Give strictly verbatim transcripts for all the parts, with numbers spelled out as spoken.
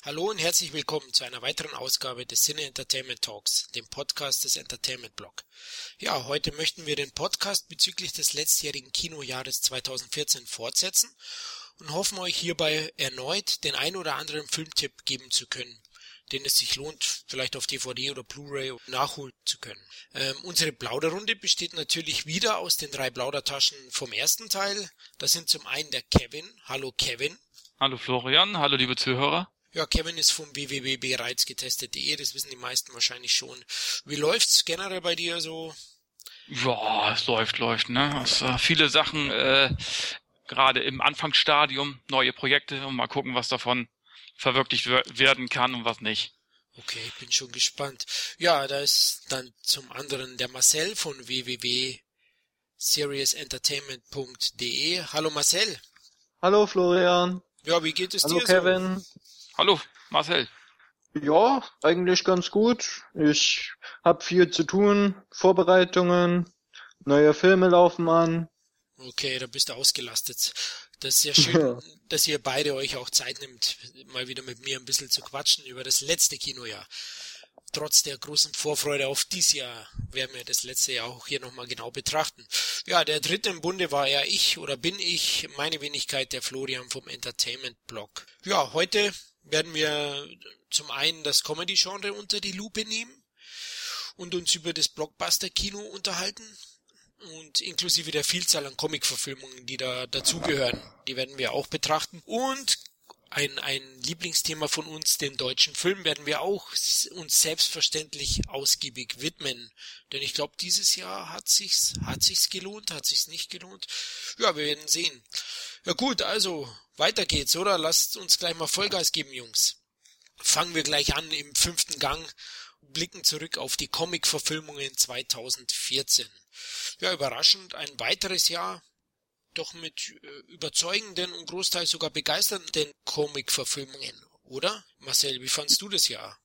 Hallo und herzlich willkommen zu einer weiteren Ausgabe des Cine Entertainment Talks, dem Podcast des Entertainment Blog. Ja, heute möchten wir den Podcast bezüglich des letztjährigen Kinojahres zweitausendvierzehn fortsetzen und hoffen euch hierbei erneut den ein oder anderen Filmtipp geben zu können, den es sich lohnt, vielleicht auf D V D oder Blu-ray nachholen zu können. Ähm, unsere Plauderrunde besteht natürlich wieder aus den drei Plaudertaschen vom ersten Teil. Das sind zum einen der Kevin. Hallo Kevin. Hallo Florian, hallo liebe Zuhörer. Ja, Kevin ist vom w w w punkt bereits getestet punkt de, das wissen die meisten wahrscheinlich schon. Wie läuft's generell bei dir so? Ja, es läuft, läuft, ne? Es, äh, viele Sachen, äh, gerade im Anfangsstadium, neue Projekte und mal gucken, was davon verwirklicht w- werden kann und was nicht. Okay, ich bin schon gespannt. Ja, da ist dann zum anderen der Marcel von w w w punkt serious entertainment punkt de. Hallo Marcel. Hallo Florian. Ja, wie geht es Hallo dir Kevin. so? Hallo Marcel. Ja, eigentlich ganz gut. Ich habe viel zu tun, Vorbereitungen, neue Filme laufen an. Okay, da bist du ausgelastet. Das ist ja schön, Ja. dass ihr beide euch auch Zeit nimmt, mal wieder mit mir ein bisschen zu quatschen über das letzte Kinojahr. Trotz der großen Vorfreude auf dieses Jahr werden wir das letzte Jahr auch hier nochmal genau betrachten. Ja, der dritte im Bunde war ja ich oder bin ich, meine Wenigkeit, der Florian vom Entertainment Blog. Ja, heute werden wir zum einen das Comedy-Genre unter die Lupe nehmen und uns über das Blockbuster-Kino unterhalten und inklusive der Vielzahl an Comic-Verfilmungen, die da dazugehören. Die werden wir auch betrachten. Und ein, ein Lieblingsthema von uns, den deutschen Film, werden wir auch uns selbstverständlich ausgiebig widmen. Denn ich glaube, dieses Jahr hat sich's, hat sich's gelohnt, hat sich's nicht gelohnt. Ja, wir werden sehen. Ja gut, also weiter geht's, oder? Lasst uns gleich mal Vollgas geben, Jungs. Fangen wir gleich an im fünften Gang, blicken zurück auf die Comic-Verfilmungen zweitausendvierzehn. Ja, überraschend, ein weiteres Jahr, doch mit äh, überzeugenden und großteils sogar begeisternden Comic-Verfilmungen, oder? Marcel, wie fandst du das Jahr?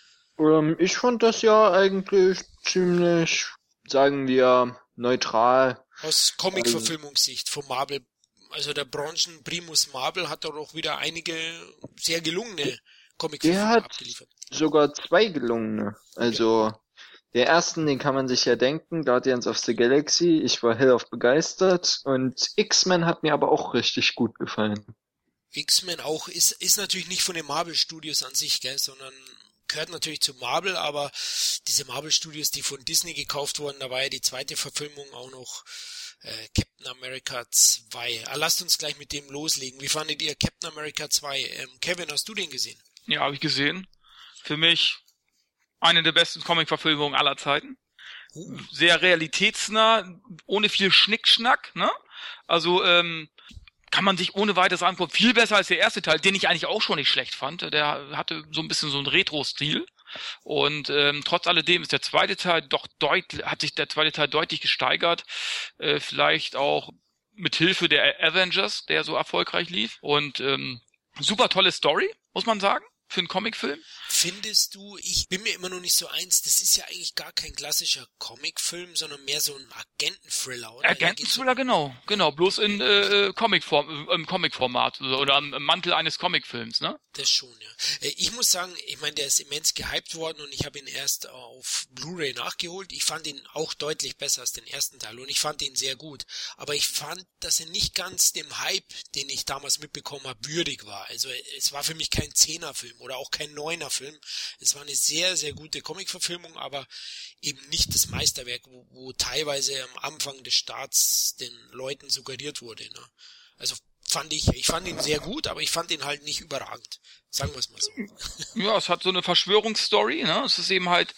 Ähm, ich fand das ja eigentlich ziemlich, sagen wir, neutral. Aus Comic-Verfilmungssicht von Marvel, also der Branchenprimus Marvel hat doch auch wieder einige sehr gelungene Der Comic-Verfilmungen hat abgeliefert. sogar zwei gelungene. Also der ersten, den kann man sich ja denken, Guardians of the Galaxy. Ich war hellauf begeistert. Und X-Men hat mir aber auch richtig gut gefallen. X-Men auch, ist, ist natürlich nicht von den Marvel-Studios an sich, gell, sondern gehört natürlich zu Marvel, aber diese Marvel-Studios, die von Disney gekauft wurden, da war ja die zweite Verfilmung auch noch äh, Captain America zwei. Ah, lasst uns gleich mit dem loslegen. Wie fandet ihr Captain America zwei? Ähm, Kevin, hast du den gesehen? Ja, habe ich gesehen. Für mich eine der besten Comic-Verfilmungen aller Zeiten. Uh, Sehr realitätsnah, ohne viel Schnickschnack, ne? Also, ähm, kann man sich ohne weiteres angucken. Viel besser als der erste Teil, den ich eigentlich auch schon nicht schlecht fand. Der hatte so ein bisschen so einen Retro-Stil. Und ähm, trotz alledem ist der zweite Teil doch deutlich, hat sich der zweite Teil deutlich gesteigert. Äh, vielleicht auch mit Hilfe der Avengers, der so erfolgreich lief. Und ähm, super tolle Story, muss man sagen, für einen Comicfilm. Findest du, ich bin mir immer noch nicht so eins, das ist ja eigentlich gar kein klassischer Comicfilm, sondern mehr so ein Agenten-Thriller, oder? Agenten-Thriller, genau, genau, bloß in äh, Comicform, im Comicformat oder am Mantel eines Comicfilms, ne? Das schon, ja. Ich muss sagen, ich meine, der ist immens gehypt worden und ich habe ihn erst auf Blu-ray nachgeholt. Ich fand ihn auch deutlich besser als den ersten Teil und ich fand ihn sehr gut. Aber ich fand, dass er nicht ganz dem Hype, den ich damals mitbekommen habe, würdig war. Also es war für mich kein Zehnerfilm oder auch kein Neuner-Film. Es war eine sehr, sehr gute Comic-Verfilmung, aber eben nicht das Meisterwerk, wo, wo teilweise am Anfang des Starts den Leuten suggeriert wurde. Ne? Also fand ich, ich fand ihn sehr gut, aber ich fand ihn halt nicht überragend. Sagen wir es mal so. Ja, es hat so eine Verschwörungsstory, ne? Es ist eben halt,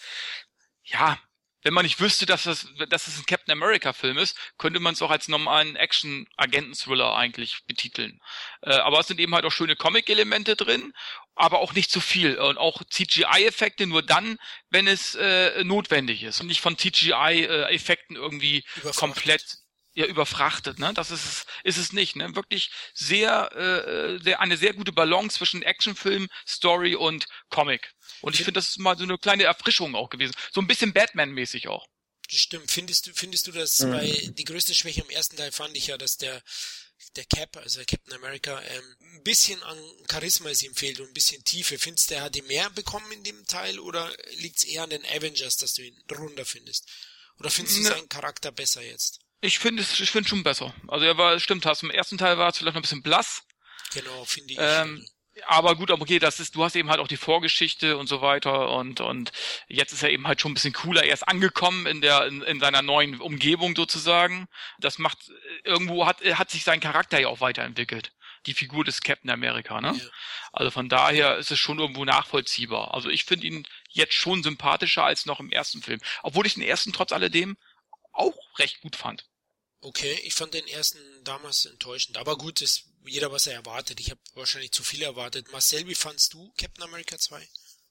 ja, wenn man nicht wüsste, dass das, dass es ein Captain America Film ist, könnte man es auch als normalen Action-Agenten-Thriller eigentlich betiteln. Äh, aber es sind eben halt auch schöne Comic-Elemente drin, aber auch nicht zu viel. Und auch C G I-Effekte nur dann, wenn es äh, notwendig ist. Und nicht von C G I-Effekten irgendwie Überfrachtet. komplett ja überfrachtet, ne? Das ist es, ist es nicht, ne? Wirklich sehr, äh, sehr eine sehr gute Balance zwischen Actionfilm, Story und Comic. Und ich finde, das ist mal so eine kleine Erfrischung auch gewesen, so ein bisschen Batman-mäßig auch. Das stimmt. Findest du, findest du das? Mhm. Weil die größte Schwäche im ersten Teil fand ich ja, dass der der Cap, also der Captain America, ähm, ein bisschen an Charisma ist ihm fehlt und ein bisschen Tiefe. Findest du, der hat die mehr bekommen in dem Teil oder liegt es eher an den Avengers, dass du ihn runder findest? Oder findest du Ne. seinen Charakter besser jetzt? Ich finde es, ich finde schon besser. Also er war, stimmt, hast im ersten Teil war es vielleicht noch ein bisschen blass. Genau, finde ich. Ähm, aber gut, aber okay, das ist, du hast eben halt auch die Vorgeschichte und so weiter und und jetzt ist er eben halt schon ein bisschen cooler. Er ist angekommen in der in, in seiner neuen Umgebung sozusagen. Das macht irgendwo hat hat sich sein Charakter ja auch weiterentwickelt. Die Figur des Captain America, ne? Ja. Also von daher ist es schon irgendwo nachvollziehbar. Also ich finde ihn jetzt schon sympathischer als noch im ersten Film, obwohl ich den ersten trotz alledem auch recht gut fand. Okay, ich fand den ersten damals enttäuschend. Aber gut, ist jeder, was er erwartet. Ich habe wahrscheinlich zu viel erwartet. Marcel, wie fandst du Captain America zwei?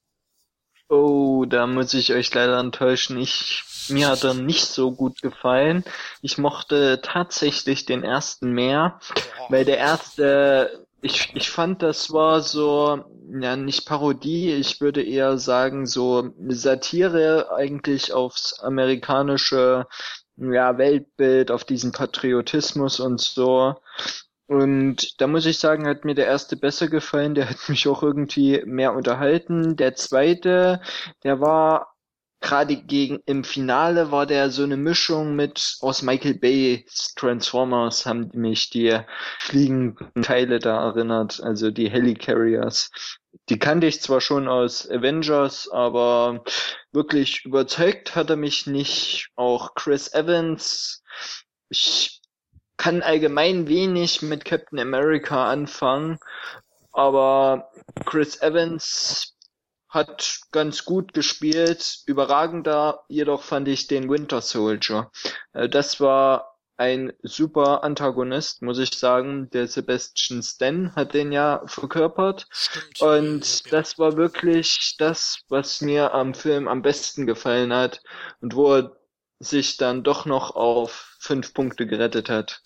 Oh, da muss ich euch leider enttäuschen. Ich, mir hat er nicht so gut gefallen. Ich mochte tatsächlich den ersten mehr, Boah. weil der erste, ich, ich fand, das war so, ja, nicht Parodie, ich würde eher sagen, so Satire eigentlich aufs amerikanische, ja, Weltbild, auf diesen Patriotismus und so. Und da muss ich sagen, hat mir der erste besser gefallen, der hat mich auch irgendwie mehr unterhalten. Der zweite, der war gerade gegen, im Finale war der so eine Mischung mit, aus Michael Bay's Transformers haben mich die fliegenden Teile da erinnert, also die Helicarriers. Die kannte ich zwar schon aus Avengers, aber wirklich überzeugt hat er mich nicht. Auch Chris Evans, ich kann allgemein wenig mit Captain America anfangen, aber Chris Evans hat ganz gut gespielt. Überragender jedoch fand ich den Winter Soldier. Äh, Das war ein super Antagonist, muss ich sagen. Der Sebastian Stan hat den ja verkörpert. Stimmt. Und Ja. das war wirklich das, was mir am Film am besten gefallen hat und wo er sich dann doch noch auf fünf Punkte gerettet hat.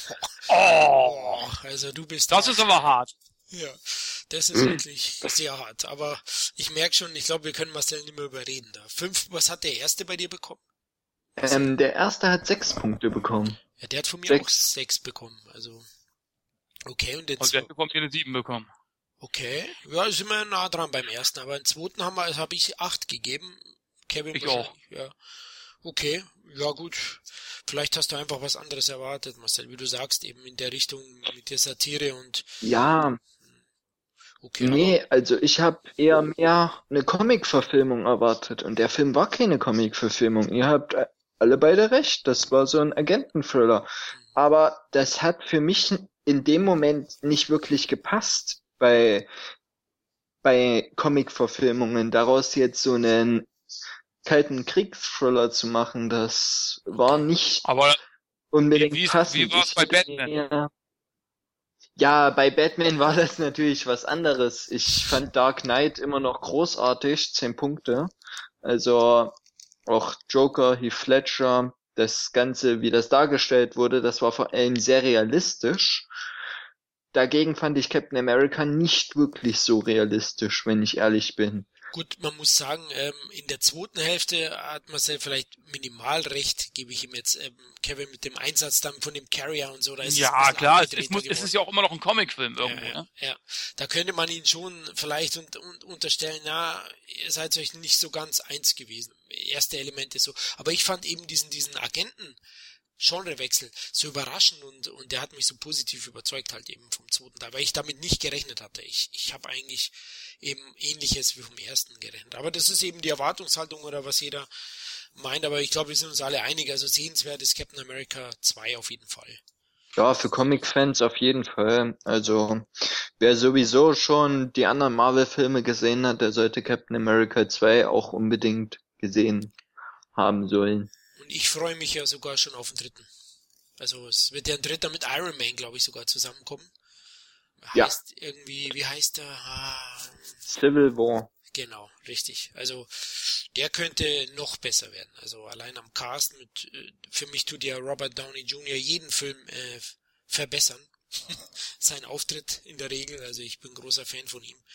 Oh, Oh, also du bist das hart. ist aber hart. Ja, das ist wirklich sehr hart. Aber ich merke schon, ich glaube, wir können Marcel nicht mehr überreden da. Fünf, was hat der erste bei dir bekommen? Ähm, der erste hat sechs Punkte bekommen. Ja, der hat von mir Sechs. auch sechs bekommen. Also, okay, und den Und der zweiten. bekommt hier eine sieben bekommen. Okay, ja, sind wir nah dran beim ersten, aber im zweiten haben wir, also habe ich acht gegeben. Kevin Ich wahrscheinlich, ja. Okay, ja gut. Vielleicht hast du einfach was anderes erwartet, Marcel, wie du sagst, eben in der Richtung mit der Satire und Ja, okay. nee, also ich habe eher mehr eine Comic-Verfilmung erwartet und der Film war keine Comic-Verfilmung. Ihr habt äh, alle beide recht, das war so ein Agenten-Thriller. Aber das hat für mich in dem Moment nicht wirklich gepasst bei, bei Comic-Verfilmungen. Daraus jetzt so einen kalten Kriegsthriller zu machen, das war nicht Aber unbedingt wie- wie ist- passend. wie war's Ich bei hätte Batman? mir- Ja, bei Batman war das natürlich was anderes. Ich fand Dark Knight immer noch großartig, zehn Punkte. Also auch Joker, Heath Ledger, das Ganze, wie das dargestellt wurde, das war vor allem sehr realistisch. Dagegen fand ich Captain America nicht wirklich so realistisch, wenn ich ehrlich bin. Gut, man muss sagen, ähm, in der zweiten Hälfte hat Marcel vielleicht minimal recht, gebe ich ihm jetzt, ähm, Kevin, mit dem Einsatz dann von dem Carrier und so. Da ist es ein ja, bisschen klar, es, es, abgedrehter muss, es geworden. ist ja auch immer noch ein Comicfilm irgendwo. Ja, Ne? ja, ja, da könnte man ihn schon vielleicht un un unterstellen, na, ihr seid euch nicht so ganz eins gewesen. Erste Elemente so. Aber ich fand eben diesen, diesen Agenten, Genrewechsel so überraschend und und der hat mich so positiv überzeugt halt eben vom zweiten Teil, weil ich damit nicht gerechnet hatte. Ich ich habe eigentlich eben Ähnliches wie vom ersten gerechnet. Aber das ist eben die Erwartungshaltung oder was jeder meint. Aber ich glaube, wir sind uns alle einig. Also sehenswert ist Captain America zwei auf jeden Fall. Ja, für Comic-Fans auf jeden Fall. Also, wer sowieso schon die anderen Marvel-Filme gesehen hat, der sollte Captain America zwei auch unbedingt gesehen haben sollen. Und ich freue mich ja sogar schon auf den dritten. Also es wird ja ein dritter mit Iron Man, glaube ich, sogar zusammenkommen. Ja. Heißt irgendwie, wie heißt der? Ah, Civil War. genau, richtig. Also der könnte noch besser werden. Also allein am Cast mit, äh, für mich tut ja Robert Downey Junior jeden Film äh, verbessern. Sein Auftritt in der Regel, also ich bin großer Fan von ihm.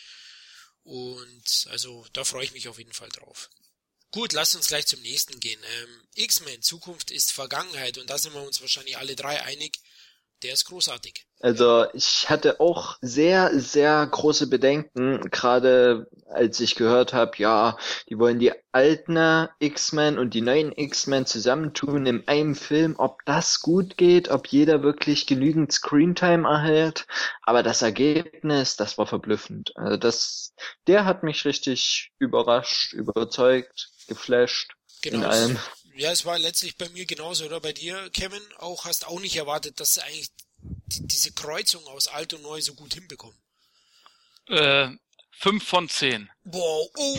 Und also da freue ich mich auf jeden Fall drauf. Gut, lasst uns gleich zum nächsten gehen. Ähm, X-Men, Zukunft ist Vergangenheit und da sind wir uns wahrscheinlich alle drei einig. der ist großartig. Also ich hatte auch sehr, sehr große Bedenken, gerade als ich gehört habe, ja, die wollen die alten X-Men und die neuen X-Men zusammentun in einem Film, ob das gut geht, ob jeder wirklich genügend Screentime erhält. Aber das Ergebnis, das war verblüffend. Also das, der hat mich richtig überrascht, überzeugt, geflasht. Genau. In allem. Ja, es war letztlich bei mir genauso, oder bei dir, Kevin? Auch hast auch nicht erwartet, dass sie eigentlich die, diese Kreuzung aus alt und neu so gut hinbekommen. Äh, fünf von zehn. Boah, oh!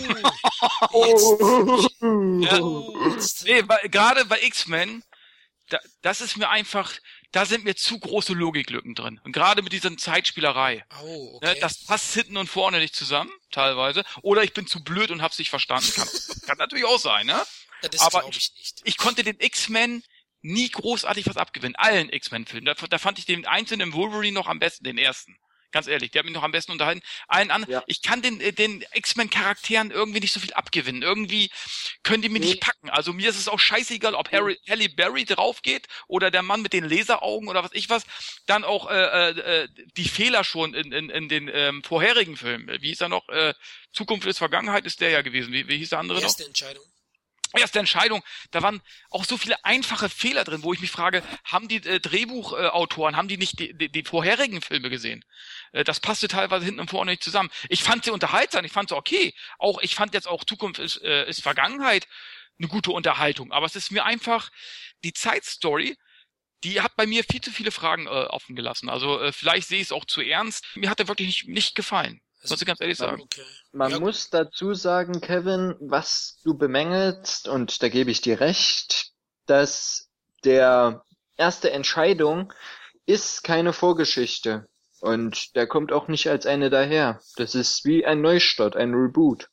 Oh. Ja. Oh, jetzt. Nee, bei, gerade bei X-Men, da, das ist mir einfach, da sind mir zu große Logiklücken drin. Und gerade mit dieser Zeitspielerei. Oh, Ne, okay. das passt hinten und vorne nicht zusammen, teilweise. Oder ich bin zu blöd und hab's nicht verstanden. Kann, kann natürlich auch sein, ne? Ja, das Aber glaube ich nicht. Ich konnte den X-Men nie großartig was abgewinnen. Allen X-Men-Filmen. Da, da fand ich den einzelnen Wolverine noch am besten, den ersten. Ganz ehrlich, der hat mich noch am besten unterhalten. Allen anderen, Ja. ich kann den, äh, den X-Men-Charakteren irgendwie nicht so viel abgewinnen. Irgendwie können die mir Nee. nicht packen. Also mir ist es auch scheißegal, ob Harry, Halle Berry drauf geht oder der Mann mit den Laseraugen oder was ich was. Dann auch äh, äh, die Fehler schon in, in, in den ähm, vorherigen Filmen. Wie hieß er noch? Äh, Zukunft ist Vergangenheit ist der ja gewesen. Wie, wie hieß der andere noch? Erste Entscheidung. Erste Entscheidung, da waren auch so viele einfache Fehler drin, wo ich mich frage, haben die äh, Drehbuchautoren, haben die nicht die, die, die vorherigen Filme gesehen? Äh, das passte teilweise hinten und vorne nicht zusammen. Ich fand sie unterhaltsam, ich fand sie okay. Auch ich fand jetzt auch Zukunft ist, äh, ist Vergangenheit eine gute Unterhaltung. Aber es ist mir einfach, die Zeitstory, die hat bei mir viel zu viele Fragen äh, offen gelassen. Also äh, vielleicht sehe ich es auch zu ernst. Mir hat er wirklich nicht, nicht gefallen. Also, Muss ich ganz ehrlich sagen. Okay. Man Ja, muss dazu sagen, Kevin, was du bemängelst, und da gebe ich dir recht, dass der erste Entscheidung ist keine Vorgeschichte. Und der kommt auch nicht als eine daher. Das ist wie ein Neustart, ein Reboot.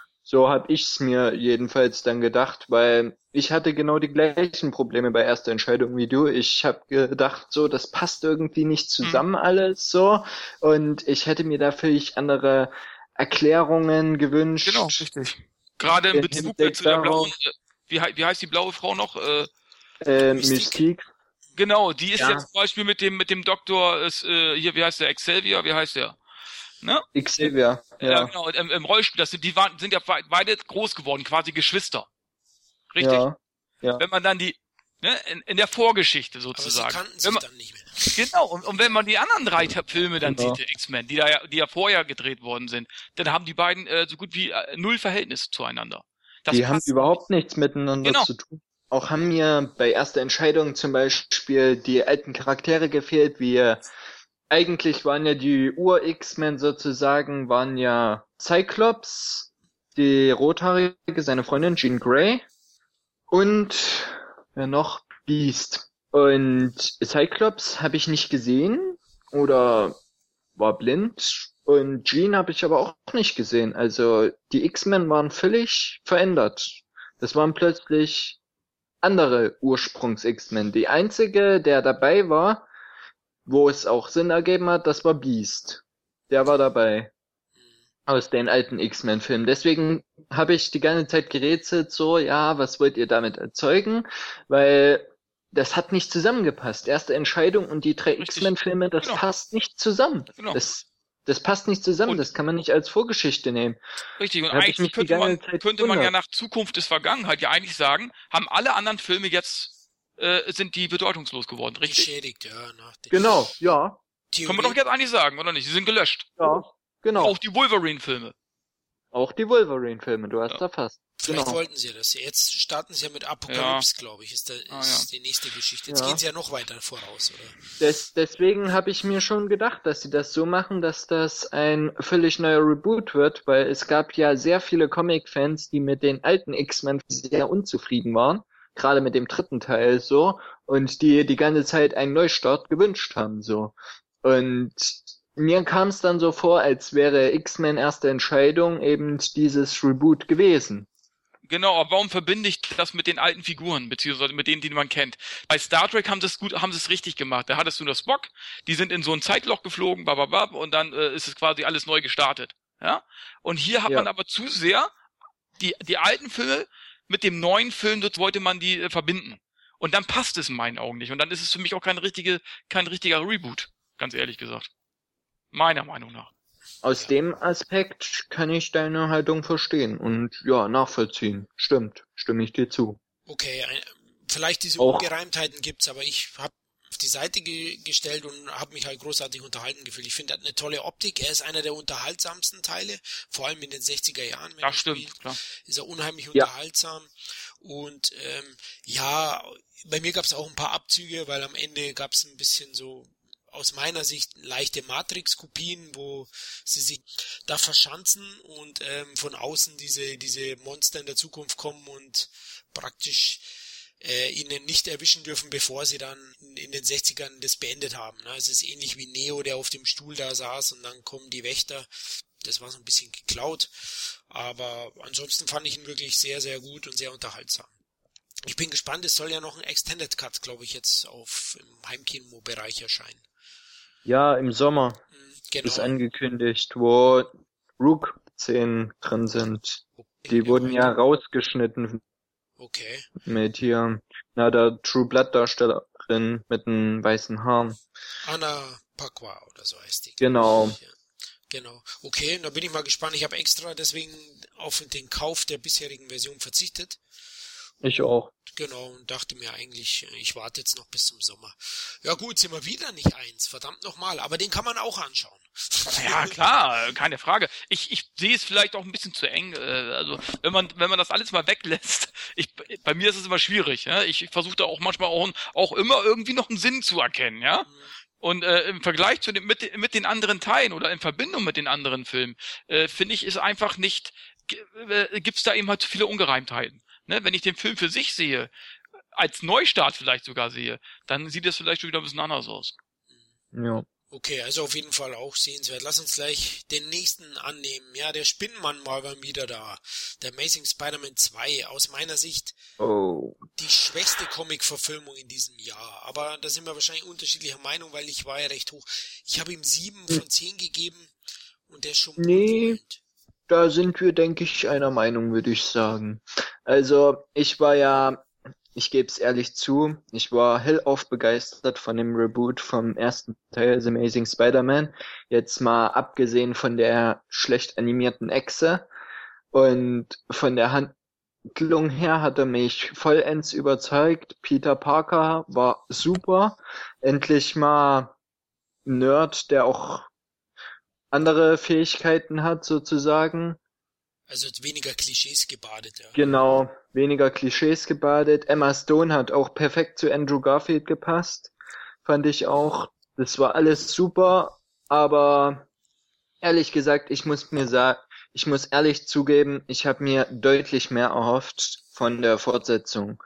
So habe ich's mir jedenfalls dann gedacht, weil ich hatte genau die gleichen Probleme bei erster Entscheidung wie du. Ich habe gedacht, so, das passt irgendwie nicht zusammen alles so. Und ich hätte mir da völlig andere Erklärungen gewünscht. Genau, richtig. Gerade in In Bezug Hinblick zu der darauf- blauen, äh, wie, hei- wie heißt die blaue Frau noch? Äh, Äh, Mystique. Mystique. genau, die ist Ja. jetzt zum Beispiel mit dem mit dem Doktor, ist, äh, hier, wie heißt der, Xavier, wie heißt der? Ne? Xavier. Ja, Ja. genau, im, im Rollspiel, das sind, die waren, sind ja be- beide groß geworden, quasi Geschwister. Richtig? Ja. Ja. Wenn man dann die, ne, in, in der Vorgeschichte aber sie sozusagen. kannten Wenn sich man, dann nicht mehr. genau, und, und wenn man die anderen drei Ta- Filme dann Genau. sieht, der X-Men, die da ja, die ja vorher gedreht worden sind, dann haben die beiden äh, so gut wie äh, null Verhältnis zueinander. Das Die haben passt überhaupt nichts miteinander Genau. zu tun. Auch haben mir bei erster Entscheidung zum Beispiel die alten Charaktere gefehlt, wie eigentlich waren ja die Ur-X-Men sozusagen, waren ja Cyclops, die Rothaarige, seine Freundin Jean Grey und wer noch? Beast. Und Cyclops habe ich nicht gesehen oder war blind. Und Jean habe ich aber auch nicht gesehen. Also die X-Men waren völlig verändert. Das waren plötzlich andere Ursprungs-X-Men. Die einzige, der dabei war, wo es auch Sinn ergeben hat, das war Beast. Der war dabei. Aus den alten X-Men-Filmen. Deswegen habe ich die ganze Zeit gerätselt, so, ja, was wollt ihr damit erzeugen? Weil das hat nicht zusammengepasst. Erste Entscheidung und die drei Richtig. X-Men-Filme, das Genau. passt nicht zusammen. Genau. Das, das passt nicht zusammen. Und- das kann man nicht als Vorgeschichte nehmen. Richtig, und Da hab ich eigentlich mich die könnte man, ganze Zeit könnte man ja gewundert. nach Zukunft ist Vergangenheit ja eigentlich sagen, haben alle anderen Filme jetzt, äh, sind die bedeutungslos geworden, richtig? Beschädigt, ja. Nach der Genau, ja. Theorie. Können wir doch jetzt eigentlich sagen, oder nicht? Sie sind gelöscht. Ja, genau. Auch die Wolverine-Filme. Auch die Wolverine-Filme, du hast Ja. da fast. Vielleicht Genau. wollten sie das. Jetzt starten sie ja mit Apokalypse, glaube ich, ist, da, ist Ah, ja. die nächste Geschichte. Jetzt Ja. gehen sie ja noch weiter voraus, oder? Des, deswegen habe ich mir schon gedacht, dass sie das so machen, dass das ein völlig neuer Reboot wird, weil es gab ja sehr viele Comic-Fans, die mit den alten X-Men sehr unzufrieden waren, gerade mit dem dritten Teil so, und die die ganze Zeit einen Neustart gewünscht haben so. Und mir kam es dann so vor, als wäre X-Men erste Entscheidung eben dieses Reboot gewesen. Genau, aber warum verbinde ich das mit den alten Figuren, beziehungsweise mit denen, die man kennt? Bei Star Trek haben sie es gut, haben sie es richtig gemacht. Da hattest du nur Spock, die sind in so ein Zeitloch geflogen, bababab, und dann äh, ist es quasi alles neu gestartet. Ja? Und hier hat Ja. man aber zu sehr die, die alten Filme mit dem neuen Film, dort wollte man die äh, verbinden. Und dann passt es in meinen Augen nicht. Und dann ist es für mich auch kein richtige, kein richtiger Reboot, ganz ehrlich gesagt. Meiner Meinung nach. Aus dem Aspekt kann ich deine Haltung verstehen und ja, nachvollziehen. Stimmt, stimme ich dir zu. Okay, ein, vielleicht diese Auch- Ungereimtheiten gibt's, aber ich habe auf die Seite ge- gestellt und habe mich halt großartig unterhalten gefühlt. Ich finde, er hat eine tolle Optik. Er ist einer der unterhaltsamsten Teile, vor allem in den sechziger Jahren. Wenn Das er stimmt, spielt, klar. ist er unheimlich Ja. unterhaltsam. Und ähm, ja, bei mir gab's auch ein paar Abzüge, weil am Ende gab's ein bisschen so aus meiner Sicht leichte Matrix-Kopien, wo sie sich da verschanzen und ähm, von außen diese diese Monster in der Zukunft kommen und praktisch äh, ihnen nicht erwischen dürfen, bevor sie dann in, in den sechzigern das beendet haben. Ne? Es ist ähnlich wie Neo, der auf dem Stuhl da saß und dann kommen die Wächter. Das war so ein bisschen geklaut, aber ansonsten fand ich ihn wirklich sehr, sehr gut und sehr unterhaltsam. Ich bin gespannt, es soll ja noch ein Extended Cut, glaube ich, jetzt auf im Heimkino-Bereich erscheinen. Ja, im Sommer Mhm, ist genau. angekündigt, wo Rook-Szenen drin sind. Die Ja, wurden ja weiter. rausgeschnitten Okay. mit hier, na, der True Blood Darstellerin mit den weißen Haaren. Anna Pakwa oder so heißt die. Genau. Ja, genau. Okay, da bin ich mal gespannt. Ich habe extra deswegen auf den Kauf der bisherigen Version verzichtet. Ich auch. Genau, und dachte mir eigentlich, ich warte jetzt noch bis zum Sommer. Ja gut, sind wir wieder nicht eins, verdammt nochmal, aber den kann man auch anschauen. Ja, klar, keine Frage. Ich, ich sehe es vielleicht auch ein bisschen zu eng. äh, Also, wenn man, wenn man das alles mal weglässt, ich, bei mir ist es immer schwierig, ja. Ich versuche da auch manchmal auch, auch immer irgendwie noch einen Sinn zu erkennen, ja. Und äh, im Vergleich zu den, mit, mit den anderen Teilen oder in Verbindung mit den anderen Filmen, äh, finde ich, ist einfach nicht, g- äh, gibt's da eben halt zu viele Ungereimtheiten. Ne? Wenn ich den Film für sich sehe, als Neustart vielleicht sogar sehe, dann sieht es vielleicht schon wieder ein bisschen anders aus. Ja. Okay, also auf jeden Fall auch sehenswert. Lass uns gleich den nächsten annehmen. Ja, der Spinnenmann war mal wieder da. Der Amazing Spider-Man zwei. Aus meiner Sicht Oh. die schwächste Comic-Verfilmung in diesem Jahr. Aber da sind wir wahrscheinlich unterschiedlicher Meinung, weil ich war ja recht hoch. Ich habe ihm sieben von zehn gegeben und der ist schon Nee. wohlwollend. Da sind wir, denke ich, einer Meinung, würde ich sagen. Also, ich war ja, ich gebe es ehrlich zu, ich war hellauf begeistert von dem Reboot vom ersten Teil, The Amazing Spider-Man. Jetzt mal abgesehen von der schlecht animierten Echse. Und von der Handlung her hat er mich vollends überzeugt. Peter Parker war super. Endlich mal ein Nerd, der auch andere Fähigkeiten hat, sozusagen. Also weniger Klischees gebadet, ja. Genau, weniger Klischees gebadet. Emma Stone hat auch perfekt zu Andrew Garfield gepasst, fand ich auch. Das war alles super, aber ehrlich gesagt, ich muss mir sagen, ich muss ehrlich zugeben, ich habe mir deutlich mehr erhofft von der Fortsetzung.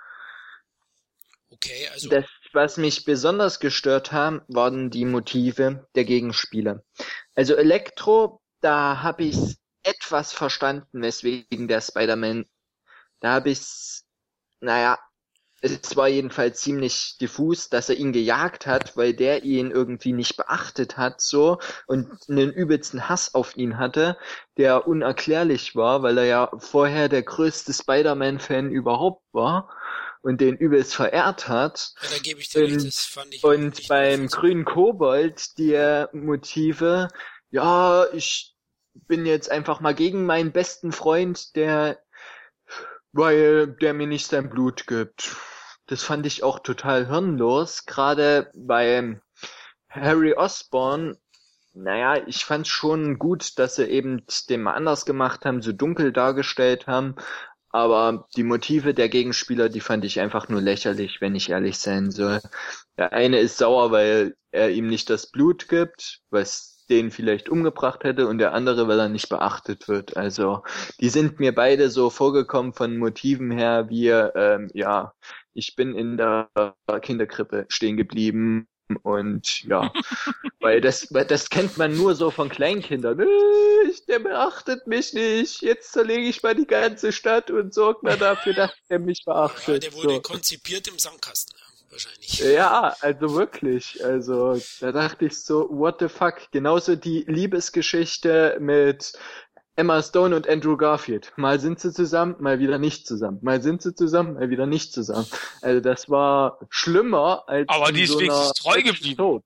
Okay, also Das, was mich besonders gestört haben, waren die Motive der Gegenspieler. Also Elektro, da habe ich etwas verstanden, weswegen der Spider-Man, da habe ich's, naja, es war jedenfalls ziemlich diffus, dass er ihn gejagt hat, weil der ihn irgendwie nicht beachtet hat, so, und einen übelsten Hass auf ihn hatte, der unerklärlich war, weil er ja vorher der größte Spider-Man-Fan überhaupt war und den übelst verehrt hat. ja, da gebe ich dir recht, Und, das fand ich auch und nicht beim nachvollziehbar. grünen Kobold die Motive, ja, ich bin jetzt einfach mal gegen meinen besten Freund, der, weil der mir nicht sein Blut gibt. Das fand ich auch total hirnlos, gerade bei Harry Osborn. Naja, ich fand's schon gut, dass sie eben den mal anders gemacht haben, so dunkel dargestellt haben, aber die Motive der Gegenspieler, die fand ich einfach nur lächerlich, wenn ich ehrlich sein soll. Der eine ist sauer, weil er ihm nicht das Blut gibt, was den vielleicht umgebracht hätte, und der andere, weil er nicht beachtet wird. Also die sind mir beide so vorgekommen von Motiven her, wie ähm, ja, ich bin in der Kinderkrippe stehen geblieben und ja, weil das, weil das kennt man nur so von Kleinkindern. Äh, ich- Der beachtet mich nicht. Jetzt zerlege ich mal die ganze Stadt und sorge mal dafür, dass er mich Ja, beachtet. der wurde So. konzipiert im Sandkasten, ja, wahrscheinlich. Ja, also wirklich. Also da dachte ich so, what the fuck? Genauso die Liebesgeschichte mit Emma Stone und Andrew Garfield. Mal sind sie zusammen, mal wieder nicht zusammen. Mal sind sie zusammen, mal wieder nicht zusammen. Also das war schlimmer als Aber in die ist so wenigstens einer treu geblieben. Tod.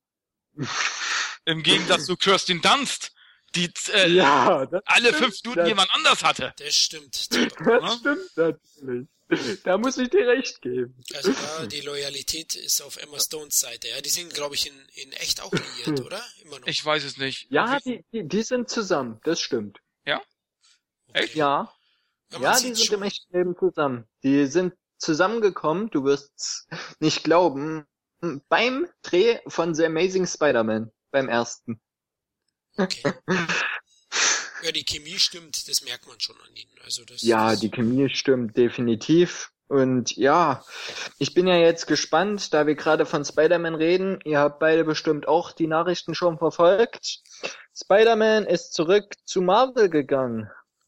Im Gegensatz zu Kirsten Dunst, die äh, Ja, das alle stimmt, fünf Minuten das- jemand anders hatte. Das stimmt. Das stimmt natürlich. Da muss ich dir recht geben. Also da, die Loyalität ist auf Emma Stones Seite. Ja, die sind, glaube ich, in, in echt auch liiert, oder? Immer noch. Ich weiß es nicht. Ja, die, die, die sind zusammen, das stimmt. Ja? Okay. echt? Ja, Ja, man ja, die sieht sind schon. im echten Leben zusammen. Die sind zusammengekommen, du wirst's nicht glauben, beim Dreh von The Amazing Spider-Man, beim ersten. Okay. Ja, die Chemie stimmt, das merkt man schon an ihnen. Also das, Ja, das, die Chemie stimmt definitiv. Und ja, ich bin ja jetzt gespannt, da wir gerade von Spider-Man reden. Ihr habt beide bestimmt auch die Nachrichten schon verfolgt. Spider-Man ist zurück zu Marvel gegangen.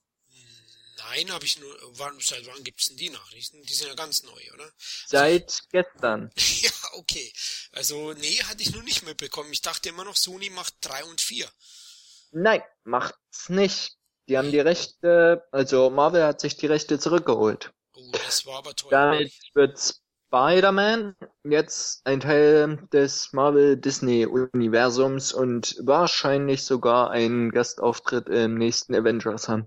Nein, habe ich nur. Wann, seit wann gibt's denn die Nachrichten? Die sind ja ganz neu, oder? Seit gestern. Ja, okay. Also, nee, hatte ich nur nicht mitbekommen. Ich dachte immer noch, Sony macht drei und vier. Nein, macht's nicht. Die haben die Rechte, also Marvel hat sich die Rechte zurückgeholt. Oh, das war aber toll. Damit wird Spider-Man jetzt ein Teil des Marvel-Disney-Universums und wahrscheinlich sogar einen Gastauftritt im nächsten Avengers haben.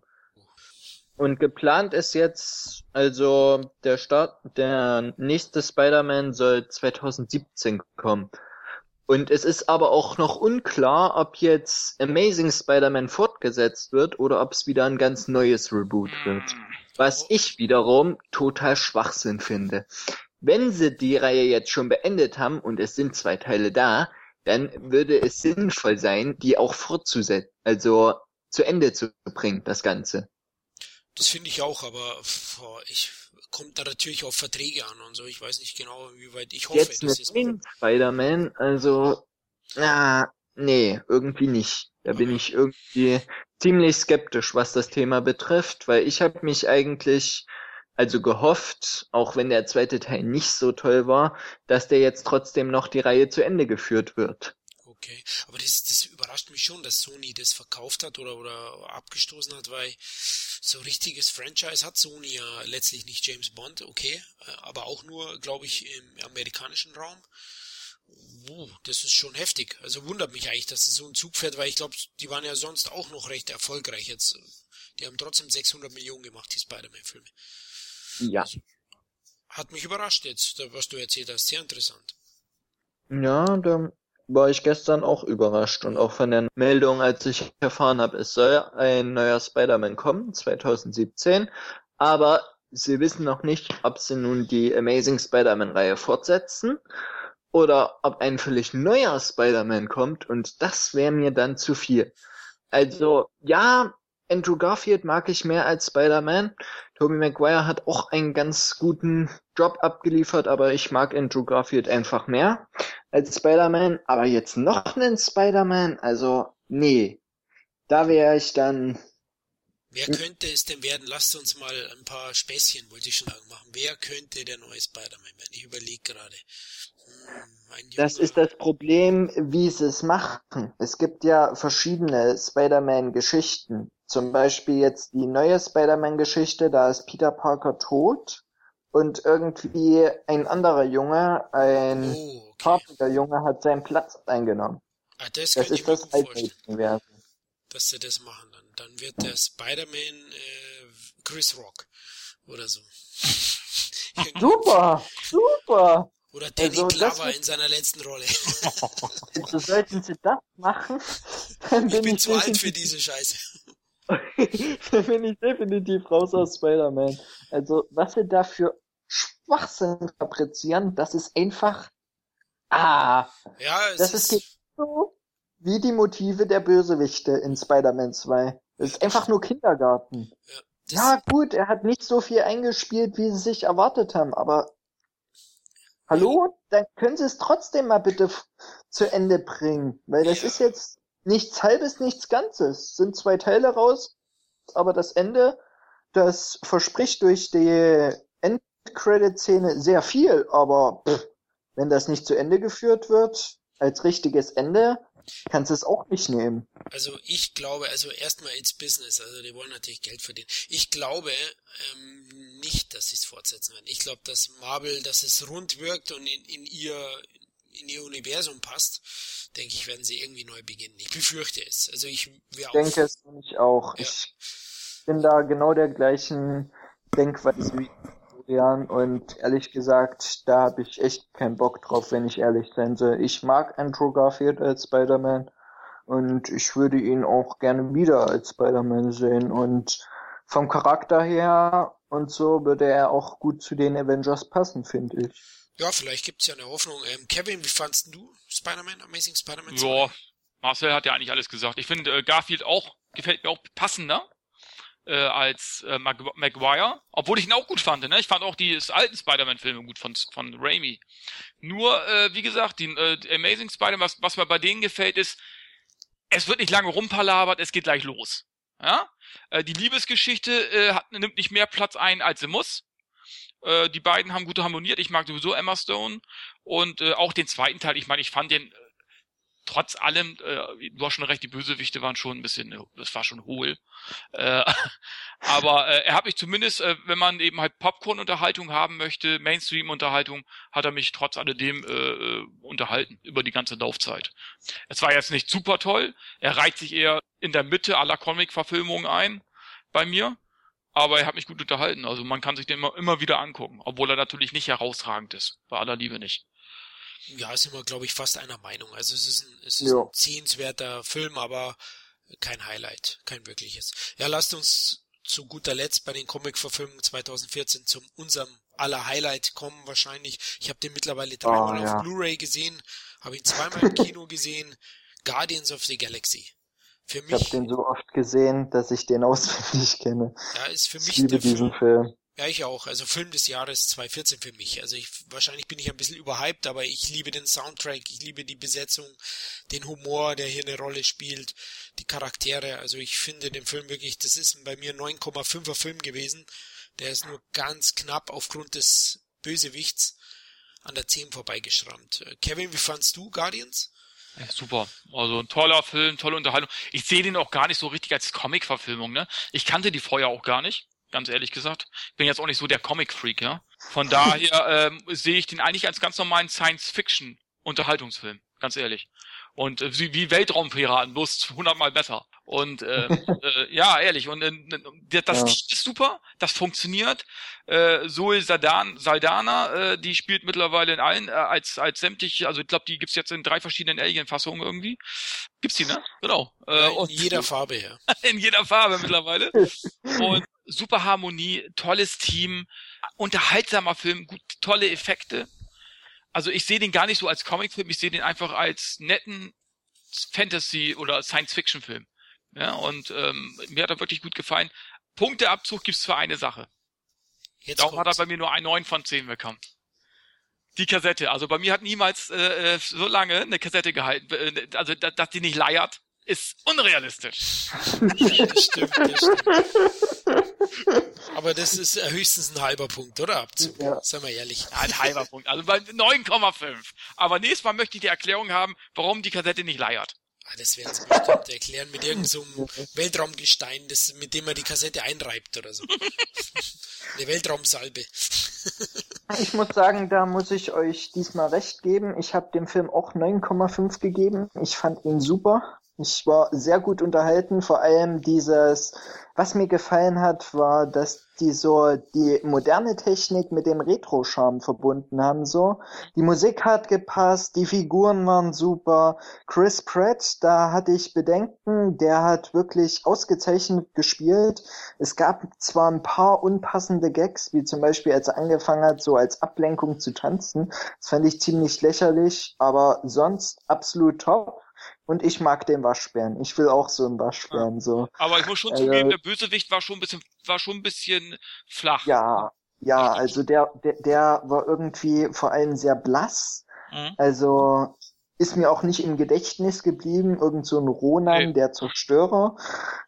Und geplant ist jetzt, also der Start, der nächste Spider-Man soll zwanzig siebzehn kommen. Und es ist aber auch noch unklar, ob jetzt Amazing Spider-Man fortgesetzt wird oder ob es wieder ein ganz neues Reboot wird. Was ich wiederum total Schwachsinn finde. Wenn sie die Reihe jetzt schon beendet haben und es sind zwei Teile da, dann würde es sinnvoll sein, die auch fortzusetzen, also zu Ende zu bringen, das Ganze. Das finde ich auch, aber boah, ich kommt da natürlich auf Verträge an und so. Ich weiß nicht genau, wie weit ich hoffe, Jetzt dass mit es dem Spider-Man, also, na, nee, irgendwie nicht. Da bin ich irgendwie ziemlich skeptisch, was das Thema betrifft, weil ich habe mich eigentlich, also gehofft, auch wenn der zweite Teil nicht so toll war, dass der jetzt trotzdem noch die Reihe zu Ende geführt wird. Okay, aber das, das überrascht mich schon, dass Sony das verkauft hat oder, oder abgestoßen hat, weil so richtiges Franchise hat Sony ja letztlich nicht. James Bond, okay, aber auch nur, glaube ich, im amerikanischen Raum. Uh, das ist schon heftig. Also wundert mich eigentlich, dass es so ein Zug fährt, weil ich glaube, die waren ja sonst auch noch recht erfolgreich jetzt. Die haben trotzdem sechshundert Millionen gemacht, die Spider-Man-Filme. Ja. Also, hat mich überrascht jetzt, was du erzählt hast. Sehr interessant. Ja, da war ich gestern auch überrascht und auch von der Meldung, als ich erfahren habe, es soll ein neuer Spider-Man kommen, zwanzig siebzehn, aber sie wissen noch nicht, ob sie nun die Amazing Spider-Man-Reihe fortsetzen oder ob ein völlig neuer Spider-Man kommt und das wäre mir dann zu viel. Also, ja, Andrew Garfield mag ich mehr als Spider-Man. Tobey Maguire hat auch einen ganz guten Job abgeliefert, aber ich mag Andrew Garfield einfach mehr als Spider-Man. Aber jetzt noch einen Spider-Man, also nee, da wäre ich dann... Wer könnte es denn werden? Lasst uns mal ein paar Späßchen, wollte ich schon sagen, machen. Wer könnte der neue Spider-Man werden? Ich überlege gerade. Hm, das ist das Problem, wie sie es machen. Es gibt ja verschiedene Spider-Man-Geschichten. Zum Beispiel jetzt die neue Spider-Man-Geschichte, da ist Peter Parker tot und irgendwie ein anderer Junge, ein oh, okay. farbiger Junge, hat seinen Platz eingenommen. Ah, das Das könnte ich ist mir das gut vorstellen, Ultimate-Universum. dass sie das machen. Dann, dann wird der Spider-Man äh, Chris Rock oder so. Super, super. Oder Danny Also, das Glover wird- in seiner letzten Rolle. Also sollten sie das machen, dann Ich bin bin ich zu alt für definitiv, diese Scheiße. dann bin ich definitiv raus aus Spider-Man. Also was sie da für Schwachsinn fabrizieren, das ist einfach, ah, Ja, es das ist genauso wie die Motive der Bösewichte in Spider-Man zwei. Das ist einfach nur Kindergarten. Ja, das, Ja gut, er hat nicht so viel eingespielt, wie sie sich erwartet haben, aber hallo, dann können sie es trotzdem mal bitte f- zu Ende bringen, weil das Ja. ist jetzt nichts Halbes, nichts Ganzes. Sind zwei Teile raus, aber das Ende, das verspricht durch die Endcredit-Szene sehr viel, aber pff, wenn das nicht zu Ende geführt wird, als richtiges Ende, kannst du es auch nicht nehmen. Also ich glaube, also erstmal ins Business, also die wollen natürlich Geld verdienen. Ich glaube ähm, nicht, dass sie es fortsetzen werden. Ich glaube, dass Marvel, dass es rund wirkt und in, in ihr in ihr Universum passt, denke ich, werden sie irgendwie neu beginnen. Ich befürchte es. Also ich wäre Ich denke es nicht auch. Ja. Ich bin da genau der gleichen Denkweise wie Florian und ehrlich gesagt, da habe ich echt keinen Bock drauf, wenn ich ehrlich sein soll. Ich mag Andrew Garfield als Spider-Man und ich würde ihn auch gerne wieder als Spider-Man sehen und vom Charakter her und so würde er auch gut zu den Avengers passen, finde ich. Ja, vielleicht gibt's ja eine Hoffnung. Ähm, Kevin, wie fandst du Spider-Man, Amazing Spider-Man? Ja, Marcel hat ja eigentlich alles gesagt. Ich finde äh, Garfield auch, gefällt mir auch passender äh, als äh, Mag- Maguire, obwohl ich ihn auch gut fand. Ne? Ich fand auch die alten Spider-Man-Filme gut von von Raimi. Nur, äh, wie gesagt, die, äh, die Amazing Spider-Man, was, was mir bei denen gefällt, ist, es wird nicht lange rumpalabert, es geht gleich los. Ja? Äh, die Liebesgeschichte äh, hat, nimmt nicht mehr Platz ein, als sie muss. Äh, die beiden haben gut harmoniert. Ich mag sowieso Emma Stone. Und äh, auch den zweiten Teil, ich meine, ich fand den äh, trotz allem, äh, du hast schon recht, die Bösewichte waren schon ein bisschen, äh, das war schon hohl. Äh, aber äh, er hat mich zumindest, äh, wenn man eben halt Popcorn-Unterhaltung haben möchte, Mainstream-Unterhaltung, hat er mich trotz alledem äh, unterhalten über die ganze Laufzeit. Es war jetzt nicht super toll. Er reiht sich eher in der Mitte aller Comic-Verfilmungen ein bei mir. Aber er hat mich gut unterhalten. Also man kann sich den immer, immer wieder angucken. Obwohl er natürlich nicht herausragend ist. Bei aller Liebe nicht. Ja, sind wir, glaube ich, fast einer Meinung. Also es ist ein, es ist Ja. ein sehenswerter Film, aber kein Highlight. Kein wirkliches. Ja, lasst uns zu guter Letzt bei den Comic-Verfilmungen zwanzig vierzehn zu unserem aller Highlight kommen wahrscheinlich. Ich habe den mittlerweile dreimal Oh, ja. auf Blu-ray gesehen. Habe ihn zweimal im Kino gesehen. Guardians of the Galaxy. Für Ich habe mich, den so oft gesehen, dass ich den auswendig kenne. ja, ist für Ich mich liebe der diesen Film. Film. Ja, ich auch. Also Film des Jahres zwanzig vierzehn für mich. Also ich, wahrscheinlich bin ich ein bisschen überhyped, aber ich liebe den Soundtrack, ich liebe die Besetzung, den Humor, der hier eine Rolle spielt, die Charaktere. Also ich finde den Film wirklich, das ist bei mir ein neun Komma fünfer Film gewesen. Der ist nur ganz knapp aufgrund des Bösewichts an der zehn vorbeigeschrammt. Äh, Kevin, wie fandst du Guardians? Ja, super. Also ein toller Film, tolle Unterhaltung. Ich sehe den auch gar nicht so richtig als Comic-Verfilmung, ne? Ich kannte die vorher auch gar nicht, ganz ehrlich gesagt. Ich bin jetzt auch nicht so der Comic-Freak, ja? Von daher ähm, sehe ich den eigentlich als ganz normalen Science-Fiction-Unterhaltungsfilm, ganz ehrlich. Und äh, wie, wie Weltraumpiraten, bloß hundertmal besser. Und ähm, äh, ja, ehrlich, und äh, das Ja. Team ist super, das funktioniert. Äh, Zoe Saldan, Saldana, äh, die spielt mittlerweile in allen, äh, als als sämtliche, also ich glaube, die gibt's jetzt in drei verschiedenen Alien-Fassungen irgendwie. Gibt's die, ne? Genau. Äh, Ja, in und jeder Farbe, ja. in jeder Farbe mittlerweile. Und super Harmonie, tolles Team, unterhaltsamer Film, gut, tolle Effekte. Also ich sehe den gar nicht so als Comicfilm, ich sehe den einfach als netten Fantasy- oder Science-Fiction-Film. Ja, und ähm, mir hat er wirklich gut gefallen. Punkteabzug gibt's für eine Sache. Jetzt Darum hat er kommt's. bei mir nur ein neun von zehn bekommen. Die Kassette. Also bei mir hat niemals äh, so lange eine Kassette gehalten. Äh, Also, dass, dass die nicht leiert, ist unrealistisch. Das stimmt, das stimmt. Aber das ist äh, höchstens ein halber Punkt, oder? Abzug. Ja. Seien wir ehrlich. Ein halber Punkt. Also bei neun Komma fünf. Aber nächstes Mal möchte ich die Erklärung haben, warum die Kassette nicht leiert. Ah, das werden sie bestimmt erklären mit irgendeinem so einem Weltraumgestein, das, mit dem man die Kassette einreibt oder so. Eine Weltraumsalbe. Ich muss sagen, da muss ich euch diesmal recht geben. Ich habe dem Film auch neun Komma fünf gegeben. Ich fand ihn super. Ich war sehr gut unterhalten. Vor allem dieses, was mir gefallen hat, war, dass die so die moderne Technik mit dem Retro-Charme verbunden haben. So, die Musik hat gepasst, die Figuren waren super. Chris Pratt, da hatte ich Bedenken. Der hat wirklich ausgezeichnet gespielt. Es gab zwar ein paar unpassende Gags, wie zum Beispiel, als er angefangen hat, so als Ablenkung zu tanzen. Das fand ich ziemlich lächerlich, aber sonst absolut top. Und ich mag den Waschbären. Ich will auch so einen Waschbären, so. Aber ich muss schon Also- zugeben, der Bösewicht war schon ein bisschen, war schon ein bisschen flach. Ja, ja, also der, der, der war irgendwie vor allem sehr blass. Mhm. Also ist mir auch nicht im Gedächtnis geblieben. Irgend so ein Ronan, Nee. der Zerstörer.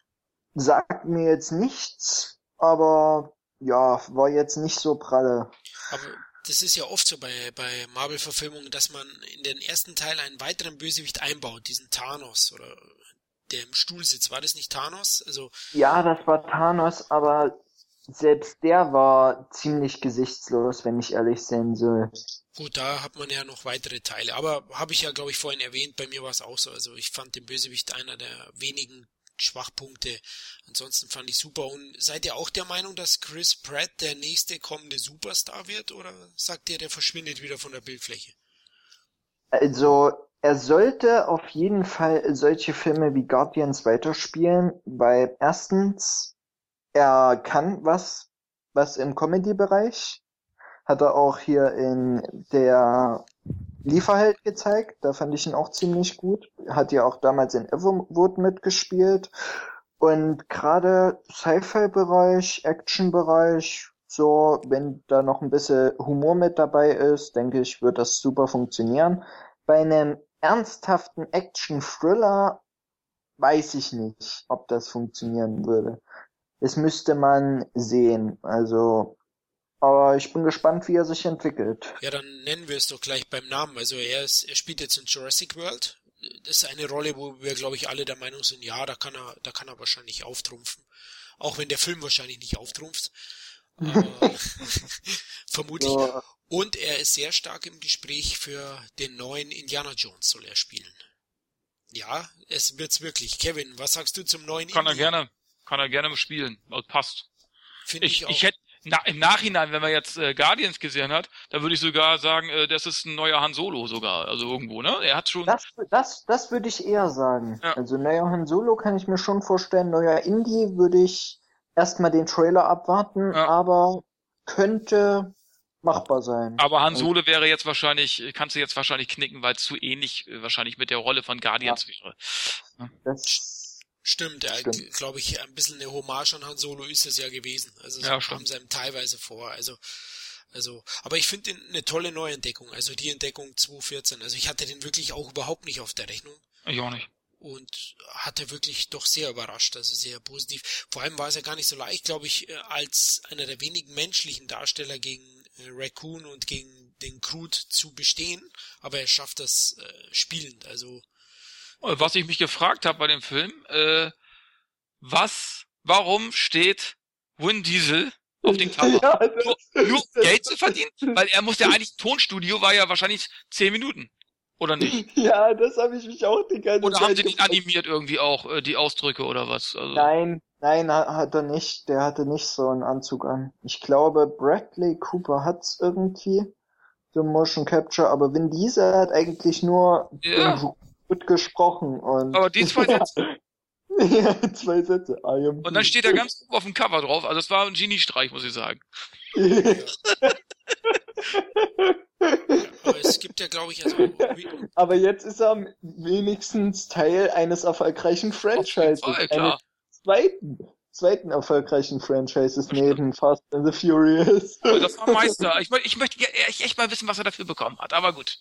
Sagt mir jetzt nichts, aber ja, war jetzt nicht so pralle. Aber das ist ja oft so bei, bei Marvel-Verfilmungen, dass man in den ersten Teil einen weiteren Bösewicht einbaut, diesen Thanos oder der im Stuhl sitzt. War das nicht Thanos? Also Ja, das war Thanos, aber selbst der war ziemlich gesichtslos, wenn ich ehrlich sein soll. gut, da hat man ja noch weitere Teile. Aber habe ich ja, glaube ich, vorhin erwähnt, bei mir war es auch so. Also ich fand den Bösewicht einer der wenigen Schwachpunkte. Ansonsten fand ich super. Und seid ihr auch der Meinung, dass Chris Pratt der nächste kommende Superstar wird? Oder sagt ihr, der verschwindet wieder von der Bildfläche? Also, er sollte auf jeden Fall solche Filme wie Guardians weiterspielen, weil erstens, er kann was, was im Comedy-Bereich. Hat er auch hier in der Lieferheld gezeigt, da fand ich ihn auch ziemlich gut. Hat ja auch damals in Everwood mitgespielt. Und gerade Sci-Fi-Bereich, Action-Bereich, so, wenn da noch ein bisschen Humor mit dabei ist, denke ich, wird das super funktionieren. Bei einem ernsthaften Action-Thriller weiß ich nicht, ob das funktionieren würde. Das müsste man sehen, also, aber ich bin gespannt, wie er sich entwickelt. Ja, dann nennen wir es doch gleich beim Namen. Also er, ist, er spielt jetzt in Jurassic World. Das ist eine Rolle, wo wir, glaube ich, alle der Meinung sind, ja, da kann er, da kann er wahrscheinlich auftrumpfen. Auch wenn der Film wahrscheinlich nicht auftrumpft. Aber vermutlich. Ja. Und er ist sehr stark im Gespräch für den neuen Indiana Jones, soll er spielen. Ja, es wird's wirklich. Kevin, was sagst du zum neuen Kann er Indy? gerne, kann er gerne spielen. Also passt. Finde ich, Ich, auch. ich hätte, na, im Nachhinein, wenn man jetzt äh, Guardians gesehen hat, da würde ich sogar sagen, äh, das ist ein neuer Han Solo sogar, also irgendwo, ne? Er hat schon, Das, das, das würde ich eher sagen. Ja. Also neuer Han Solo kann ich mir schon vorstellen, neuer Indie würde ich erstmal den Trailer abwarten, Ja. aber könnte machbar sein. aber Han Solo wäre jetzt wahrscheinlich, kannst du jetzt wahrscheinlich knicken, weil es zu ähnlich äh, wahrscheinlich mit der Rolle von Guardians wäre. Das, Stimmt, ja, Stimmt. glaube ich, ein bisschen eine Hommage an Han Solo ist es ja gewesen. Also so Ja, kam stimmt. es einem teilweise vor. Also, also, aber ich finde den eine tolle Neuentdeckung. Also die Entdeckung zwanzig vierzehn. Also ich hatte den wirklich auch überhaupt nicht auf der Rechnung Ich auch nicht. und hatte wirklich doch sehr überrascht. Also sehr positiv. Vor allem war es ja gar nicht so leicht, glaube ich, äh, als einer der wenigen menschlichen Darsteller gegen äh, Raccoon und gegen den Groot zu bestehen. Aber er schafft das äh, spielend. Also Was ich mich gefragt habe bei dem Film, äh, was, warum steht Vin Diesel auf den Cover? Ja, das- nur, nur um Geld zu verdienen? Weil er muss ja eigentlich, Tonstudio war ja wahrscheinlich zehn Minuten. Oder nicht? ja, das habe ich mich auch die ganze Oder Zeit haben sie nicht gefragt. animiert irgendwie auch, äh, die Ausdrücke oder was? Also, Nein, nein, ha- hat er nicht. Der hatte nicht so einen Anzug an. Ich glaube, Bradley Cooper hat's irgendwie, so Motion Capture, aber Vin Diesel hat eigentlich nur Ja. gut gesprochen und aber die zwei Sätze. ja, zwei Sätze. I am Und dann steht er ganz oben auf dem Cover drauf. Also es war ein Geniestreich, muss ich sagen. aber es gibt ja, glaube ich, also wie, Aber jetzt ist er wenigstens Teil eines erfolgreichen Franchises. Fall, klar. Eines zweiten, zweiten erfolgreichen Franchises Das stimmt. neben Fast and the Furious. Also das war Meister. Ich, mö- ich möchte ja echt echt mal wissen, was er dafür bekommen hat. Aber gut.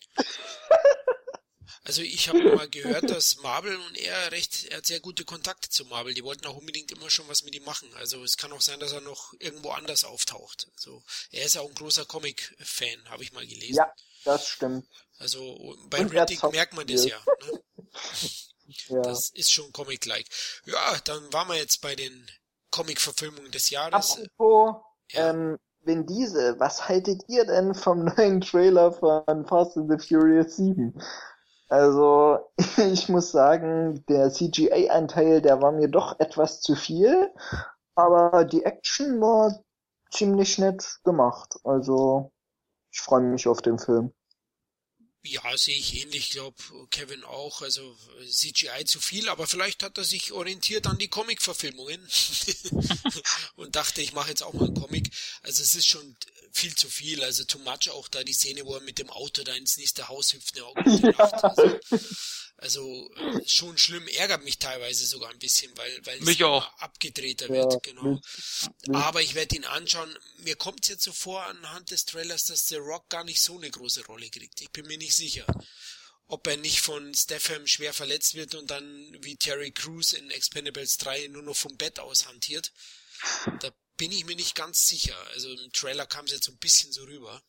Also ich habe mal gehört, dass Marvel und er recht, er hat sehr gute Kontakte zu Marvel. Die wollten auch unbedingt immer schon was mit ihm machen. Also es kann auch sein, dass er noch irgendwo anders auftaucht. Also er ist ja auch ein großer Comic-Fan, habe ich mal gelesen. Ja, das stimmt. Also bei Und er Riddick zockt merkt man das viel. ja. Ne? Ja. Das ist schon Comic-like. Ja, dann waren wir jetzt bei den Comic-Verfilmungen des Jahres. Apropos, Ja. ähm, Vin Diesel, was haltet ihr denn vom neuen Trailer von Fast and the Furious sieben? Also, ich muss sagen, der C G I-Anteil, der war mir doch etwas zu viel, aber die Action war ziemlich nett gemacht. Also, ich freue mich auf den Film. Ja, sehe ich ähnlich. Ich glaube, Kevin auch. Also C G I zu viel, aber vielleicht hat er sich orientiert an die Comic-Verfilmungen und dachte, ich mache jetzt auch mal einen Comic. Also es ist schon viel zu viel. Also too much auch da die Szene, wo er mit dem Auto da ins nächste Haus hüpft. Ne, auch gute Nacht. Also, also äh, schon schlimm, ärgert mich teilweise sogar ein bisschen, weil weil Mich es auch. immer abgedrehter Ja, wird. Genau. mich- mich- Aber ich werde ihn anschauen. Mir kommt es jetzt so vor anhand des Trailers, dass The Rock gar nicht so eine große Rolle kriegt. Ich bin mir nicht sicher, ob er nicht von Statham schwer verletzt wird und dann wie Terry Crews in Expendables drei nur noch vom Bett aus hantiert. Da bin ich mir nicht ganz sicher. Also im Trailer kam es jetzt so ein bisschen so rüber.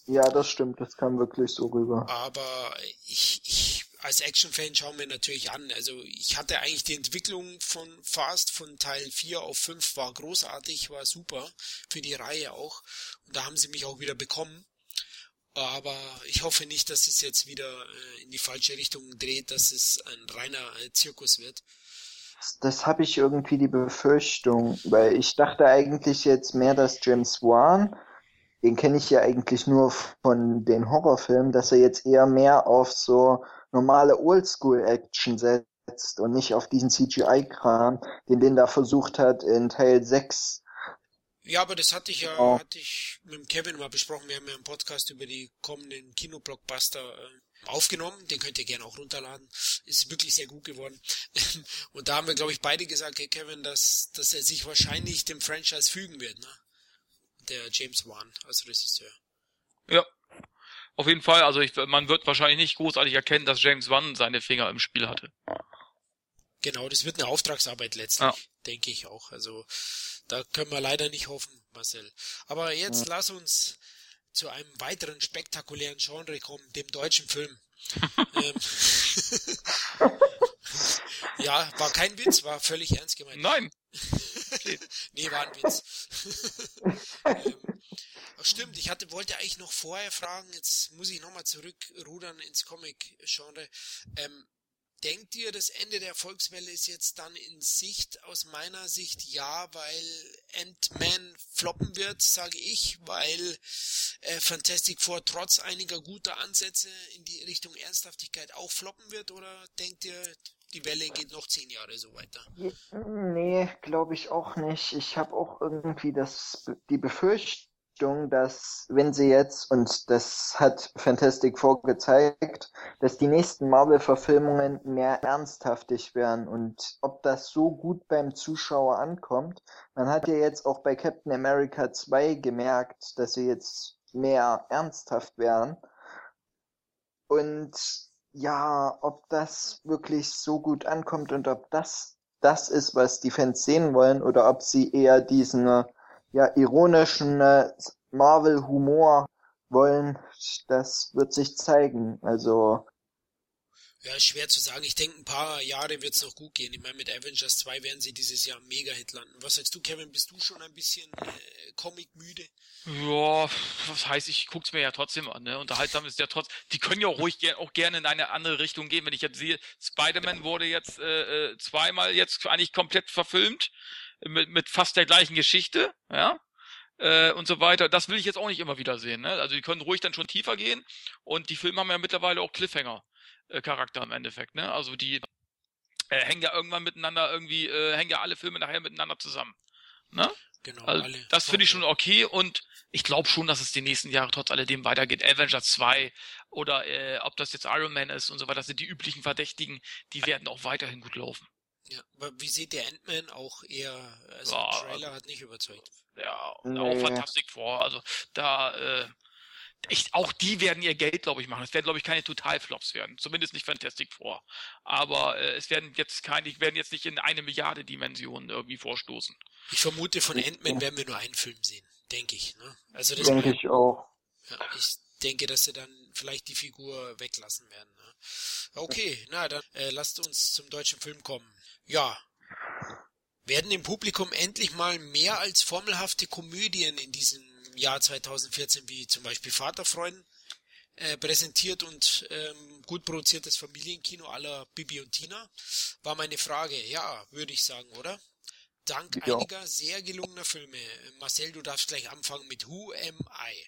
Ja, das stimmt, das kam wirklich so rüber. Aber ich, ich als Action-Fan schaue mir natürlich an. Also ich hatte eigentlich die Entwicklung von Fast von Teil vier auf fünf war großartig, war super für die Reihe auch. Und da haben sie mich auch wieder bekommen. Aber ich hoffe nicht, dass es jetzt wieder äh, in die falsche Richtung dreht, dass es ein reiner äh, Zirkus wird. Das, das habe ich irgendwie die Befürchtung, weil ich dachte eigentlich jetzt mehr, dass James Wan, den kenne ich ja eigentlich nur von den Horrorfilmen, dass er jetzt eher mehr auf so normale Oldschool-Action setzt und nicht auf diesen C G I-Kram, den den da versucht hat in Teil sechs. Ja, aber das hatte ich ja, Oh. hatte ich mit dem Kevin mal besprochen. Wir haben ja einen Podcast über die kommenden Kinoblockbuster äh, aufgenommen. Den könnt ihr gerne auch runterladen. Ist wirklich sehr gut geworden. Und da haben wir, glaube ich, beide gesagt, hey Kevin, dass, dass er sich wahrscheinlich dem Franchise fügen wird, ne? Der James Wan als Regisseur. Ja, auf jeden Fall. Also ich, man wird wahrscheinlich nicht großartig erkennen, dass James Wan seine Finger im Spiel hatte. Genau, das wird eine Auftragsarbeit letztlich, Ja. denke ich auch. Also da können wir leider nicht hoffen, Marcel. Aber jetzt lass uns zu einem weiteren spektakulären Genre kommen, dem deutschen Film. ähm, ja, war kein Witz, war völlig ernst gemeint. Nein. Nee, war ein Witz. ähm, ach, stimmt, ich hatte, wollte eigentlich noch vorher fragen, jetzt muss ich nochmal zurückrudern ins Comic-Genre. Ähm, denkt ihr, das Ende der Erfolgswelle ist jetzt dann in Sicht? Aus meiner Sicht ja, weil Ant-Man floppen wird, sage ich, weil äh, Fantastic Four trotz einiger guter Ansätze in die Richtung Ernsthaftigkeit auch floppen wird? Oder denkt ihr, die Welle geht noch zehn Jahre so weiter? Nee, glaube ich auch nicht. Ich habe auch irgendwie das, die Befürchtung, dass wenn sie jetzt, und das hat Fantastic Four gezeigt, dass die nächsten Marvel-Verfilmungen mehr ernsthaftig werden und ob das so gut beim Zuschauer ankommt. Man hat ja jetzt auch bei Captain America zwei gemerkt, dass sie jetzt mehr ernsthaft werden. Und ja, ob das wirklich so gut ankommt und ob das das ist, was die Fans sehen wollen, oder ob sie eher diesen ja ironischen äh, Marvel-Humor wollen, das wird sich zeigen. Also Ja, schwer zu sagen. Ich denke, ein paar Jahre wird es noch gut gehen. Ich meine, mit Avengers zwei werden sie dieses Jahr Mega-Hit landen. Was sagst du, Kevin? Bist du schon ein bisschen äh, Comic-müde? Ja, was heißt, ich guck's mir ja trotzdem an, ne? Unterhaltsam ist ja trotz. Die können ja auch ruhig ger auch gerne in eine andere Richtung gehen. Wenn ich jetzt sehe, Spider-Man wurde jetzt äh, äh, zweimal jetzt eigentlich komplett verfilmt mit, mit fast der gleichen Geschichte, ja, äh, und so weiter. Das will ich jetzt auch nicht immer wieder sehen, ne? Also die können ruhig dann schon tiefer gehen und die Filme haben ja mittlerweile auch Cliffhanger-Charakter im Endeffekt, ne? Also die äh, hängen ja irgendwann miteinander irgendwie, äh, hängen ja alle Filme nachher miteinander zusammen, ne? Genau, Also, alle. das finde ich schon okay und ich glaube schon, dass es die nächsten Jahre trotz alledem weitergeht. Avengers zwei oder äh, ob das jetzt Iron Man ist und so weiter, das sind die üblichen Verdächtigen, die werden auch weiterhin gut laufen. Ja, aber wie seht ihr Ant-Man? Auch eher, also Ja, der Trailer hat nicht überzeugt. Ja, und Nee. auch Fantastic Four, also da, äh, ich, auch die werden ihr Geld, glaube ich, machen. Es werden, glaube ich, keine Totalflops werden. Zumindest nicht Fantastic Four. Aber äh, es werden jetzt keine, die werden jetzt nicht in eine Milliarde Dimensionen irgendwie vorstoßen. Ich vermute, von Ant-Man werden wir nur einen Film sehen, denke ich. Ne? Also das denke ich auch. Ja, ich denke, dass sie dann vielleicht die Figur weglassen werden. Ne? Okay, na dann äh, lasst uns zum deutschen Film kommen. Ja, werden im Publikum endlich mal mehr als formelhafte Komödien in diesem Jahr zweitausendvierzehn, wie zum Beispiel Vaterfreuden, äh, präsentiert und ähm, gut produziertes Familienkino à la Bibi und Tina? War meine Frage. Ja, würde ich sagen, oder? Dank Ja. einiger sehr gelungener Filme. Marcel, du darfst gleich anfangen mit Who Am I?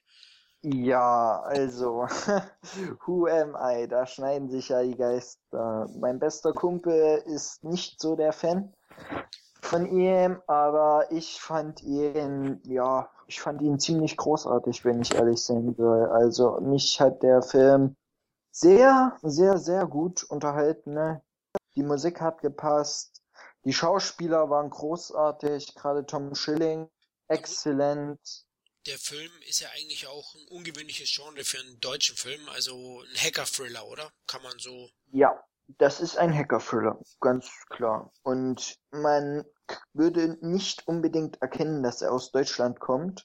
Ja, also, Who am I? Da schneiden sich ja die Geister. Mein bester Kumpel ist nicht so der Fan von ihm, aber ich fand ihn, ja, ich fand ihn ziemlich großartig, wenn ich ehrlich sein soll. Also, mich hat der Film sehr, sehr, sehr gut unterhalten, ne? Die Musik hat gepasst, die Schauspieler waren großartig, gerade Tom Schilling, exzellent. Der Film ist ja eigentlich auch ein ungewöhnliches Genre für einen deutschen Film, also ein Hacker-Thriller, oder? Kann man so... Ja, das ist ein Hacker-Thriller, ganz klar. Und man würde nicht unbedingt erkennen, dass er aus Deutschland kommt,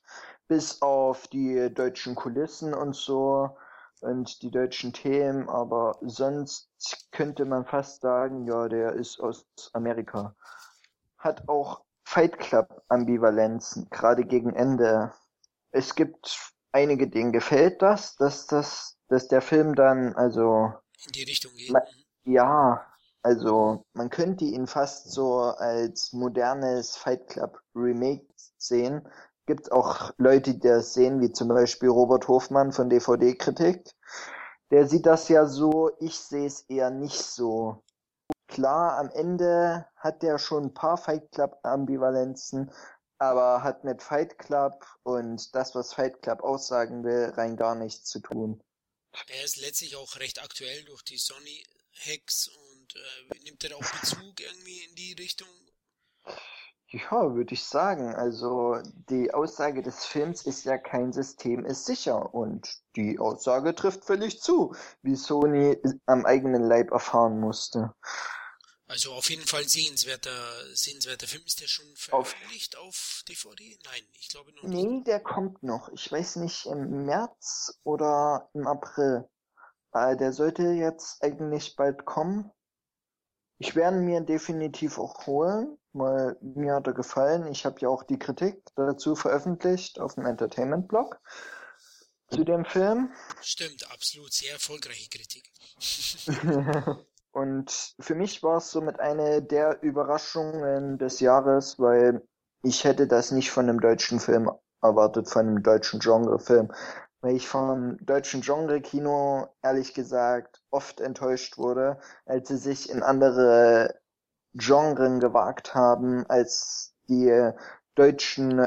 bis auf die deutschen Kulissen und so und die deutschen Themen, aber sonst könnte man fast sagen, ja, der ist aus Amerika. Hat auch Fight Club Ambivalenzen, gerade gegen Ende. Es gibt einige, denen gefällt das, dass das, dass der Film dann, also in die Richtung geht. Ma- ja, also man könnte ihn fast so als modernes Fight Club Remake sehen. Gibt auch Leute, die das sehen, wie zum Beispiel Robert Hofmann von D V D-Kritik. Der sieht das ja so, ich sehe es eher nicht so. Klar, am Ende hat der schon ein paar Fight Club Ambivalenzen, aber hat mit Fight Club und das, was Fight Club aussagen will, rein gar nichts zu tun. Er ist letztlich auch recht aktuell durch die Sony-Hacks und äh, nimmt er auch Bezug irgendwie in die Richtung? Ja, würde ich sagen. Also die Aussage des Films ist ja, kein System ist sicher. Und die Aussage trifft völlig zu, wie Sony am eigenen Leib erfahren musste. Also auf jeden Fall sehenswerter, sehenswerter Film. Ist der schon veröffentlicht auf, auf D V D? Nein, ich glaube noch nicht. Nee, der kommt noch. Ich weiß nicht, im März oder im April. Äh, der sollte jetzt eigentlich bald kommen. Ich werde ihn mir definitiv auch holen, weil mir hat er gefallen. Ich habe ja auch die Kritik dazu veröffentlicht auf dem Entertainment-Blog zu dem Film. Stimmt, absolut, sehr erfolgreiche Kritik. Und für mich war es somit eine der Überraschungen des Jahres, weil ich hätte das nicht von einem deutschen Film erwartet, von einem deutschen Genrefilm. Weil ich vom deutschen Genre-Kino, ehrlich gesagt, oft enttäuscht wurde, als sie sich in andere Genren gewagt haben, als die deutschen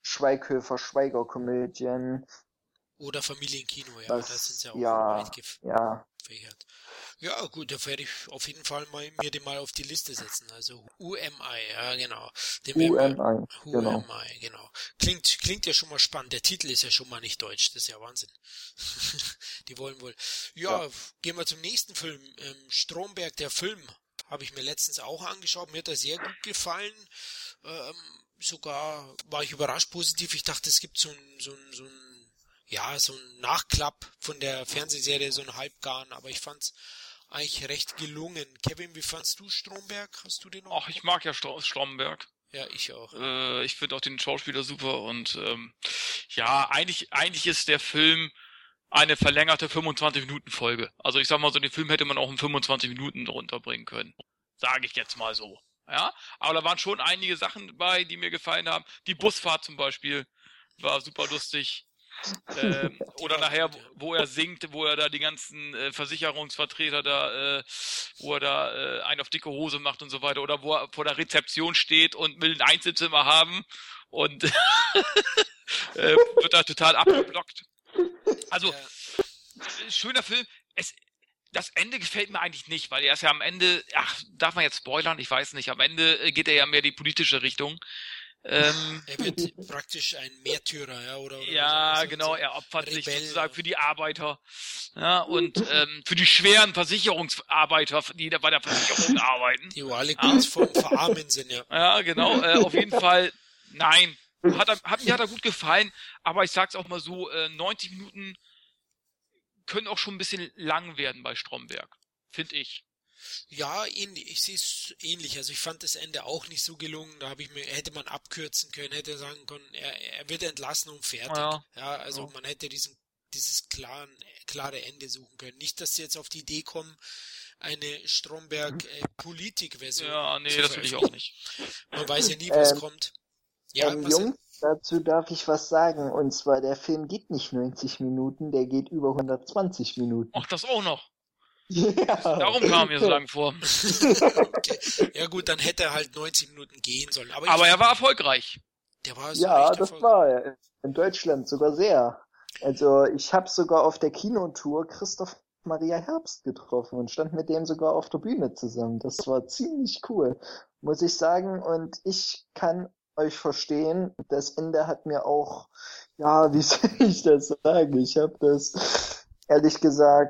Schweighöfer-Schweiger-Komödien. Oder Familienkino, ja, Das, das ist ja auch ja, weit ja. gefächert. Ja, gut, da werde ich auf jeden Fall mal, mir den mal auf die Liste setzen. Also U M I, ja genau. Den U M I, U genau. M I, genau. Klingt, klingt ja schon mal spannend. Der Titel ist ja schon mal nicht deutsch, das ist ja Wahnsinn. Die wollen wohl. Ja, ja, gehen wir zum nächsten Film. Ähm, Stromberg, der Film, habe ich mir letztens auch angeschaut. Mir hat er sehr gut gefallen. Ähm, sogar war ich überrascht positiv. Ich dachte, es gibt so ein, so ein, so ein, ja, so ein Nachklapp von der Fernsehserie, so ein Halbgarn, aber ich fand's eigentlich recht gelungen. Kevin, wie fandst du Stromberg? Hast du den noch? Ach, ich mag ja Stro- Stromberg. Ja, ich auch. Äh, ich finde auch den Schauspieler super und ähm, ja, eigentlich eigentlich ist der Film eine verlängerte fünfundzwanzig-Minuten-Folge. Also ich sag mal so, den Film hätte man auch in fünfundzwanzig Minuten runterbringen können. Sage ich jetzt mal so. Ja, aber da waren schon einige Sachen dabei, die mir gefallen haben. Die Busfahrt zum Beispiel war super lustig. Ähm, oder nachher, wo er singt, wo er da die ganzen äh, Versicherungsvertreter da, äh, wo er da äh, einen auf dicke Hose macht und so weiter, oder wo er vor der Rezeption steht und will ein Einzelzimmer haben und äh, wird da total abgeblockt. Also, schöner Film. Es, das Ende gefällt mir eigentlich nicht, weil er ist ja am Ende, ach, darf man jetzt spoilern? Ich weiß nicht. Am Ende geht er ja mehr die politische Richtung. Ähm, er wird praktisch ein Märtyrer, ja, oder? oder ja, genau, er opfert Rebell, sich sozusagen für die Arbeiter, ja, und ähm, für die schweren Versicherungsarbeiter, die da bei der Versicherung arbeiten. Die wo alle kurz ja. vorm Verarmen sind, ja. Ja, genau, äh, auf jeden Fall, nein, hat, er, hat mir hat er gut gefallen, aber ich sag's auch mal so, äh, neunzig Minuten können auch schon ein bisschen lang werden bei Stromberg, finde ich. Ja, ähnlich, ich sehe es ähnlich. Also ich fand das Ende auch nicht so gelungen. Da habe ich mir, hätte man abkürzen können, hätte sagen können, er, er wird entlassen und fertig. Ja, ja also ja. man hätte diesen, dieses klaren, klare Ende suchen können. Nicht, dass sie jetzt auf die Idee kommen, eine Stromberg-Politik-Version. Äh, ja, nee, das will ich auch nicht. Man weiß ja nie, was ähm, kommt. Ja, ähm, Jungs, dazu darf ich was sagen. Und zwar, der Film geht nicht neunzig Minuten, der geht über hundertzwanzig Minuten. Ach, das auch noch. Ja. Darum kam mir so lang vor. Okay. Ja gut, dann hätte er halt neunzig Minuten gehen sollen. Aber, Aber er war erfolgreich. Der war so ja, das war er. In Deutschland sogar sehr. Also ich habe sogar auf der Kinotour Christoph Maria Herbst getroffen und stand mit dem sogar auf der Bühne zusammen. Das war ziemlich cool, muss ich sagen. Und ich kann euch verstehen, das Ende hat mir auch, ja, wie soll ich das sagen? Ich habe das ehrlich gesagt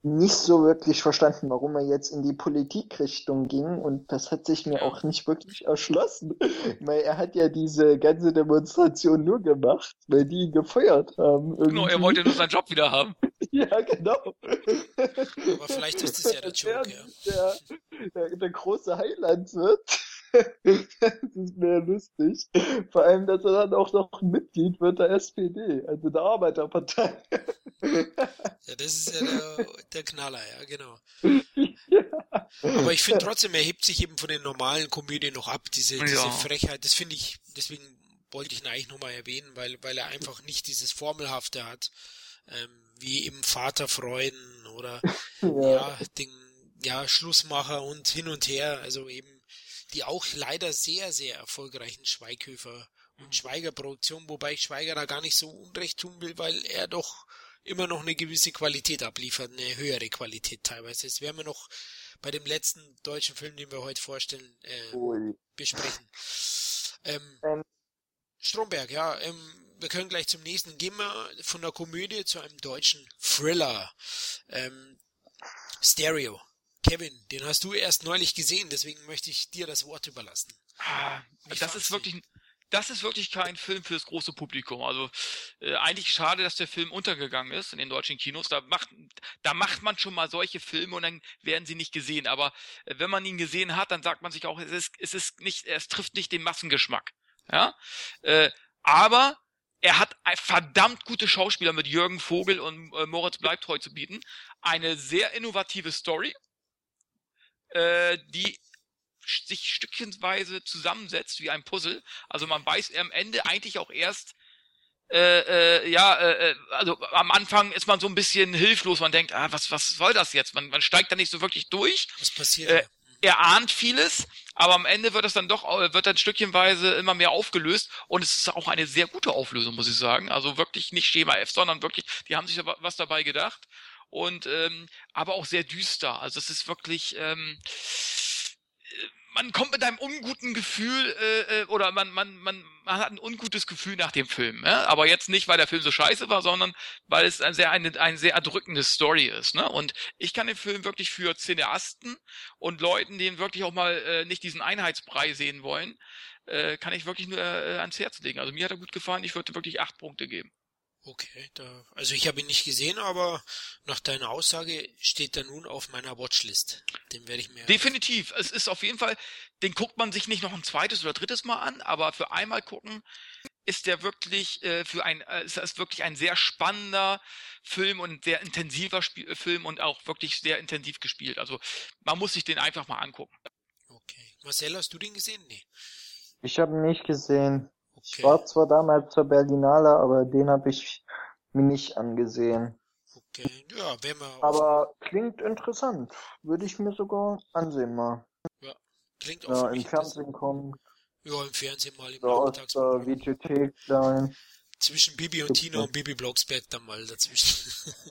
nicht so wirklich verstanden, warum er jetzt in die Politikrichtung ging, und das hat sich mir Ja. auch nicht wirklich erschlossen, weil er hat ja diese ganze Demonstration nur gemacht, weil die ihn gefeuert haben. Genau, er irgendwie. wollte nur seinen Job wieder haben. Ja, genau. Aber vielleicht ist das ja der Als Joke, er ja. Der, der, der große Heiland wird. Das ist mir lustig. Vor allem, dass er dann auch noch ein Mitglied wird der S P D, also der Arbeiterpartei. Ja, das ist ja der, der Knaller, ja, genau. Ja. Aber ich finde trotzdem, er hebt sich eben von den normalen Komödien noch ab, diese, diese Ja. Frechheit, das finde ich, deswegen wollte ich ihn eigentlich nochmal erwähnen, weil, weil er einfach nicht dieses Formelhafte hat, ähm, wie eben Vaterfreuden oder, Ja. ja, den, ja, Schlussmacher und hin und her, also eben die auch leider sehr, sehr erfolgreichen Schweighöfer und Schweiger-Produktionen, wobei ich Schweiger da gar nicht so unrecht tun will, weil er doch immer noch eine gewisse Qualität abliefert, eine höhere Qualität teilweise. Das werden wir noch bei dem letzten deutschen Film, den wir heute vorstellen, äh, Ui. besprechen. Ähm, Ähm. Stromberg, ja, ähm, wir können gleich zum nächsten. Gehen wir von der Komödie zu einem deutschen Thriller. Ähm, Stereo. Kevin, den hast du erst neulich gesehen, deswegen möchte ich dir das Wort überlassen. Ah, Wie das fandst ist du wirklich, das ist wirklich kein Film fürs große Publikum. Also äh, eigentlich schade, dass der Film untergegangen ist in den deutschen Kinos. Da macht, da macht man schon mal solche Filme und dann werden sie nicht gesehen. Aber äh, wenn man ihn gesehen hat, dann sagt man sich auch, es ist, es ist nicht, es trifft nicht den Massengeschmack. Ja, äh, aber er hat ein verdammt gute Schauspieler mit Jürgen Vogel und äh, Moritz Bleibtreu zu bieten. Eine sehr innovative Story, äh, die sich stückchenweise zusammensetzt wie ein Puzzle. Also man weiß am Ende eigentlich auch erst, äh, äh, ja, äh, also am Anfang ist man so ein bisschen hilflos. Man denkt, ah, was, was soll das jetzt? Man, man steigt da nicht so wirklich durch. Was passiert Äh, da? er ahnt vieles, aber am Ende wird es dann doch, wird dann stückchenweise immer mehr aufgelöst und es ist auch eine sehr gute Auflösung, muss ich sagen. Also wirklich nicht Schema F, sondern wirklich, die haben sich da was dabei gedacht und ähm, aber auch sehr düster. Also es ist wirklich, ähm, man kommt mit einem unguten Gefühl äh, oder man man man man hat ein ungutes Gefühl nach dem Film, ja? Aber jetzt nicht, weil der Film so scheiße war, sondern weil es ein sehr eine eine sehr erdrückende Story ist, ne? Und ich kann den Film wirklich für Cineasten und Leuten, die wirklich auch mal äh, nicht diesen Einheitsbrei sehen wollen, äh, kann ich wirklich nur äh, ans Herz legen. Also mir hat er gut gefallen. Ich würde wirklich acht Punkte geben. Okay, da, also ich habe ihn nicht gesehen, aber nach deiner Aussage steht er nun auf meiner Watchlist. Den werde ich mir... Definitiv. Es ist auf jeden Fall, den guckt man sich nicht noch ein zweites oder drittes Mal an, aber für einmal gucken ist der wirklich äh, für ein, äh, ist das wirklich ein sehr spannender Film und sehr intensiver Spiel, Film und auch wirklich sehr intensiv gespielt. Also man muss sich den einfach mal angucken. Okay. Marcel, hast du den gesehen? Nee. Ich habe ihn nicht gesehen. Okay. Ich war zwar damals zur Berlinale, aber den habe ich mir nicht angesehen. Okay, ja, wenn wir... Aber klingt interessant. Würde ich mir sogar ansehen mal. Ja, klingt auch Ja, für im mich Fernsehen kommt, Ja, im Fernsehen mal im so aus der Nachmittagsprogramm. Videothek da. Zwischen Bibi und Tina und Bibi Blocksberg dann mal dazwischen.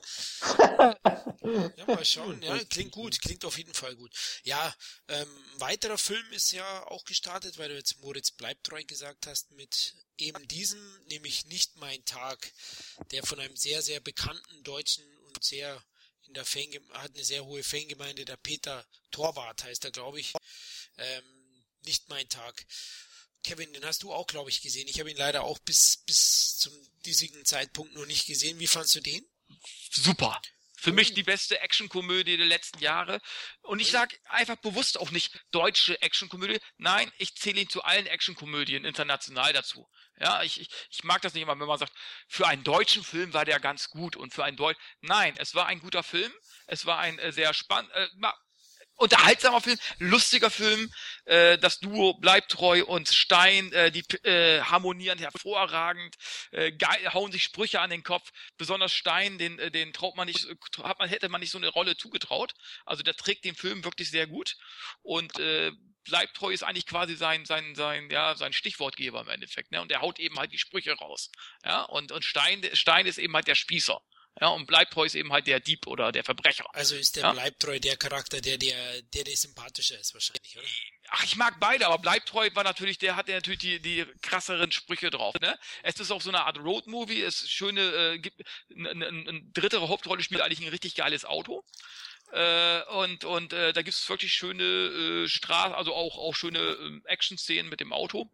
Ja, mal schauen. Ja, klingt gut. Klingt auf jeden Fall gut. Ja, ähm, ein weiterer Film ist ja auch gestartet, weil du jetzt Moritz Bleibtreu gesagt hast, mit eben diesem, nämlich Nicht mein Tag, der von einem sehr, sehr bekannten Deutschen und sehr in der Fangem hat eine sehr hohe Fangemeinde, der Peter Torwart heißt er, glaube ich. Ähm, Nicht mein Tag. Kevin, den hast du auch, glaube ich, gesehen. Ich habe ihn leider auch bis bis zum diesigen Zeitpunkt noch nicht gesehen. Wie fandst du den? Super. Für mich die beste Actionkomödie der letzten Jahre. Und ich sage einfach bewusst auch nicht deutsche Actionkomödie. Nein, ich zähle ihn zu allen Actionkomödien international dazu. Ja, ich, ich, ich mag das nicht immer, wenn man sagt, für einen deutschen Film war der ganz gut und für einen Deutsch. Nein, es war ein guter Film. Es war ein äh, sehr spannend, äh, unterhaltsamer Film, lustiger Film. Äh, das Duo Bleibtreu und Stein, äh, die äh, harmonieren hervorragend, äh, geil, hauen sich Sprüche an den Kopf. Besonders Stein, den äh, den traut man nicht, hat man hätte man nicht so eine Rolle zugetraut. Also der trägt den Film wirklich sehr gut und äh, Bleibtreu ist eigentlich quasi sein sein sein ja sein Stichwortgeber im Endeffekt, ne? Und er haut eben halt die Sprüche raus, ja. Und und Stein Stein ist eben halt der Spießer. Ja, und Bleibtreu ist eben halt der Dieb oder der Verbrecher. Also ist der ja? Bleibtreu der Charakter, der der, der der sympathischer ist wahrscheinlich, oder? Ach, ich mag beide, aber Bleibtreu war natürlich, der hat ja natürlich die, die krasseren Sprüche drauf, ne? Es ist auch so eine Art Roadmovie, es schöne, äh, gibt, eine, eine, eine dritte Hauptrolle spielt eigentlich ein richtig geiles Auto. Äh, und und äh, da gibt es wirklich schöne äh, Straßen, also auch, auch schöne äh, Action-Szenen mit dem Auto.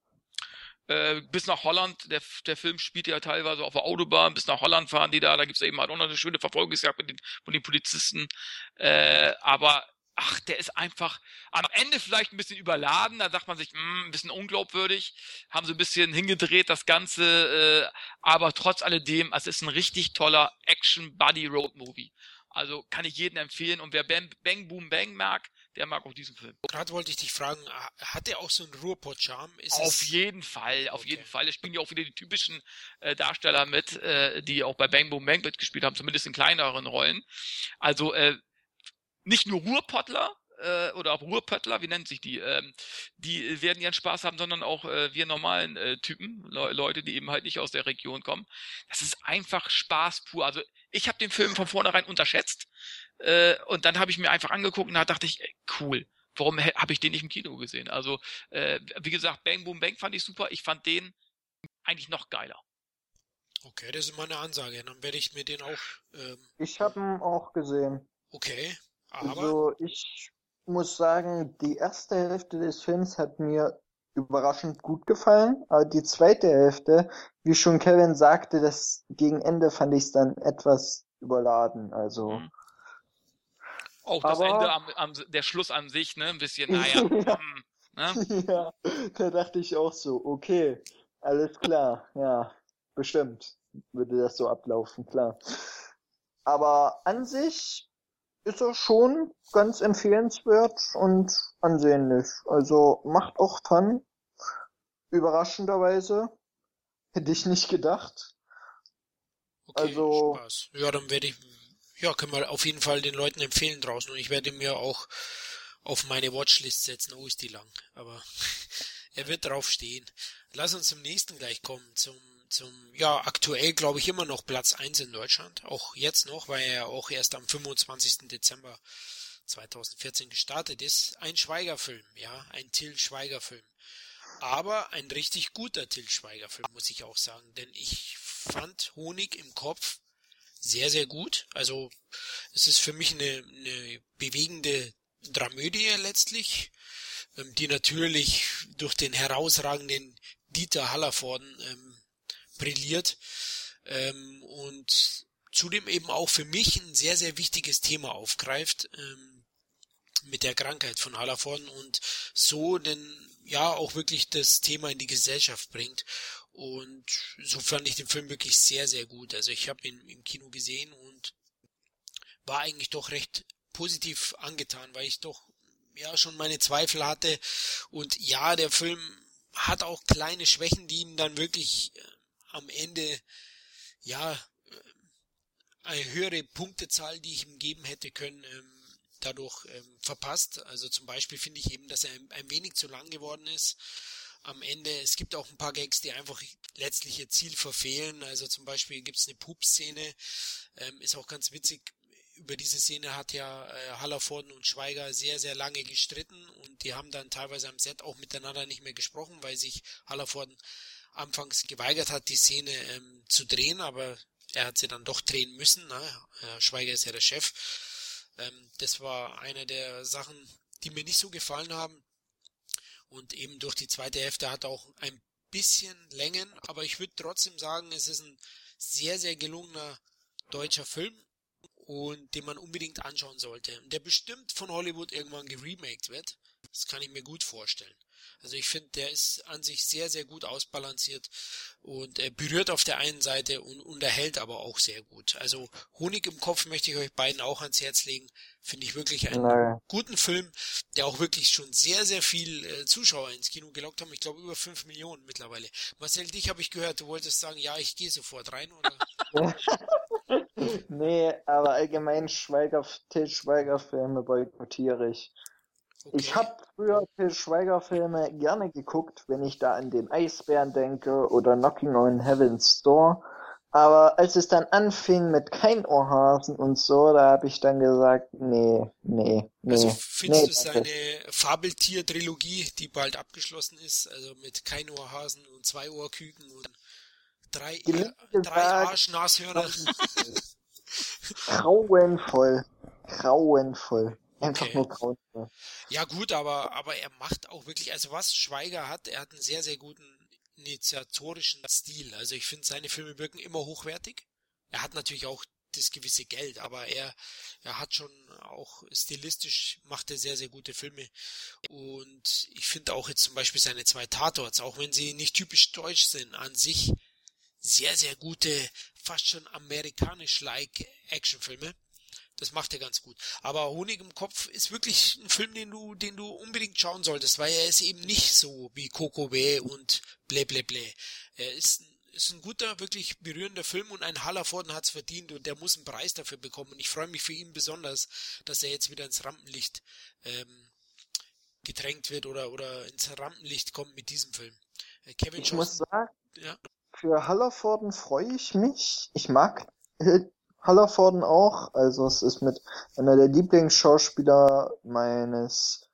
Äh, bis nach Holland, der, der Film spielt ja teilweise auf der Autobahn, bis nach Holland fahren die da, da gibt's eben halt auch noch eine schöne Verfolgungsjagd mit den, von den Polizisten, äh, aber ach, der ist einfach am Ende vielleicht ein bisschen überladen, da sagt man sich, mh, ein bisschen unglaubwürdig, haben sie ein bisschen hingedreht, das Ganze, äh, aber trotz alledem, es ist ein richtig toller Action-Buddy-Road-Movie. Also kann ich jedem empfehlen und wer Bang, Bang Boom Bang mag, der mag auch diesen Film. Gerade wollte ich dich fragen, hat der auch so einen Ruhrpott-Charme? Auf jeden Fall, auf okay. jeden Fall. Es spielen ja auch wieder die typischen äh, Darsteller mit, äh, die auch bei Bang Boom Bang mitgespielt haben, zumindest in kleineren Rollen. Also äh, nicht nur Ruhrpottler äh, oder auch Ruhrpöttler, wie nennt sich die, ähm, die werden ihren Spaß haben, sondern auch äh, wir normalen äh, Typen, Le Leute, die eben halt nicht aus der Region kommen. Das ist einfach Spaß pur. Also ich habe den Film von vornherein unterschätzt äh, und dann habe ich mir einfach angeguckt und da dachte ich, ey, cool. Warum habe ich den nicht im Kino gesehen? Also, äh, wie gesagt, Bang Boom Bang fand ich super. Ich fand den eigentlich noch geiler. Okay, das ist meine Ansage. Dann werde ich mir den auch... Ähm, ich habe ihn auch gesehen. Okay, aber... Also, ich muss sagen, die erste Hälfte des Films hat mir überraschend gut gefallen. Aber die zweite Hälfte, wie schon Kevin sagte, das gegen Ende fand ich es dann etwas überladen. Also... Mhm. Auch das aber, Ende, am, am, der Schluss an sich, ne, ein bisschen, naja. ja. mm, ne? Ja, da dachte ich auch so, okay, alles klar, ja, bestimmt würde das so ablaufen, klar. Aber an sich ist er schon ganz empfehlenswert und ansehnlich. Also macht auch Fun, überraschenderweise. Hätte ich nicht gedacht. Okay, also, Spaß. Ja, dann werde ich... Ja, können wir auf jeden Fall den Leuten empfehlen draußen. Und ich werde mir auch auf meine Watchlist setzen. Oh, ist die lang. Aber er wird drauf stehen. Lass uns zum nächsten gleich kommen. Zum, zum ja, aktuell glaube ich immer noch Platz eins in Deutschland. Auch jetzt noch, weil er ja auch erst am fünfundzwanzigsten Dezember zweitausendvierzehn gestartet ist. Ein Schweiger-Film, ja, ein Till Schweiger-Film. Aber ein richtig guter Till Schweiger-Film, muss ich auch sagen. Denn ich fand Honig im Kopf sehr, sehr gut. Also es ist für mich eine, eine bewegende Dramödie letztlich, ähm, die natürlich durch den herausragenden Dieter Hallervorden ähm, brilliert ähm, und zudem eben auch für mich ein sehr, sehr wichtiges Thema aufgreift ähm, mit der Krankheit von Hallervorden und so denn ja auch wirklich das Thema in die Gesellschaft bringt. Und so fand ich den Film wirklich sehr, sehr gut. Also ich habe ihn im Kino gesehen und war eigentlich doch recht positiv angetan, weil ich doch ja schon meine Zweifel hatte. Und ja, der Film hat auch kleine Schwächen, die ihm dann wirklich äh, am Ende ja äh, eine höhere Punktezahl, die ich ihm geben hätte können, ähm, dadurch ähm, verpasst. Also zum Beispiel finde ich eben, dass er ein, ein wenig zu lang geworden ist. Am Ende, es gibt auch ein paar Gags, die einfach letztlich ihr Ziel verfehlen. Also zum Beispiel gibt es eine Pup-Szene, ähm, ist auch ganz witzig. Über diese Szene hat ja äh, Hallervorden und Schweiger sehr, sehr lange gestritten und die haben dann teilweise am Set auch miteinander nicht mehr gesprochen, weil sich Hallervorden anfangs geweigert hat, die Szene ähm, zu drehen, aber er hat sie dann doch drehen müssen. Ne? Äh, Schweiger ist ja der Chef. Ähm, das war eine der Sachen, die mir nicht so gefallen haben. Und eben durch die zweite Hälfte hat er auch ein bisschen Längen, aber ich würde trotzdem sagen, es ist ein sehr, sehr gelungener deutscher Film und den man unbedingt anschauen sollte. Und der bestimmt von Hollywood irgendwann geremaked wird. Das kann ich mir gut vorstellen. Also ich finde, der ist an sich sehr, sehr gut ausbalanciert und er berührt auf der einen Seite und unterhält aber auch sehr gut. Also Honig im Kopf möchte ich euch beiden auch ans Herz legen. Finde ich wirklich einen Nein. guten Film, der auch wirklich schon sehr, sehr viel äh, Zuschauer ins Kino gelockt haben. Ich glaube über fünf Millionen mittlerweile. Marcel, dich habe ich gehört, du wolltest sagen, ja, ich gehe sofort rein, oder? Nee, aber allgemein Schweiger, Til Schweiger Filme boykottiere ich. Okay. Ich habe früher Til Schweiger Filme gerne geguckt, wenn ich da an den Eisbären denke oder Knocking on Heaven's Door. Aber als es dann anfing mit kein Ohrhasen und so, da habe ich dann gesagt, nee, nee, nee. Also findest nee, du seine Fabeltier-Trilogie, die bald abgeschlossen ist, also mit kein Ohrhasen und zwei Ohrküken und drei, äh, drei Arschnashörner? Grauenvoll. Grauenvoll. Einfach Okay. nur grauenvoll. Ja gut, aber, aber er macht auch wirklich, also was Schweiger hat, er hat einen sehr, sehr guten initiatorischen Stil. Also ich finde, seine Filme wirken immer hochwertig. Er hat natürlich auch das gewisse Geld, aber er, er hat schon auch stilistisch, macht er sehr, sehr gute Filme. Und ich finde auch jetzt zum Beispiel seine zwei Tatorts, auch wenn sie nicht typisch deutsch sind, an sich sehr, sehr gute, fast schon amerikanisch-like Actionfilme. Das macht er ganz gut. Aber Honig im Kopf ist wirklich ein Film, den du, den du unbedingt schauen solltest, weil er ist eben nicht so wie Coco Bä und Blä Blä Blä. Er ist ein, ist ein guter, wirklich berührender Film und ein Hallervorden hat's verdient und der muss einen Preis dafür bekommen. Und ich freue mich für ihn besonders, dass er jetzt wieder ins Rampenlicht ähm, gedrängt wird oder, oder ins Rampenlicht kommt mit diesem Film. Äh, Kevin Ich Johnson, muss sagen, ja. für Hallervorden freue ich mich. Ich mag äh, Hallervorden auch. Also es ist mit einer der Lieblingsschauspieler meines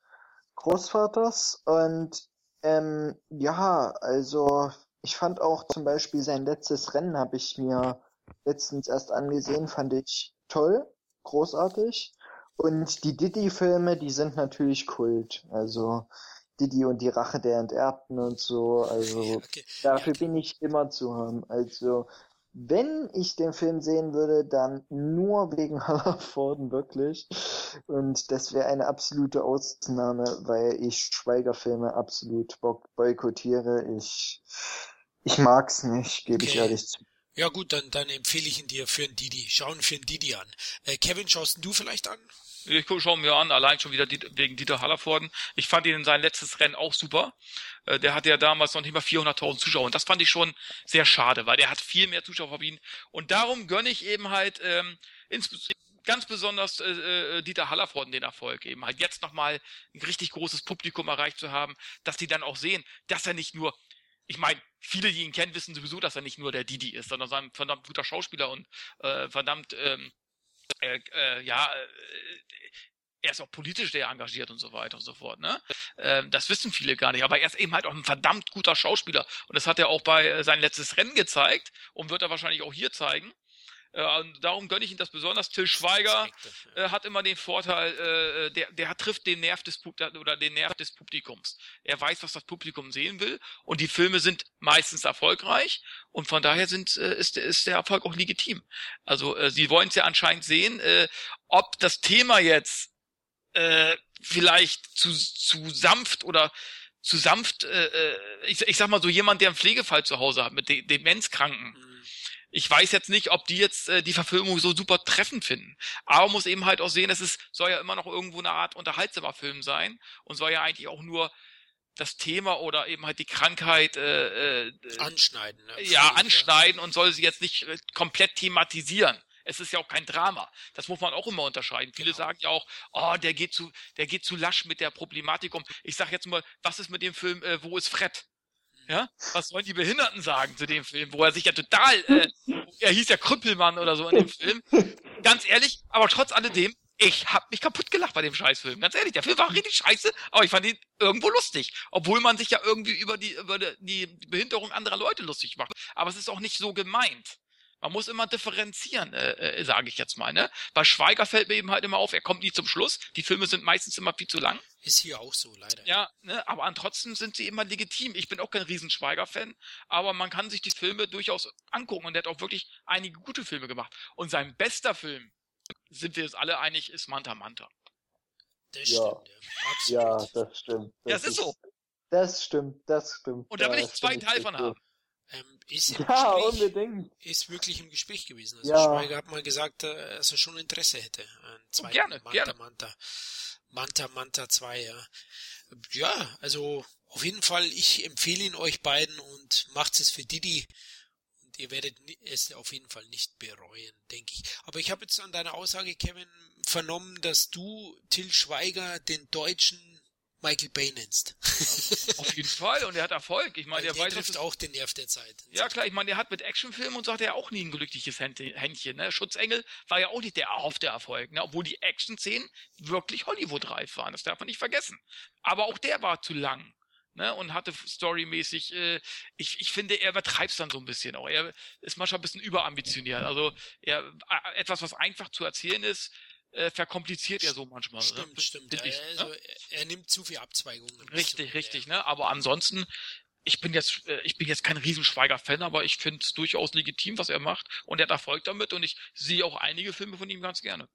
Großvaters. Und ähm, ja, also ich fand auch zum Beispiel sein letztes Rennen habe ich mir letztens erst angesehen, fand ich toll, großartig. Und die Didi-Filme, die sind natürlich Kult. Also Didi und die Rache der Enterbten und so. Also Okay. dafür Ja, bin ich immer zu haben. Also wenn ich den Film sehen würde, dann nur wegen Hallervorden, wirklich. Und das wäre eine absolute Ausnahme, weil ich Schweigerfilme absolut boykottiere. Ich, ich mag's nicht, gebe ich okay. ehrlich zu. Ja gut, dann, dann empfehle ich ihn dir für einen Didi. Schau ihn für einen Didi an. Äh, Kevin, schaust du vielleicht an? Ich schaue mir an, allein schon wieder wegen Dieter Hallervorden. Ich fand ihn in sein letztes Rennen auch super. Der hatte ja damals noch nicht mal vierhunderttausend Zuschauer. Und das fand ich schon sehr schade, weil der hat viel mehr Zuschauer verdient. Und darum gönne ich eben halt ähm, ins, ganz besonders äh, Dieter Hallervorden den Erfolg. Eben halt jetzt nochmal ein richtig großes Publikum erreicht zu haben, dass die dann auch sehen, dass er nicht nur... Ich meine, viele, die ihn kennen, wissen sowieso, dass er nicht nur der Didi ist, sondern ein verdammt guter Schauspieler und äh, verdammt... Ähm, Äh, äh, ja, äh, er ist auch politisch sehr engagiert und so weiter und so fort, ne? Äh, das wissen viele gar nicht, aber er ist eben halt auch ein verdammt guter Schauspieler und das hat er auch bei äh, sein letztes Rennen gezeigt und wird er wahrscheinlich auch hier zeigen. Äh, und darum gönne ich ihm das besonders. Till Schweiger äh, hat immer den Vorteil, äh, der, der hat, trifft den Nerv des oder den Nerv des Publikums. Er weiß, was das Publikum sehen will und die Filme sind meistens erfolgreich und von daher sind äh, ist, ist der Erfolg auch legitim. Also äh, sie wollen es ja anscheinend sehen, äh, ob das Thema jetzt äh, vielleicht zu zu sanft oder zu sanft, äh, ich, ich sag mal so jemand, der einen Pflegefall zu Hause hat mit De- Demenzkranken. Mhm. Ich weiß jetzt nicht, ob die jetzt äh, die Verfilmung so super treffend finden. Aber man muss eben halt auch sehen, es ist, soll ja immer noch irgendwo eine Art unterhaltsamer Film sein und soll ja eigentlich auch nur das Thema oder eben halt die Krankheit äh, äh, anschneiden. Ne? Ja, anschneiden und soll sie jetzt nicht äh, komplett thematisieren. Es ist ja auch kein Drama. Das muss man auch immer unterscheiden. Viele genau. sagen ja auch, oh, der geht zu, der geht zu lasch mit der Problematik um. Ich sag jetzt mal, was ist mit dem Film äh, Wo ist Fred? Ja, was sollen die Behinderten sagen zu dem Film, wo er sich ja total, äh, er hieß ja Krüppelmann oder so in dem Film. Ganz ehrlich, aber trotz alledem, ich hab mich kaputt gelacht bei dem Scheißfilm. Ganz ehrlich, der Film war richtig scheiße, aber ich fand ihn irgendwo lustig. Obwohl man sich ja irgendwie über die, über die Behinderung anderer Leute lustig macht. Aber es ist auch nicht so gemeint. Man muss immer differenzieren, äh, äh, sage ich jetzt mal. Ne? Bei Schweiger fällt mir eben halt immer auf, er kommt nie zum Schluss. Die Filme sind meistens immer viel zu lang. Ist hier auch so, leider. Ja, ne, aber an trotzdem sind sie immer legitim. Ich bin auch kein riesen Schweiger-Fan, aber man kann sich die Filme durchaus angucken und er hat auch wirklich einige gute Filme gemacht. Und sein bester Film, sind wir uns alle einig, ist Manta Manta. Das ja. stimmt, ja. Absolut. Ja, das stimmt. Das ja, das ist, ist so. Das stimmt, das stimmt. Und da will ich einen zweiten Teil von haben. Ähm, ist im ja, Gespräch, unbedingt. Ist wirklich im Gespräch gewesen. Also ja. Schweiger hat mal gesagt, dass er schon Interesse hätte. An zweiten gerne, Manta, gerne. Manta. Manta Manta zwei, ja. Ja, also auf jeden Fall, ich empfehle ihn euch beiden und macht es für Didi. Und ihr werdet es auf jeden Fall nicht bereuen, denke ich. Aber ich habe jetzt an deiner Aussage, Kevin, vernommen, dass du Till Schweiger den deutschen Michael Bay nennst. Auf jeden Fall, und er hat Erfolg. Ich meine, Weil der, der weiß, trifft auch den Nerv der Zeit. Ja klar, ich meine, der hat mit Actionfilmen und so hat er auch nie ein glückliches Händchen. Ne? Schutzengel war ja auch nicht der erhoffte Erfolg, ne? Obwohl die Action-Szenen wirklich Hollywood-reif waren. Das darf man nicht vergessen. Aber auch der war zu lang. Ne, und hatte storymäßig, äh, ich, ich finde, er übertreibt es dann so ein bisschen auch. Er ist manchmal ein bisschen überambitioniert. Also er, äh, etwas, was einfach zu erzählen ist, äh, verkompliziert er so manchmal. Stimmt, ne? stimmt. Ich, also, ne? er, er nimmt zu viel Abzweigungen. Richtig, zu, richtig. Ja. Ne? Aber ansonsten, ich bin jetzt, äh, ich bin jetzt kein Riesenschweiger-Fan, aber ich finde es durchaus legitim, was er macht. Und er hat Erfolg damit und ich sehe auch einige Filme von ihm ganz gerne.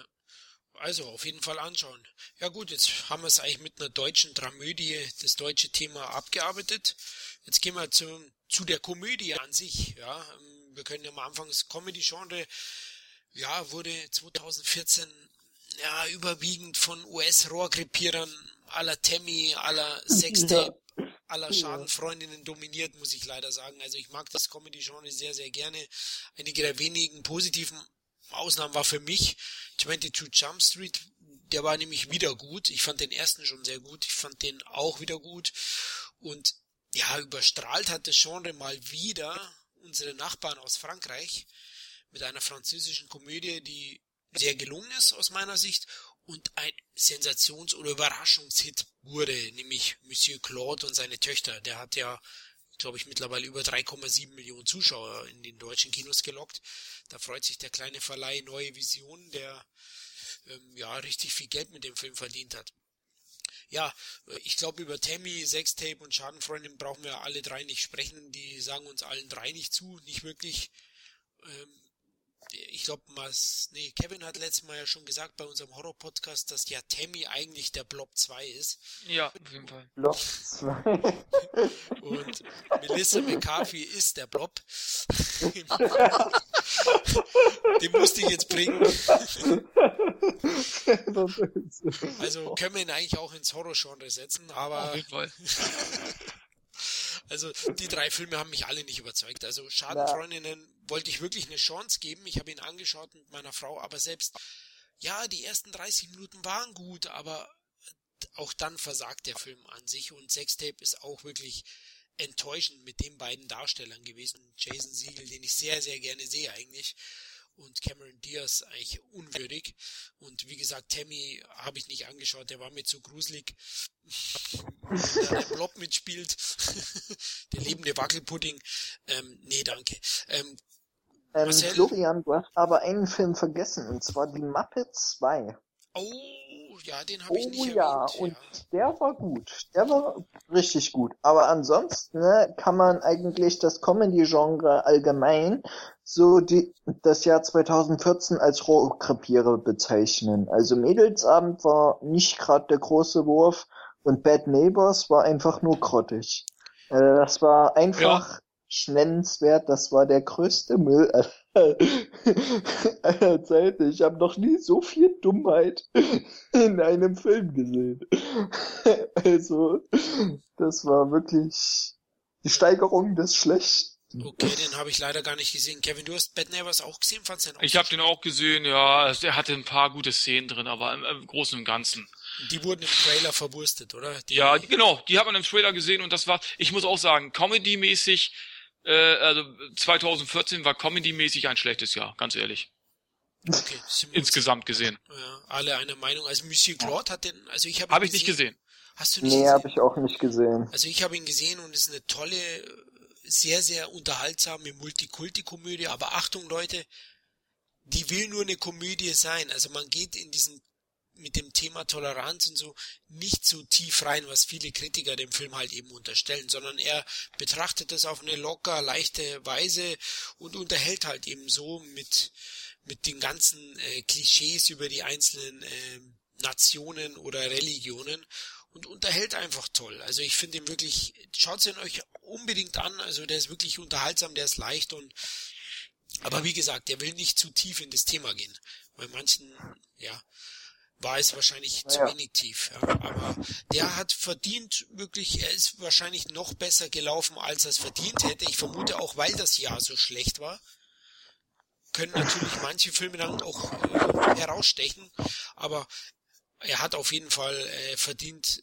Also auf jeden Fall anschauen. Ja gut, jetzt haben wir es eigentlich mit einer deutschen Dramödie, das deutsche Thema abgearbeitet. Jetzt gehen wir zu, zu der Komödie an sich. Ja, wir können ja mal anfangen, das Comedy-Genre, ja, wurde zwanzig vierzehn ja überwiegend von U S-Rohrkrepierern à la Tammy, à la Sextape, à la Schadenfreundinnen dominiert, muss ich leider sagen. Also ich mag das Comedy-Genre sehr, sehr gerne. Einige der wenigen positiven Ausnahmen war für mich zweiundzwanzig Jump Street, der war nämlich wieder gut. Ich fand den ersten schon sehr gut, ich fand den auch wieder gut. Und ja, überstrahlt hat das Genre mal wieder unsere Nachbarn aus Frankreich mit einer französischen Komödie, die sehr gelungen ist aus meiner Sicht und ein Sensations- oder Überraschungshit wurde, nämlich Monsieur Claude und seine Töchter. Der hat ja, glaube ich, mittlerweile über drei Komma sieben Millionen Zuschauer in den deutschen Kinos gelockt. Da freut sich der kleine Verleih Neue Vision, der ähm, ja richtig viel Geld mit dem Film verdient hat. Ja, ich glaube, über Tammy, Sextape und Schadenfreundin brauchen wir alle drei nicht sprechen. Die sagen uns allen drei nicht zu, nicht wirklich. Ähm, ich glaube, nee, Kevin hat letztes Mal ja schon gesagt bei unserem Horror-Podcast, dass ja Tammy eigentlich der Blob zwei ist. Ja, auf jeden Fall. Blob zwei. Und Melissa McCarthy ist der Blob. Den musste ich jetzt bringen. Also können wir ihn eigentlich auch ins Horror-Genre setzen, aber... Auf jeden Fall. Also die drei Filme haben mich alle nicht überzeugt. Also Schadenfreundinnen ja. wollte ich wirklich eine Chance geben. Ich habe ihn angeschaut mit meiner Frau, aber selbst, ja, die ersten dreißig Minuten waren gut, aber auch dann versagt der Film an sich. Und Sextape ist auch wirklich enttäuschend mit den beiden Darstellern gewesen. Jason Segel, den ich sehr, sehr gerne sehe eigentlich. Und Cameron Diaz eigentlich unwürdig. Und wie gesagt, Tammy habe ich nicht angeschaut, der war mir zu gruselig. Wenn da der Blob mitspielt, der lebende Wackelpudding, ähm, nee, danke. Ähm, ähm, Florian, du hast aber einen Film vergessen, und zwar die Muppets zwei. Oh, ja, den habe ich oh, nicht ja, erwähnt. Und ja, und der war gut. Der war richtig gut. Aber ansonsten ne, kann man eigentlich das Comedy-Genre allgemein so die, das Jahr zwanzig vierzehn als Rohrkrepierer bezeichnen. Also Mädelsabend war nicht gerade der große Wurf und Bad Neighbors war einfach nur grottig. Äh, das war einfach ja. nennenswert. Das war der größte Müll aller Zeiten. Ich habe noch nie so viel Dummheit in einem Film gesehen. Also, das war wirklich die Steigerung des Schlechten. Okay, den habe ich leider gar nicht gesehen. Kevin, du hast Bad Neighbors auch gesehen? Fandst du den auch? Ich habe den auch gesehen, ja. Er hatte ein paar gute Szenen drin, aber im, im Großen und Ganzen. Die wurden im Trailer verwurstet, oder? Die ja, die, genau. Die hat man im Trailer gesehen und das war, ich muss auch sagen, Comedy-mäßig, äh, also zwanzig vierzehn war Comedy-mäßig ein schlechtes Jahr, ganz ehrlich. Okay, insgesamt gesehen. Ja, alle einer Meinung. Also Monsieur Claude hat den, also ich habe Hab ich nicht gesehen. Hast du nicht nee, gesehen? Nee, habe ich auch nicht gesehen. Also ich habe ihn gesehen und es ist eine tolle, sehr, sehr unterhaltsame Multikulti-Komödie, aber Achtung Leute, die will nur eine Komödie sein. Also man geht in diesen, mit dem Thema Toleranz und so nicht so tief rein, was viele Kritiker dem Film halt eben unterstellen, sondern er betrachtet das auf eine locker, leichte Weise und unterhält halt eben so mit, mit den ganzen äh, Klischees über die einzelnen äh, Nationen oder Religionen und unterhält einfach toll. Also ich finde ihn wirklich, schaut ihn euch unbedingt an, also der ist wirklich unterhaltsam, der ist leicht und aber wie gesagt, der will nicht zu tief in das Thema gehen. Bei manchen, ja, war es wahrscheinlich ja. zu wenig tief. Ja. Aber der hat verdient wirklich, er ist wahrscheinlich noch besser gelaufen, als er es verdient hätte. Ich vermute auch, weil das Jahr so schlecht war, können natürlich manche Filme dann auch äh, herausstechen, aber er hat auf jeden Fall äh, verdient,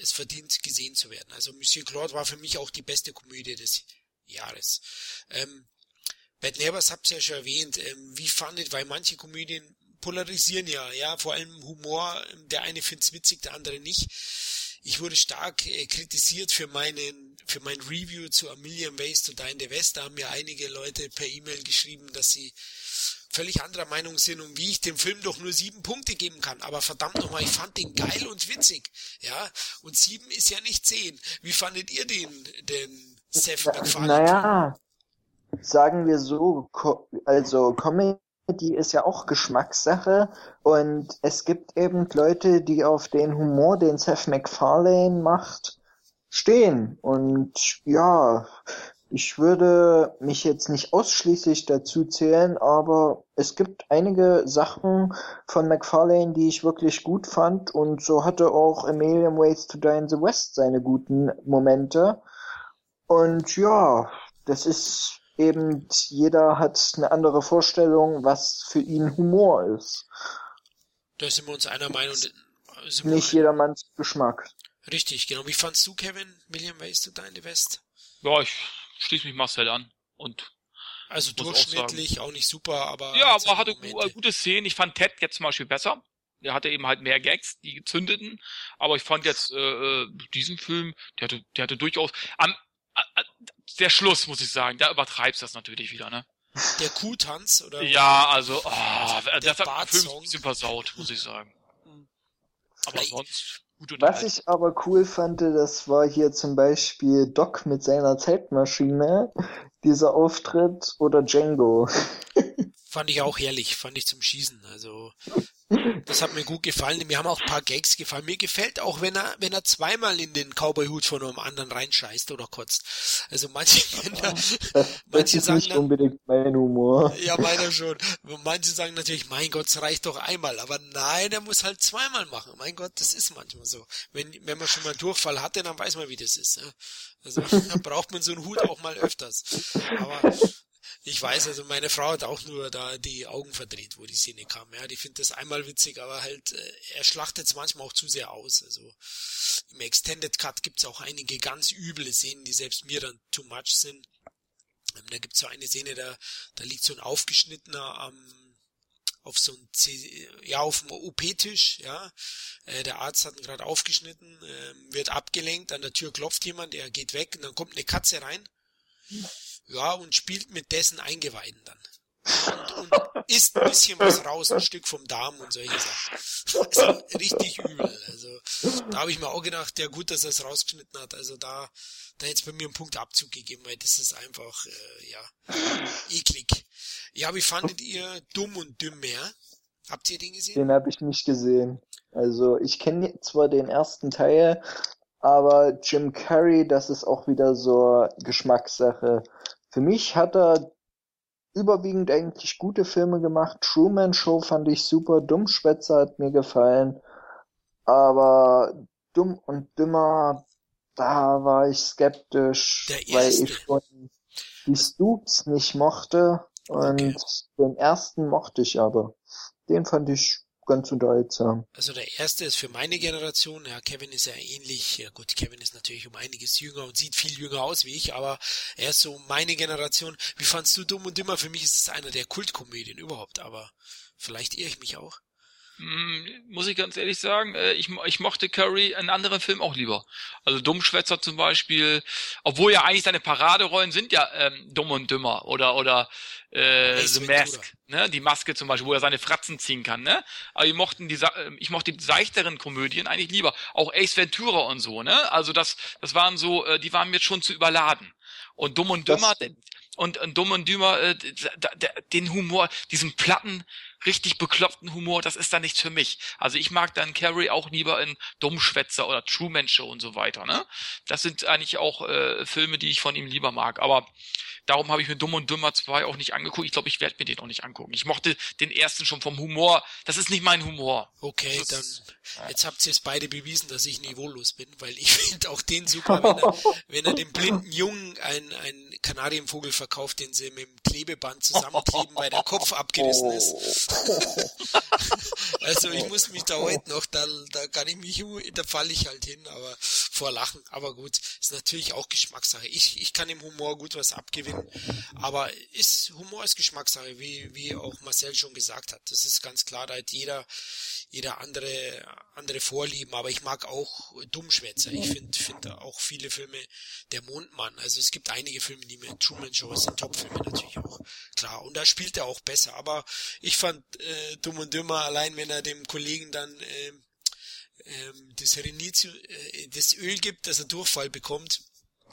es verdient, gesehen zu werden. Also Monsieur Claude war für mich auch die beste Komödie des Jahres. Ähm, Bad Neighbors habt ihr ja schon erwähnt. Ähm, wie fandet, weil manche Komödien polarisieren ja, ja, vor allem Humor, der eine find's witzig, der andere nicht. Ich wurde stark äh, kritisiert für meinen, für mein Review zu A Million Ways to Die in the West. Da haben mir einige Leute per E-Mail geschrieben, dass sie völlig anderer Meinung sind und wie ich dem Film doch nur sieben Punkte geben kann. Aber verdammt nochmal, ich fand den geil und witzig. Ja, und sieben ist ja nicht zehn. Wie fandet ihr den, den Seth MacFarlane? Naja, sagen wir so, Co- also Comedy ist ja auch Geschmackssache und es gibt eben Leute, die auf den Humor, den Seth MacFarlane macht, stehen. Und ja, ich würde mich jetzt nicht ausschließlich dazu zählen, aber es gibt einige Sachen von MacFarlane, die ich wirklich gut fand, und so hatte auch A Million Ways to Die in the West seine guten Momente. Und ja, das ist eben, jeder hat eine andere Vorstellung, was für ihn Humor ist. Da sind wir uns einer Meinung. Sind wir Nicht einer- jedermanns Geschmack. Richtig, genau. Wie fandst du, Kevin, Million Ways to Die in the West? Ja, ich schließe mich Marcel an. Und Also Muss auch durchschnittlich, auch, nicht super, aber... ja, hat seine aber hatte gu- Momente. äh, gute Szenen. Ich fand Ted jetzt zum Beispiel besser. Der hatte eben halt mehr Gags, die gezündeten. Aber ich fand jetzt äh, äh, diesen Film, der hatte, der hatte durchaus... Am, äh, der Schluss, muss ich sagen, da übertreibst das natürlich wieder, ne? Der Kuhtanz, oder? Ja, also, oh, Der das hat den Film Bartsong. ein bisschen versaut, muss ich sagen. Aber Ey, sonst gut Was unterhalten. ich aber cool fand, das war hier zum Beispiel Doc mit seiner Zeitmaschine, dieser Auftritt, oder Django. Fand ich auch herrlich, fand ich zum Schießen. Also das hat mir gut gefallen. Mir haben auch ein paar Gags gefallen. Mir gefällt auch, wenn er, wenn er zweimal in den Cowboy-Hut von einem anderen reinscheißt oder kotzt. Also manche, Das, manche das ist sagen nicht dann, unbedingt mein Humor. ja, meiner schon. Manche sagen natürlich, mein Gott, es reicht doch einmal. Aber nein, er muss halt zweimal machen. Mein Gott, das ist manchmal so. Wenn, wenn man schon mal einen Durchfall hatte, dann weiß man, wie das ist. Ne? Also da braucht man so einen Hut auch mal öfters. Aber ich weiß, also meine Frau hat auch nur da die Augen verdreht, wo die Szene kam. Ja, die findet das einmal witzig, aber halt, äh, er schlachtet es manchmal auch zu sehr aus. Also im Extended Cut gibt's auch einige ganz üble Szenen, die selbst mir dann too much sind. Ähm, da gibt's so eine Szene, da, da liegt so ein aufgeschnittener am, auf so ein, C- ja, auf dem O P-Tisch, ja. Äh, der Arzt hat ihn gerade aufgeschnitten, ähm, wird abgelenkt, an der Tür klopft jemand, er geht weg und dann kommt eine Katze rein. Ja, und spielt mit dessen Eingeweiden dann. Und, und isst ein bisschen was raus, ein Stück vom Darm und solche Sachen. Also richtig übel. Also da habe ich mir auch gedacht, ja gut, dass er es rausgeschnitten hat. Also da, da hätte es bei mir einen Punktabzug gegeben, weil das ist einfach, äh, ja, eklig. Ja, wie fandet ihr Dumm und Dümmer? Habt ihr den gesehen? Den habe ich nicht gesehen. Also ich kenne zwar den ersten Teil, aber Jim Carrey, das ist auch wieder so Geschmackssache. Für mich hat er überwiegend eigentlich gute Filme gemacht. Truman Show fand ich super, Dummschwätzer hat mir gefallen, aber Dumm und Dümmer, da war ich skeptisch, Der weil erste. ich schon die Stoops nicht mochte, und Okay. den ersten mochte ich aber. Den fand ich ganz unterhaltsam. Also der erste ist für meine Generation, ja, Kevin ist ja ähnlich, ja gut, Kevin ist natürlich um einiges jünger und sieht viel jünger aus wie ich, aber er ist so meine Generation. Wie fandst du Dumm und Dümmer? Für mich ist es einer der Kultkomödien überhaupt, aber vielleicht irre ich mich auch. Mm, muss ich ganz ehrlich sagen, äh, ich, mo- ich mochte Curry in anderen Filmen auch lieber. Also Dummschwätzer zum Beispiel, obwohl ja eigentlich seine Paraderollen sind ja ähm, Dumm und Dümmer oder oder äh, Ace The Ventura. Mask, ne, die Maske zum Beispiel, wo er seine Fratzen ziehen kann, ne. Aber ich mochten die, Sa- äh, ich mochte die seichteren Komödien eigentlich lieber, auch Ace Ventura und so, ne. Also das, das waren so, äh, die waren mir schon zu überladen. Und Dumm und Das Dümmer, stimmt. und, und Dumm und Dümmer, äh, d- d- d- den Humor, diesen platten, richtig bekloppten Humor, das ist dann nichts für mich. Also ich mag dann Carrey auch lieber in Dummschwätzer oder Truman Show und so weiter, ne? Das sind eigentlich auch äh, Filme, die ich von ihm lieber mag. Aber Darum habe ich mir Dumm und Dümmer zwei auch nicht angeguckt. Ich glaube, ich werde mir den auch nicht angucken. Ich mochte den ersten schon vom Humor. Das ist nicht mein Humor. Okay, das dann ist, jetzt habt ihr es beide bewiesen, dass ich niveaulos bin, weil ich finde auch den super, wenn er, wenn er dem blinden Jungen ein, ein Kanarienvogel verkauft, den sie mit dem Klebeband zusammenkleben, weil der Kopf abgerissen ist. Also ich muss mich da heute noch, da, da kann ich mich, da falle ich halt hin, aber vor Lachen. Aber gut, ist natürlich auch Geschmackssache. Ich, ich kann im Humor gut was abgewinnen, aber ist, Humor ist Geschmackssache, wie, wie auch Marcel schon gesagt hat. Das ist ganz klar, da hat jeder, jeder andere, andere Vorlieben, aber ich mag auch Dummschwätzer. Ich finde, finde auch viele Filme, der Mondmann, also es gibt einige Filme, die mir, Truman Show sind Top-Filme natürlich auch, klar, und da spielt er auch besser, aber ich fand äh, Dumm und Dümmer, allein wenn er dem Kollegen dann äh, ähm, das Renitio, äh, das Öl gibt, dass er Durchfall bekommt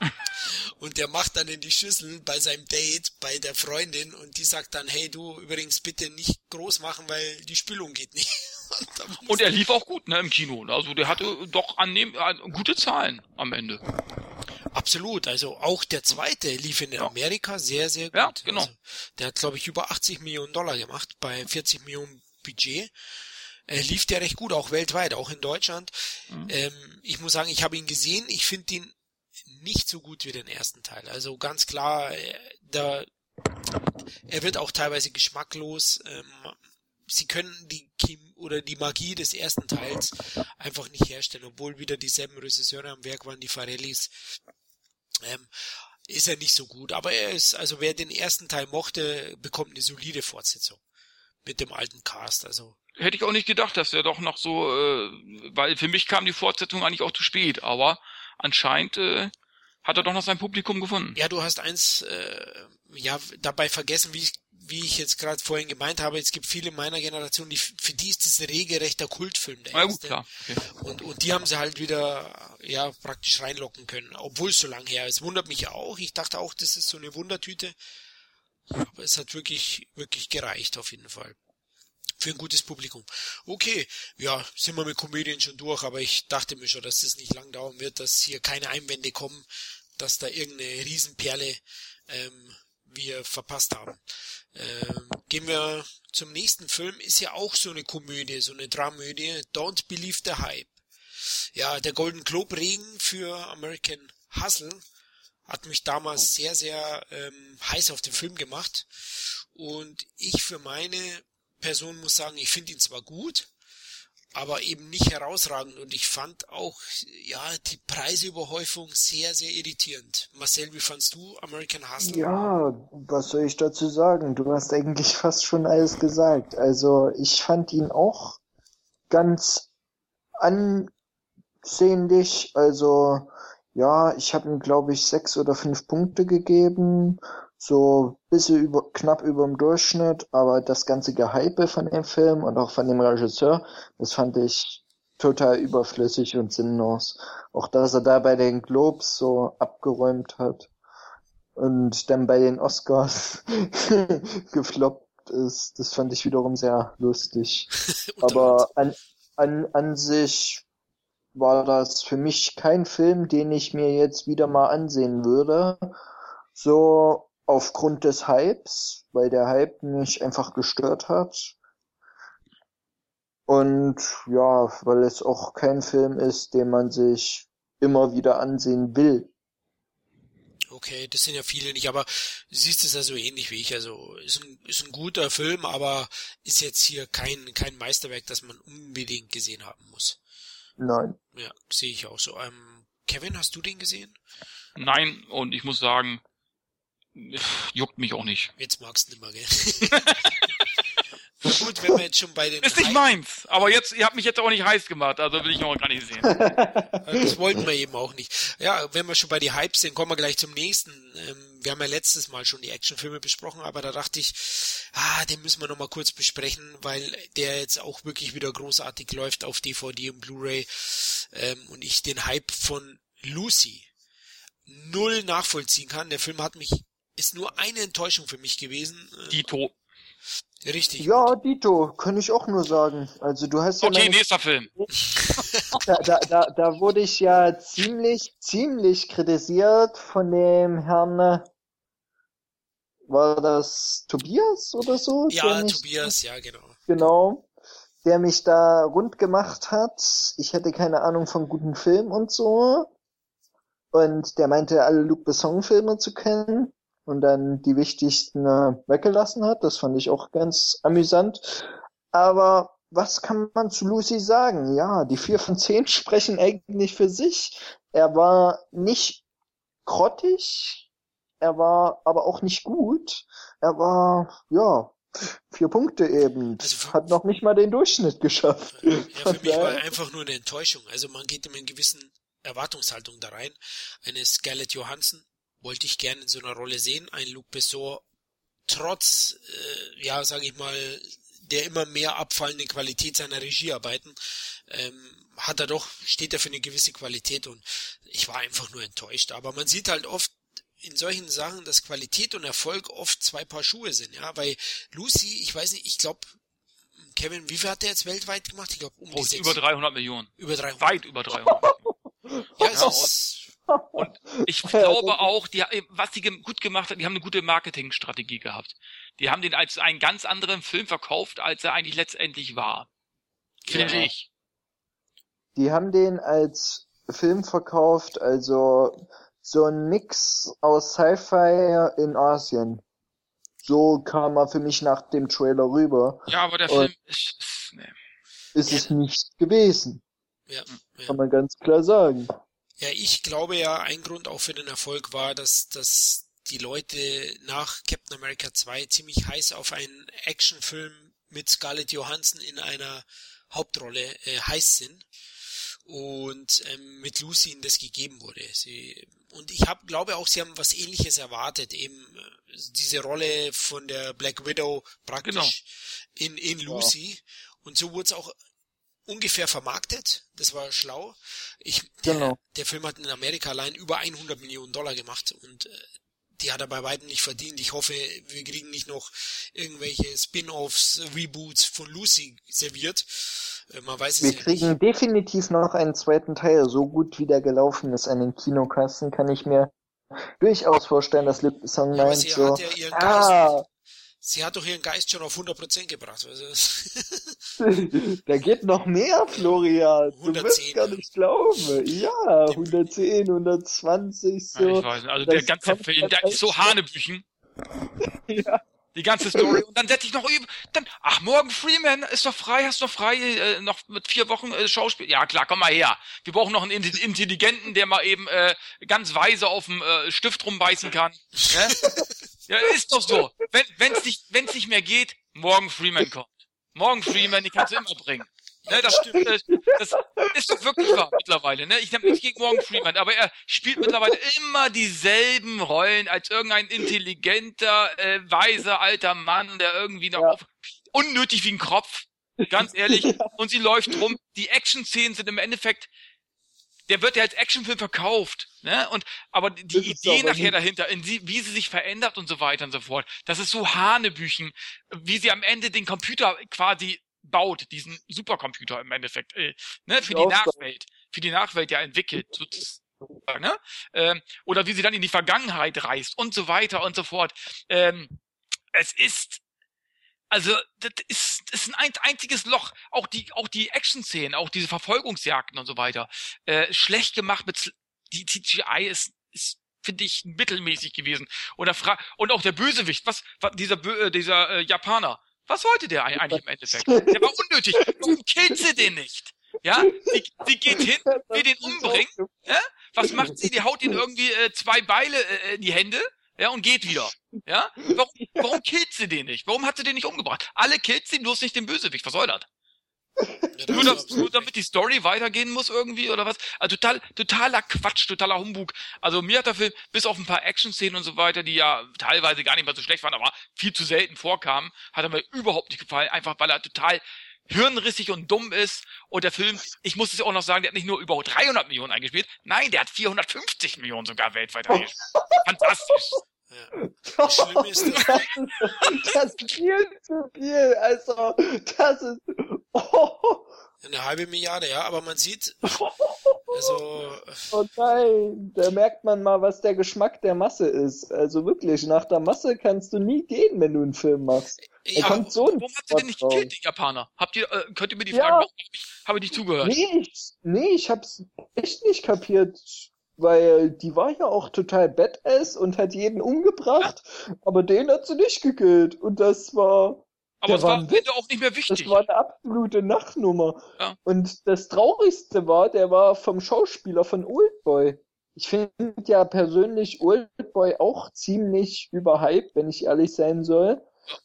und der macht dann in die Schüssel bei seinem Date bei der Freundin und die sagt dann, hey du, übrigens bitte nicht groß machen, weil die Spülung geht nicht. Und, und er lief auch gut, ne, im Kino. Also der hatte doch annehmen, äh, gute Zahlen am Ende. Absolut, also auch der zweite lief in Amerika sehr, sehr gut. Ja, genau. Also, der hat, glaube ich, über achtzig Millionen Dollar gemacht bei vierzig Millionen Budget. Äh, lief der recht gut, auch weltweit, auch in Deutschland. Mhm. Ähm, ich muss sagen, ich habe ihn gesehen, ich finde ihn nicht so gut wie den ersten Teil. Also ganz klar, äh, da er wird auch teilweise geschmacklos. Ähm, sie können die Chemie oder die Magie des ersten Teils einfach nicht herstellen, obwohl wieder dieselben Regisseure am Werk waren, die Farrellis. Ähm, ist er nicht so gut, aber er ist, also wer den ersten Teil mochte, bekommt eine solide Fortsetzung mit dem alten Cast, also. Hätte ich auch nicht gedacht, dass er doch noch so, äh, weil für mich kam die Fortsetzung eigentlich auch zu spät, aber anscheinend äh, hat er doch noch sein Publikum gefunden. Ja, du hast eins äh, ja dabei vergessen, wie ich wie ich jetzt gerade vorhin gemeint habe, es gibt viele meiner Generation, die für die ist das regelrechter Kultfilm der erste. Ja, gut, erste. klar. Okay. Und, und die haben sie halt wieder ja praktisch reinlocken können, obwohl es so lange her ist. Wundert mich auch. Ich dachte auch, das ist so eine Wundertüte. Aber es hat wirklich, wirklich gereicht auf jeden Fall. Für ein gutes Publikum. Okay, ja, sind wir mit Komödien schon durch, aber ich dachte mir schon, dass das nicht lang dauern wird, dass hier keine Einwände kommen, dass da irgendeine Riesenperle ähm, wir verpasst haben. Ähm, gehen wir zum nächsten Film. Ist ja auch so eine Komödie, so eine Dramödie. Don't Believe the Hype. Ja, der Golden Globe Regen für American Hustle hat mich damals sehr, sehr ähm, heiß auf den Film gemacht. Und ich für meine Person muss sagen, ich finde ihn zwar gut, aber eben nicht herausragend. Und ich fand auch, ja, die Preiseüberhäufung sehr, sehr irritierend. Marcel, wie fandst du American Hustle? Ja, was soll ich dazu sagen? Du hast eigentlich fast schon alles gesagt. Also ich fand ihn auch ganz ansehnlich. Also ja, ich habe ihm, glaube ich, sechs oder fünf Punkte gegeben. So ein bisschen über, knapp über dem Durchschnitt, aber das ganze Gehype von dem Film und auch von dem Regisseur, das fand ich total überflüssig und sinnlos. Auch dass er da bei den Globes so abgeräumt hat und dann bei den Oscars gefloppt ist, das fand ich wiederum sehr lustig. Aber an, an, an sich war das für mich kein Film, den ich mir jetzt wieder mal ansehen würde. So aufgrund des Hypes, weil der Hype mich einfach gestört hat. Und ja, weil es auch kein Film ist, den man sich immer wieder ansehen will. Okay, das sind ja viele nicht, aber du siehst es ja so ähnlich wie ich. Also ist ein, ist ein guter Film, aber ist jetzt hier kein, kein Meisterwerk, das man unbedingt gesehen haben muss. Nein. Ja, sehe ich auch so. Ähm, Kevin, hast du den gesehen? Nein, und ich muss sagen, juckt mich auch nicht. Jetzt magst du nicht mehr, gell? Gut, wenn wir jetzt schon bei den... Ist nicht meins, aber jetzt, ihr habt mich jetzt auch nicht heiß gemacht, also will ich noch gar nicht sehen. Das wollten wir eben auch nicht. Ja, wenn wir schon bei die Hypes sind, kommen wir gleich zum nächsten. Ähm, wir haben ja letztes Mal schon die Actionfilme besprochen, aber da dachte ich, ah, den müssen wir noch mal kurz besprechen, weil der jetzt auch wirklich wieder großartig läuft auf D V D und Blu-ray ähm, und ich den Hype von Lucy null nachvollziehen kann. Der Film hat mich ist nur eine Enttäuschung für mich gewesen. Dito. Richtig. Ja, Dito, kann ich auch nur sagen. Also du hast ja okay, meine... nächster Film. Da, da, da, da wurde ich ja ziemlich, ziemlich kritisiert von dem Herrn war das Tobias oder so? Ja, Tobias, ja, genau. Genau. Der mich da rund gemacht hat. Ich hätte keine Ahnung von guten Filmen und so. Und der meinte, alle Luc Besson-Filme zu kennen. Und dann die wichtigsten äh, weggelassen hat. Das fand ich auch ganz amüsant. Aber was kann man zu Lucy sagen? Ja, die vier von zehn sprechen eigentlich für sich. Er war nicht grottig, er war aber auch nicht gut. Er war, ja, vier Punkte eben. Also für, hat noch nicht mal den Durchschnitt geschafft. Ja, für mich war einfach nur eine Enttäuschung. Also man geht mit einer gewissen Erwartungshaltung da rein. Eine Scarlett Johansson wollte ich gerne in so einer Rolle sehen. Ein Luc Besson trotz, äh, ja, sage ich mal, der immer mehr abfallenden Qualität seiner Regiearbeiten, ähm, hat er doch, steht er für eine gewisse Qualität und ich war einfach nur enttäuscht. Aber man sieht halt oft in solchen Sachen, dass Qualität und Erfolg oft zwei Paar Schuhe sind, ja, bei Lucy, ich weiß nicht, ich glaube, Kevin, wie viel hat der jetzt weltweit gemacht? Ich glaube, um oh, die sechs. Über dreihundert Millionen. Über dreihundert. Weit über dreihundert. Ja, es ja, ist... Und ich glaube auch, die, was die gut gemacht haben, die haben eine gute Marketingstrategie gehabt. Die haben den als einen ganz anderen Film verkauft, als er eigentlich letztendlich war. Finde Ja. ich. Die haben den als Film verkauft, also so ein Mix aus Sci-Fi in Asien. So kam er für mich nach dem Trailer rüber. Ja, aber der Und Film ist, ist nee. ist es nicht gewesen. Ja, ja. Kann man ganz klar sagen. Ja, ich glaube ja, ein Grund auch für den Erfolg war, dass, dass die Leute nach Captain America zwei ziemlich heiß auf einen Actionfilm mit Scarlett Johansson in einer Hauptrolle äh, heiß sind und ähm, mit Lucy ihnen das gegeben wurde. Sie, und ich hab, glaube auch, sie haben was Ähnliches erwartet, eben äh, diese Rolle von der Black Widow praktisch Genau. in, in Lucy. Ja. Und so wurde es auch ungefähr vermarktet, das war schlau. Ich, der, genau. der Film hat in Amerika allein über hundert Millionen Dollar gemacht und äh, die hat er bei weitem nicht verdient. Ich hoffe, wir kriegen nicht noch irgendwelche Spin-offs, Reboots von Lucy serviert. Äh, man weiß es wir ja kriegen nicht. definitiv noch einen zweiten Teil. So gut wie der gelaufen ist an den Kinokassen, kann ich mir durchaus vorstellen, dass Luc Besson Ja, aber meint sie so, hat ja ihren ah, Geist, sie hat doch ihren Geist schon auf hundert Prozent gebracht. Also, da geht noch mehr, Florian. Du wirst hundertzehn, gar ja. nicht glauben. Ja, hundertzehn, hundertzwanzig, so. Ja, ich weiß nicht. Also der Das ganze kommt Film, dann der ist so echt- Hanebüchen. Ja. Die ganze Story. Und dann setze ich noch üben. Dann, ach, Morgan Freeman ist doch frei, hast doch frei, äh, noch mit vier Wochen äh, Schauspiel. Ja, klar, komm mal her. Wir brauchen noch einen Inti- Intelligenten, der mal eben äh, ganz weise auf dem äh, Stift rumbeißen kann. Ne? Ja, ist doch so. Wenn wenn's nicht, wenn's nicht mehr geht, Morgan Freeman kommt. Morgan Freeman, die kannst du immer bringen. Ne, das stimmt. Das, das ist doch wirklich wahr mittlerweile. Ne? Ich habe nichts gegen Morgan Freeman, aber er spielt mittlerweile immer dieselben Rollen als irgendein intelligenter, äh, weiser alter Mann, der irgendwie noch Ja. auf, unnötig wie ein Kropf. Ganz ehrlich. Und sie läuft rum. Die Action-Szenen sind im Endeffekt, der wird ja als Actionfilm verkauft, ne? Und aber die Das ist Idee aber nachher nicht- dahinter, in sie, wie sie sich verändert und so weiter und so fort, das ist so Hanebüchen, wie sie am Ende den Computer quasi baut, diesen Supercomputer im Endeffekt, äh, ne? Für die Auch so. Nachwelt, für die Nachwelt ja entwickelt, sozusagen, ne? Ähm, oder wie sie dann in die Vergangenheit reist und so weiter und so fort. Ähm, es ist Also, das ist, das ist ein ein- einziges Loch. Auch die, auch die Action-Szenen, auch diese Verfolgungsjagden und so weiter, äh, schlecht gemacht mit, Sl- die C G I ist, ist, finde ich, mittelmäßig gewesen. Oder fra und auch der Bösewicht, was, was dieser, Bö äh, dieser, äh, Japaner, was wollte der ei- eigentlich im Endeffekt? Der war unnötig. Warum killt sie den nicht? Ja? Sie, sie geht hin, will den umbringen. Ja? Was macht sie? Die haut ihn irgendwie, äh, zwei Beile, äh, in die Hände. Ja, und geht wieder. Ja? Warum, warum killt sie den nicht? Warum hat sie den nicht umgebracht? Alle killt sie, bloß nicht den Bösewicht. Was soll das? Ja, Nur, das das, ist nur damit die Story weitergehen muss irgendwie oder was? Also total, totaler Quatsch, totaler Humbug. Also mir hat der Film, bis auf ein paar Action-Szenen und so weiter, die ja teilweise gar nicht mal so schlecht waren, aber viel zu selten vorkamen, hat er mir überhaupt nicht gefallen, einfach weil er total hirnrissig und dumm ist. Und der Film, ich muss es ja auch noch sagen, der hat nicht nur über dreihundert Millionen eingespielt, nein, der hat vierhundertfünfzig Millionen sogar weltweit eingespielt. Fantastisch. Ja. Das Schlimme ist, dass, Das ist, das ist viel zu viel. Also, das ist. Oh. eine halbe Milliarde, ja, aber man sieht, Also, Oh nein, da merkt man mal, was der Geschmack der Masse ist. Also wirklich, nach der Masse kannst du nie gehen, wenn du einen Film machst. Da ja, kommt so ein Warum habt ihr denn nicht Spot gekillt, raus. die Japaner? Habt ihr, äh, könnt ihr mir die Ja. Frage machen? Hab ich, hab ich nicht zugehört. Nee, ich, nee, ich hab's echt nicht kapiert, weil die war ja auch total badass und hat jeden umgebracht, aber den hat sie nicht gekillt. Und das war, Aber der es war war ein am Witz. Ende auch nicht mehr wichtig. Das war eine absolute Nachtnummer. Ja. Und das Traurigste war, der war vom Schauspieler von Oldboy. Ich finde ja persönlich Oldboy auch ziemlich überhyped, wenn ich ehrlich sein soll.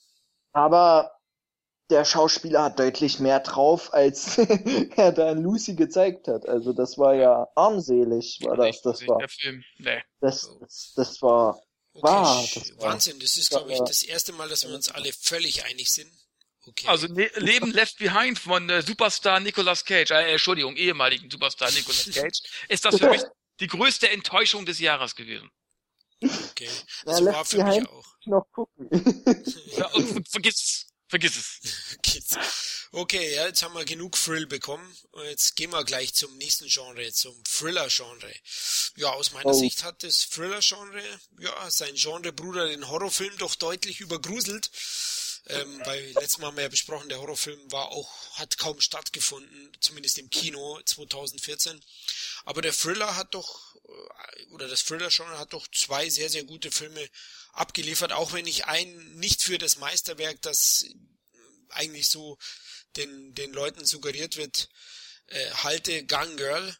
Aber der Schauspieler hat deutlich mehr drauf, als er da in Lucy gezeigt hat. Also das war ja armselig, war das. Das Nee, war, der Film. Nee. das, das, das war, okay, Wow, das war- Wahnsinn. Das ist, glaube ich, das erste Mal, dass wir uns alle völlig einig sind. Okay. Also ne Leben Left Behind von äh, Superstar Nicolas Cage, äh, Entschuldigung, ehemaligen Superstar Nicolas Cage, ist das für mich die größte Enttäuschung des Jahres gewesen. okay. Ja, Also Left war für mich Behind auch. noch gucken. Ja, und, und vergiss es. Vergiss es. Geht's. Okay, ja, jetzt haben wir genug Thrill bekommen. Und jetzt gehen wir gleich zum nächsten Genre, zum Thriller-Genre. Ja, aus meiner Oh. Sicht hat das Thriller-Genre, ja, sein Genrebruder, den Horrorfilm, doch deutlich übergruselt. Ähm, weil letztes Mal haben wir ja besprochen, der Horrorfilm war auch, hat kaum stattgefunden, zumindest im Kino zweitausendvierzehn. Aber der Thriller hat doch, äh, oder das Thriller-Genre hat doch zwei sehr, sehr gute Filme abgeliefert, auch wenn ich einen nicht für das Meisterwerk, das eigentlich so den, den Leuten suggeriert wird, äh, halte, Gone Girl.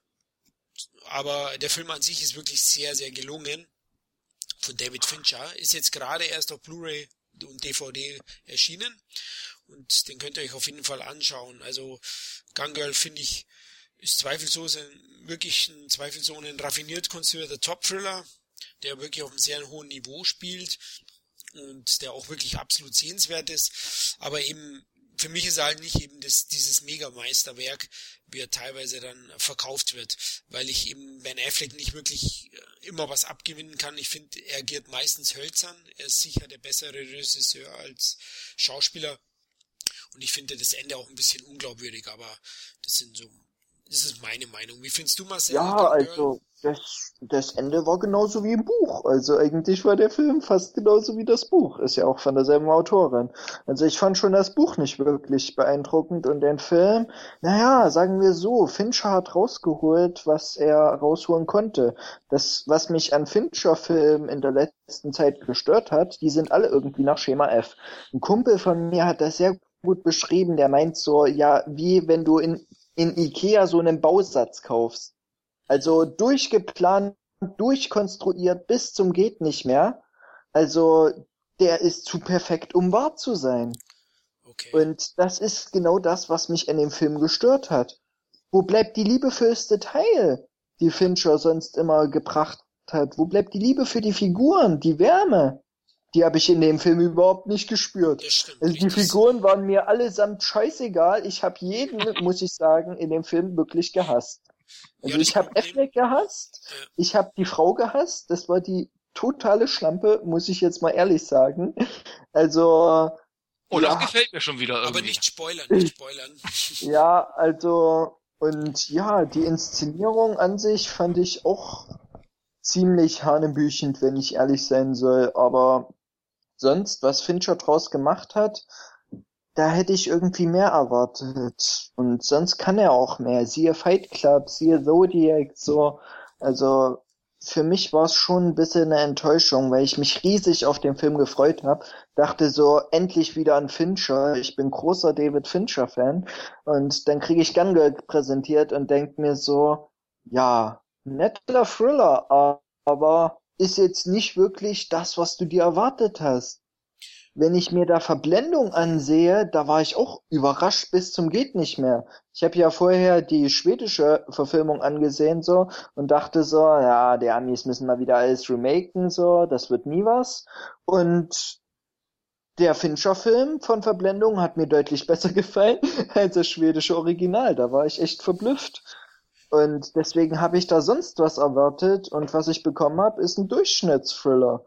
Aber der Film an sich ist wirklich sehr, sehr gelungen. Von David Fincher. Ist jetzt gerade erst auf Blu-ray und D V D erschienen. Und den könnt ihr euch auf jeden Fall anschauen. Also Gone Girl, finde ich, ist zweifelsohne wirklich ein zweifelsohne ein raffiniert konstruierter Top-Thriller, der wirklich auf einem sehr hohen Niveau spielt und der auch wirklich absolut sehenswert ist. Aber eben, für mich ist er halt nicht eben das, dieses Mega-Meisterwerk, wie er teilweise dann verkauft wird, weil ich eben Ben Affleck nicht wirklich immer was abgewinnen kann. Ich finde, er agiert meistens hölzern. Er ist sicher der bessere Regisseur als Schauspieler. Und ich finde das Ende auch ein bisschen unglaubwürdig, aber das sind so, das ist meine Meinung. Wie findest du, Marcel? Ja, Gone Girl? also das, das Ende war genauso wie im Buch. Also eigentlich war der Film fast genauso wie das Buch. Ist ja auch von derselben Autorin. Also ich fand schon das Buch nicht wirklich beeindruckend und den Film, naja, sagen wir so, Fincher hat rausgeholt, was er rausholen konnte. Das, was mich an Fincher-Filmen in der letzten Zeit gestört hat, die sind alle irgendwie nach Schema F. Ein Kumpel von mir hat das sehr gut beschrieben, der meint so, ja, wie wenn du in in Ikea so einen Bausatz kaufst. Also durchgeplant, durchkonstruiert bis zum geht nicht mehr. Also der ist zu perfekt, um wahr zu sein. Okay. Und das ist genau das, was mich an dem Film gestört hat. Wo bleibt die Liebe fürs Detail, die Fincher sonst immer gebracht hat? Wo bleibt die Liebe für die Figuren, die Wärme? Die habe ich in dem Film überhaupt nicht gespürt. Das stimmt. Also die richtig. Figuren waren mir allesamt scheißegal. Ich habe jeden, muss ich sagen, in dem Film wirklich gehasst. Also Ja, das ich habe Problem- Affleck gehasst, Ja. ich habe die Frau gehasst. Das war die totale Schlampe, muss ich jetzt mal ehrlich sagen. Also Oh, ja, das gefällt mir schon wieder irgendwie. Aber nicht spoilern, nicht spoilern. ja, also und ja, die Inszenierung an sich fand ich auch ziemlich hanebüchend, wenn ich ehrlich sein soll. Aber sonst, was Fincher draus gemacht hat, da hätte ich irgendwie mehr erwartet. Und sonst kann er auch mehr. Siehe Fight Club, siehe Zodiac, so. Also für mich war es schon ein bisschen eine Enttäuschung, weil ich mich riesig auf den Film gefreut habe. Dachte so, endlich wieder ein Fincher. Ich bin großer David Fincher-Fan. Und dann kriege ich Gone Girl präsentiert und denk mir so, ja, netter Thriller, aber ist jetzt nicht wirklich das, was du dir erwartet hast. Wenn ich mir da Verblendung ansehe, da war ich auch überrascht bis zum geht nicht mehr. Ich habe ja vorher die schwedische Verfilmung angesehen so und dachte so, ja, die Amis müssen mal wieder alles remaken so, das wird nie was. Und der Fincher-Film von Verblendung hat mir deutlich besser gefallen als das schwedische Original. Da war ich echt verblüfft. Und deswegen habe ich da sonst was erwartet und was ich bekommen habe, ist ein Durchschnittsthriller.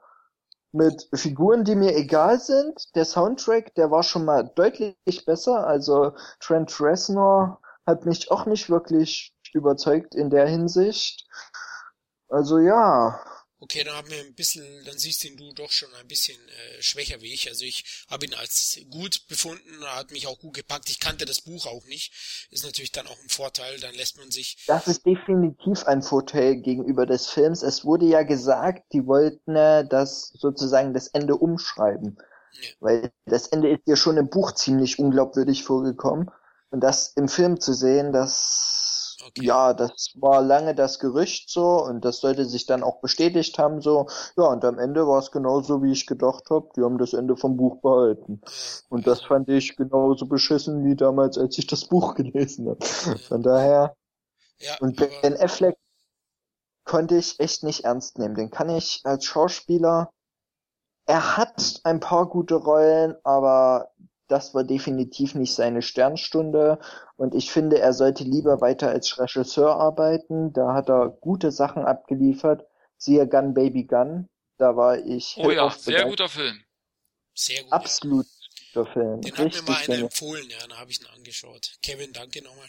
Mit Figuren, die mir egal sind. Der Soundtrack, der war schon mal deutlich besser. Also Trent Reznor hat mich auch nicht wirklich überzeugt in der Hinsicht. Also ja. Okay, dann haben wir ein bisschen, dann siehst ihn du doch schon ein bisschen äh, schwächer wie ich. Also ich habe ihn als gut befunden, hat mich auch gut gepackt. Ich kannte das Buch auch nicht. Ist natürlich dann auch ein Vorteil, dann lässt man sich... Das ist definitiv ein Vorteil gegenüber des Films. Es wurde ja gesagt, die wollten äh, das sozusagen das Ende umschreiben. Ja. Weil das Ende ist ja schon im Buch ziemlich unglaubwürdig vorgekommen. Und das im Film zu sehen, das, okay. ja, das war lange das Gerücht so und das sollte sich dann auch bestätigt haben so. Ja, und am Ende war es genauso, wie ich gedacht habe. Die haben das Ende vom Buch behalten. Und das fand ich genauso beschissen wie damals, als ich das Buch gelesen habe. Von daher. Ja, und Ben Affleck konnte ich echt nicht ernst nehmen. Den kann ich als Schauspieler, er hat ein paar gute Rollen, aber das war definitiv nicht seine Sternstunde und ich finde, er sollte lieber weiter als Regisseur arbeiten. Da hat er gute Sachen abgeliefert. Siehe Gun Baby Gun, da war ich Oh ja, sehr begeistert. Guter Film. Sehr gut. Absolut ja. guter Film. Den hat mir mal einer empfohlen, ja, da habe ich ihn angeschaut. Kevin, danke nochmal.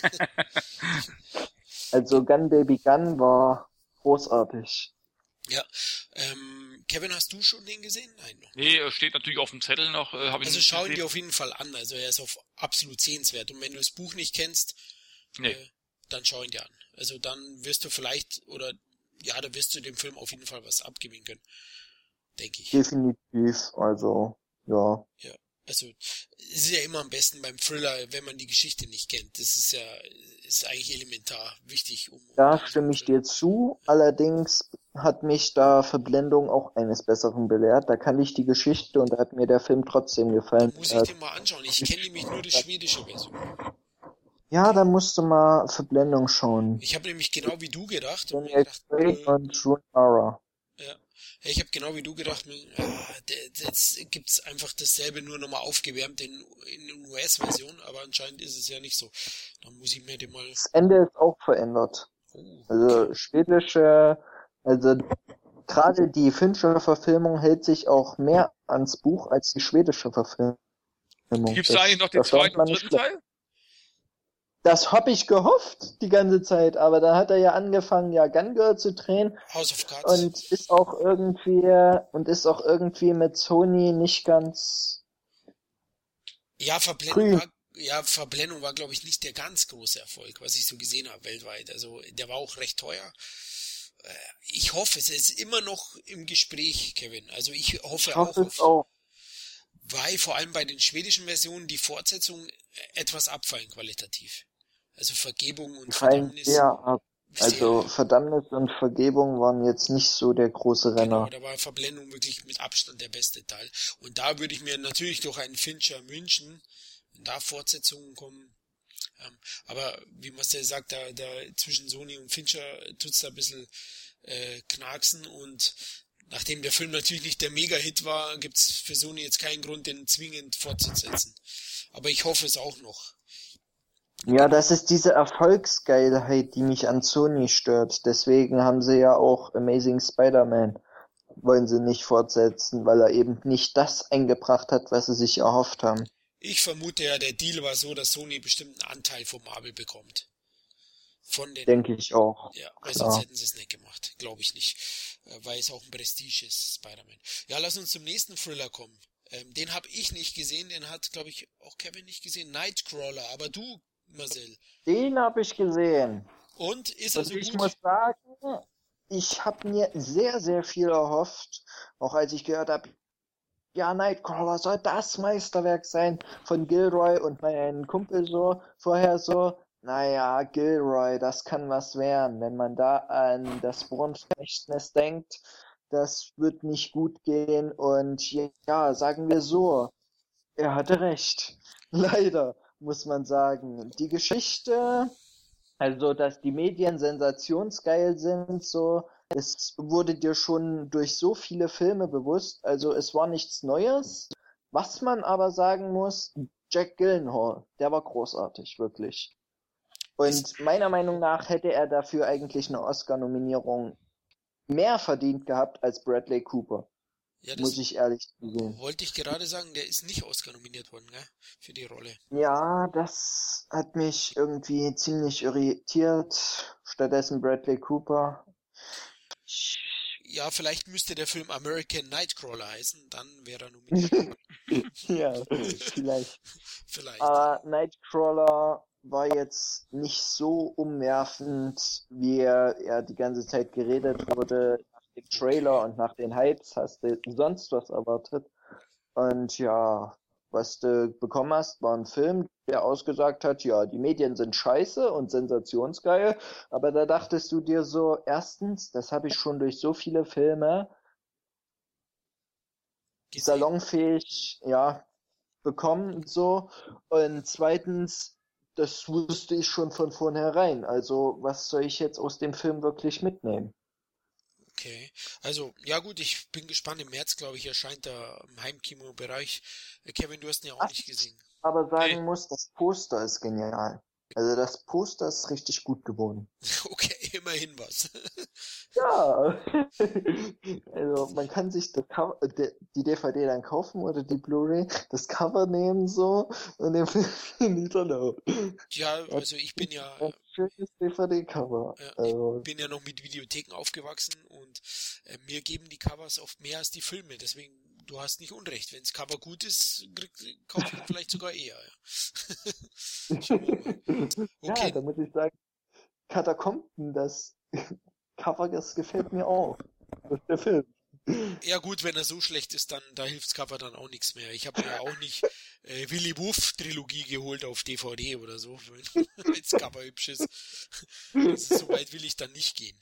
Also Gun Baby Gun war großartig. Ja, ähm, Kevin, hast du schon den gesehen? Nein, noch. Nee, er steht natürlich auf dem Zettel noch. Äh, hab ich also schau ihn dir auf jeden Fall an, also er ist auf absolut sehenswert. Und wenn du das Buch nicht kennst, nee. äh, dann schau ihn dir an. Also dann wirst du vielleicht, oder ja, da wirst du dem Film auf jeden Fall was abgewinnen können, denke ich. Definitiv, also, ja. Ja. Also, es ist ja immer am besten beim Thriller, wenn man die Geschichte nicht kennt. Das ist ja, ist eigentlich elementar wichtig. Um, da um stimme ich dir zu. Allerdings hat mich da Verblendung auch eines Besseren belehrt. Da kann ich die Geschichte und da hat mir der Film trotzdem gefallen. Da muss ich den mal anschauen. Ich kenne nämlich nur die schwedische Version. Ja, da musst du mal Verblendung schauen. Ich habe nämlich genau wie du gedacht. Und, mir gedacht, äh, und Rooney Mara. Ja. Ich habe genau wie du gedacht, ah, jetzt gibt's einfach dasselbe nur nochmal aufgewärmt in, in U S-Version, aber anscheinend ist es ja nicht so. Dann muss ich mir den mal... Das Ende ist auch verändert. Oh, okay. Also schwedische, also gerade die finnische Verfilmung hält sich auch mehr ans Buch als die schwedische Verfilmung. Gibt's da eigentlich noch den zweiten und dritten Teil? Das hab ich gehofft die ganze Zeit, aber da hat er ja angefangen, ja Gun Girl zu drehen House of Cards. und ist auch irgendwie und ist auch irgendwie mit Sony nicht ganz. Ja, Verblendung war, ja, Verblendung war, glaube ich, nicht der ganz große Erfolg, was ich so gesehen habe weltweit. Also der war auch recht teuer. Ich hoffe, es ist immer noch im Gespräch, Kevin. Also ich hoffe, ich hoffe auch, auf, auch, weil vor allem bei den schwedischen Versionen die Fortsetzungen etwas abfallen qualitativ. Also Vergebung und Verdammnis. Ja, ab. Also Verdammnis und Vergebung waren jetzt nicht so der große Renner. Genau, da war Verblendung wirklich mit Abstand der beste Teil. Und da würde ich mir natürlich durch einen Fincher wünschen, wenn da Fortsetzungen kommen. Ähm, aber wie Marcel sagt, da, da zwischen Sony und Fincher tut's da ein bisschen äh, knacksen und nachdem der Film natürlich nicht der Mega-Hit war, gibt's für Sony jetzt keinen Grund, den zwingend fortzusetzen. Aber ich hoffe es auch noch. Ja, das ist diese Erfolgsgeilheit, die mich an Sony stört. Deswegen haben sie ja auch Amazing Spider-Man, wollen sie nicht fortsetzen, weil er eben nicht das eingebracht hat, was sie sich erhofft haben. Ich vermute ja, der Deal war so, dass Sony bestimmt einen Anteil von Marvel bekommt. Von den, Denke ich auch. Ja, weil sonst hätten sie es nicht gemacht. Glaube ich nicht. Weil es auch ein Prestige ist, Spider-Man. Ja, lass uns zum nächsten Thriller kommen. Ähm, den habe ich nicht gesehen, den hat, glaube ich, auch Kevin nicht gesehen. Nightcrawler, aber du, Marcel. Den habe ich gesehen. Und? Ist er so ich gut? Ich muss sagen, ich habe mir sehr, sehr viel erhofft. Auch als ich gehört habe, ja, Nightcrawler soll das Meisterwerk sein von Gilroy und mein Kumpel so, vorher so, naja, Gilroy, das kann was werden. Wenn man da an das Bourne-Vermächtnis denkt, das wird nicht gut gehen und ja, sagen wir so, er hatte recht. Leider, muss man sagen. Die Geschichte, also dass die Medien sensationsgeil sind, so, es wurde dir schon durch so viele Filme bewusst, also es war nichts Neues. Was man aber sagen muss, Jack Gyllenhaal, der war großartig, wirklich. Und meiner Meinung nach hätte er dafür eigentlich eine Oscar-Nominierung mehr verdient gehabt als Bradley Cooper. Ja, muss das ich ehrlich zugeben. wollte ich gerade sagen, der ist nicht Oscar nominiert worden, gell? Für die Rolle. Ja, das hat mich irgendwie ziemlich irritiert. Stattdessen Bradley Cooper. Ja, vielleicht müsste der Film American Nightcrawler heißen, dann wäre er nominiert. Ja, vielleicht. Vielleicht. Aber Nightcrawler war jetzt nicht so umwerfend, wie er, er die ganze Zeit geredet wurde. Nach dem Trailer und nach den Hypes hast du sonst was erwartet. Und ja, was du bekommen hast, war ein Film, der ausgesagt hat, ja, die Medien sind scheiße und sensationsgeil, aber da dachtest du dir so, erstens, das habe ich schon durch so viele Filme Gesehen. salonfähig, ja, bekommen und so, und zweitens, das wusste ich schon von vornherein, also was soll ich jetzt aus dem Film wirklich mitnehmen? Okay, also ja gut, ich bin gespannt. Im März, glaube ich, erscheint er im Heimkino-Bereich. Äh, Kevin, du hast ihn ja auch Was? nicht gesehen. Aber sagen Nee. muss, das Poster ist genial. Also das Poster ist richtig gut geworden. Okay, immerhin was. Ja, also man kann sich das Cover, de- die D V D dann kaufen oder die Blu-ray, das Cover nehmen so und den Film niederladen. Ja, also ich bin ja, Ein schönes D V D-Cover. ja, Also, ich bin ja noch mit Videotheken aufgewachsen und äh, mir geben die Covers oft mehr als die Filme. Deswegen, du hast nicht Unrecht. Wenn das Cover gut ist, krieg, kaufe ich ihn vielleicht sogar eher. Ja. Schauen wir mal. ja, Okay, da muss ich sagen, Katakomben, das Cover, das gefällt mir auch. Das ist der Film. ja gut, wenn er so schlecht ist, dann da hilft's Cover dann auch nichts mehr. Ich habe mir ja auch nicht äh, Willy Wuff Trilogie geholt auf D V D oder so, wenn das Cover hübsch ist. Also, so weit will ich dann nicht gehen.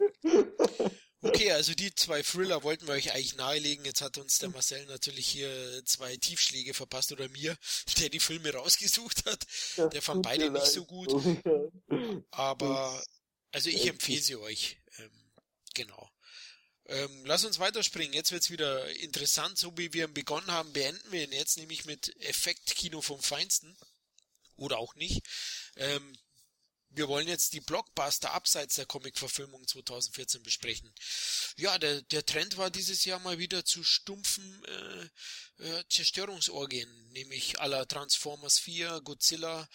Okay, also die zwei Thriller wollten wir euch eigentlich nahelegen. Jetzt hat uns der Marcel natürlich hier zwei Tiefschläge verpasst, oder mir, der die Filme rausgesucht hat. Das Der fand tut beide mir nicht leid. so gut. Ja. Aber, also ich echt empfehle sie euch. Ähm, genau. Ähm, lass uns weiterspringen. Jetzt wird's wieder interessant. So wie wir ihn begonnen haben, beenden wir ihn jetzt, nämlich mit Effektkino vom Feinsten. Oder auch nicht. Ähm, wir wollen jetzt die Blockbuster abseits der Comic-Verfilmung zwanzig vierzehn besprechen. Ja, der, der Trend war dieses Jahr mal wieder zu stumpfen äh, äh, Zerstörungsorgien, nämlich à la Transformers vier, Godzilla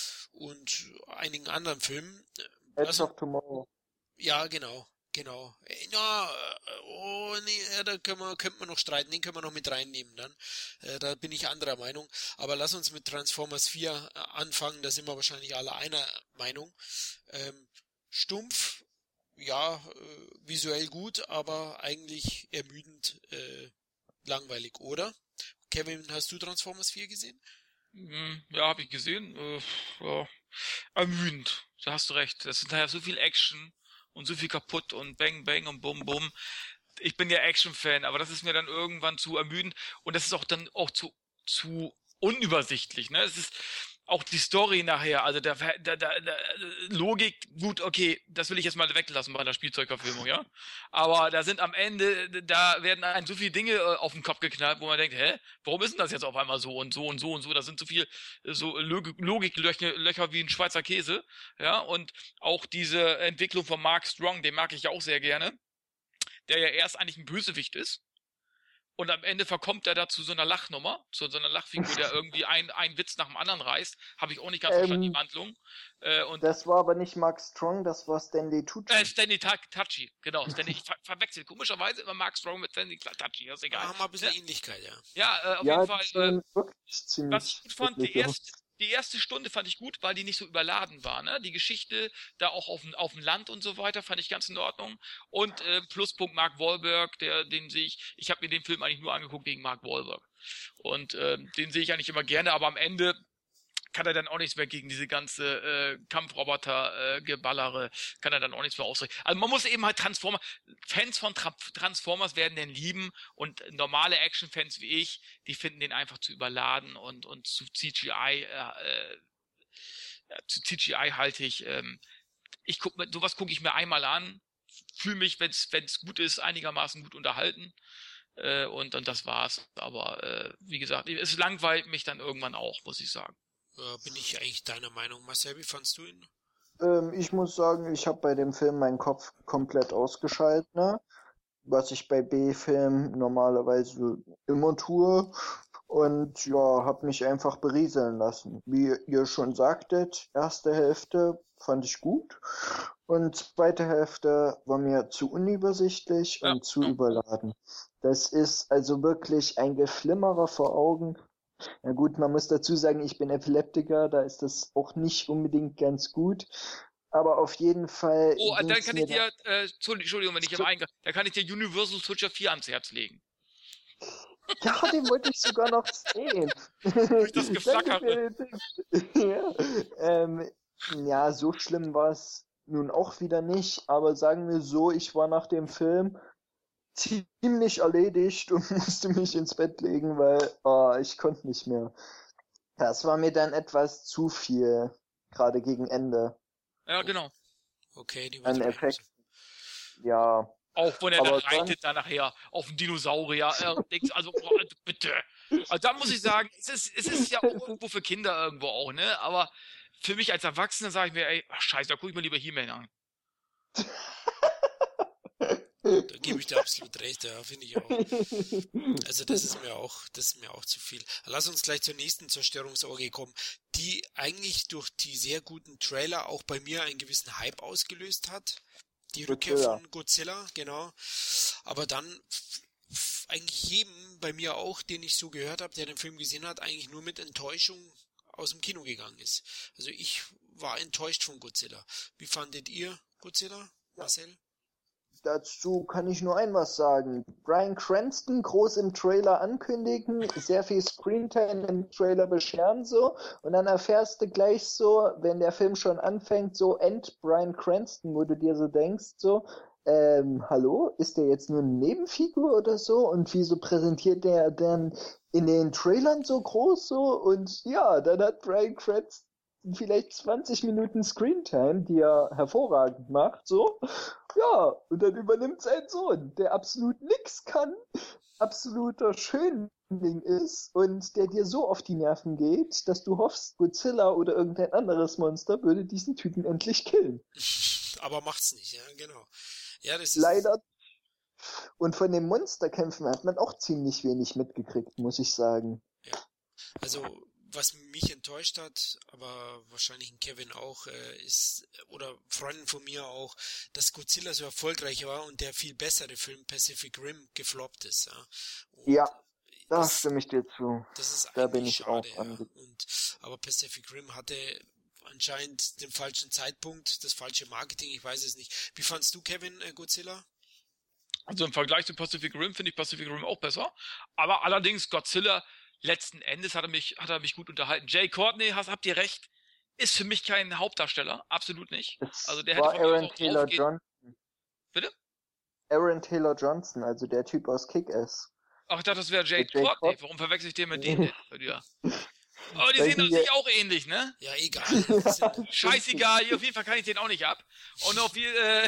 und einigen anderen Filmen. Edge Also, of Tomorrow. ja, genau, genau. Äh, Na, äh, oh nee, ja, da können wir, könnte man noch streiten, den können wir noch mit reinnehmen dann. Äh, da bin ich anderer Meinung. Aber lass uns mit Transformers vier äh, anfangen, da sind wir wahrscheinlich alle einer Meinung. Ähm, stumpf, ja, äh, visuell gut, aber eigentlich ermüdend äh, langweilig, oder? Kevin, hast du Transformers vier gesehen? Hm, Ja, habe ich gesehen. Äh, ja. Ermüdend. Da hast du recht. Es ist nachher so viel Action und so viel kaputt und Bang, Bang und Bum, Bum. Ich bin ja Action-Fan, aber das ist mir dann irgendwann zu ermüdend und das ist auch dann auch zu, zu unübersichtlich, ne? Es ist auch die Story nachher, also der, der, der, der Logik, gut, okay, das will ich jetzt mal weglassen bei einer Spielzeugverfilmung, ja. Aber da sind am Ende, da werden einem so viele Dinge äh, auf den Kopf geknallt, wo man denkt, hä, warum ist denn das jetzt auf einmal so und so und so und so? Da sind so viel äh, so Log- Logiklöcher Löcher wie ein Schweizer Käse, ja. Und auch diese Entwicklung von Mark Strong, den mag ich ja auch sehr gerne, der ja erst eigentlich ein Bösewicht ist. Und am Ende verkommt er da zu so einer Lachnummer, zu so einer Lachfigur, der irgendwie ein, ein Witz nach dem anderen reißt. Habe ich auch nicht ganz Ähm, verstanden, die Wandlung. Äh, und Das war aber nicht Mark Strong, das war Stanley Tucci. äh, Stanley Tucci, genau. Stanley, ich ver verwechsel komischerweise immer Mark Strong mit Stanley Tucci, ist Da egal. haben wir ein bisschen Ja, Ähnlichkeit, ja. ja äh, auf ja, jeden die Fall. Äh, sahen wirklich ziemlich was ich gut fand, die ähnlich aus. erste, die erste Stunde fand ich gut, weil die nicht so überladen war. Ne? Die Geschichte da auch auf dem, auf dem Land und so weiter fand ich ganz in Ordnung. Und äh, Pluspunkt Mark Wahlberg, der, den sehe ich, ich habe mir den Film eigentlich nur angeguckt wegen Mark Wahlberg. Und äh, den sehe ich eigentlich immer gerne, aber am Ende kann er dann auch nichts mehr gegen diese ganze äh, Kampfroboter-Geballere, äh, kann er dann auch nichts mehr ausrichten. Also man muss eben halt Transformer, Fans von Tra Transformers werden den lieben und normale Action-Fans wie ich, die finden den einfach zu überladen und und zu C G I, äh, äh, zu C G I-haltig. Ähm, ich guck mir, sowas gucke ich mir einmal an, fühle mich, wenn es gut ist, einigermaßen gut unterhalten. Äh, und dann das war's. Aber äh, wie gesagt, es langweilt mich dann irgendwann auch, muss ich sagen. Äh, bin ich eigentlich deiner Meinung. Marcel, wie fandst du ihn? Ähm, ich muss sagen, ich habe bei dem Film meinen Kopf komplett ausgeschaltet, ne? was ich bei B-Filmen normalerweise immer tue. Und ja, hab mich einfach berieseln lassen. Wie ihr schon sagtet, erste Hälfte fand ich gut und zweite Hälfte war mir zu unübersichtlich Ja. und zu überladen. Das ist also wirklich ein Geflimmerer vor Augen. Na gut, man muss dazu sagen, ich bin Epileptiker, da ist das auch nicht unbedingt ganz gut. Aber auf jeden Fall. Oh, dann ging's kann mir ich dir, äh, Entschuldigung, wenn ich im Eingang, da kann ich dir Universal Soldier vier ans Herz legen. Ja, den wollte ich sogar noch sehen. Durch das Geflackere. Danke für den Tipp. Ja, ähm, ja, so schlimm war es nun auch wieder nicht, aber sagen wir so, ich war nach dem Film ziemlich erledigt und musste mich ins Bett legen, weil oh, ich konnte nicht mehr. Das war mir dann etwas zu viel, gerade gegen Ende Ja, genau. Okay, die an Übertreibung. Effekten. Ja, Auch wenn er da Aber reitet da nachher auf den Dinosaurier. Äh, denkst, also, boah, also bitte. Also da muss ich sagen, es ist, es ist ja auch irgendwo für Kinder irgendwo auch, ne? Aber für mich als Erwachsener sage ich mir, ey, ach scheiße, da guck ich mir lieber He-Man an. Da gebe ich dir absolut recht, ja, finde ich auch. Also das ist mir auch, das ist mir auch zu viel. Lass uns gleich zur nächsten Zerstörungsorgie kommen, die eigentlich durch die sehr guten Trailer auch bei mir einen gewissen Hype ausgelöst hat. Die Rückkehr Godzilla. von Godzilla, genau. Aber dann f- f- eigentlich jedem, bei mir auch, den ich so gehört habe, der den Film gesehen hat, eigentlich nur mit Enttäuschung aus dem Kino gegangen ist. Also ich war enttäuscht von Godzilla. Wie fandet ihr Godzilla, Marcel? Dazu kann ich nur ein was sagen. Bryan Cranston groß im Trailer ankündigen, sehr viel Screentime im Trailer bescheren so und dann erfährst du gleich so, wenn der Film schon anfängt, so End Bryan Cranston, wo du dir so denkst, so, ähm, hallo, ist der jetzt nur eine Nebenfigur oder so und wieso präsentiert der dann in den Trailern so groß so und ja, dann hat Bryan Cranston vielleicht zwanzig Minuten Screentime, die er hervorragend macht, so. Ja, und dann übernimmt sein Sohn, der absolut nix kann, absoluter Schönling ist und der dir so auf die Nerven geht, dass du hoffst, Godzilla oder irgendein anderes Monster würde diesen Typen endlich killen. Aber macht's nicht, ja, genau. Ja, das ist Leider. Und von den Monsterkämpfen hat man auch ziemlich wenig mitgekriegt, muss ich sagen. Also, was mich enttäuscht hat, aber wahrscheinlich ein Kevin auch, äh, ist, oder Freunden von mir auch, dass Godzilla so erfolgreich war und der viel bessere Film Pacific Rim gefloppt ist. Ja, und Ja, da das, stimme ich dir zu. das ist Da eigentlich bin ich schade. auch Ja. ange- Und, aber Pacific Rim hatte anscheinend den falschen Zeitpunkt, das falsche Marketing, ich weiß es nicht. Wie fandst du, Kevin, äh, Godzilla? Also im Vergleich zu Pacific Rim finde ich Pacific Rim auch besser. Aber allerdings Godzilla, letzten Endes hat er mich, hat er mich gut unterhalten. Jay Courtney, hast, habt ihr recht, ist für mich kein Hauptdarsteller. Absolut nicht. Es Also der hätte war von mir aus Aaron auch Taylor draufgehen- Johnson. Bitte? Aaron Taylor Johnson, also der Typ aus Kick-Ass. Ach, ich dachte, das wäre Jay Jay Courtney. Courtney. Warum verwechsel ich den mit denen denn? bei dir? Aber die Weil sehen die- sich auch ähnlich, ne? Ja, egal. Das sind, Scheißegal, auf jeden Fall kann ich den auch nicht ab. Und auf viel, äh,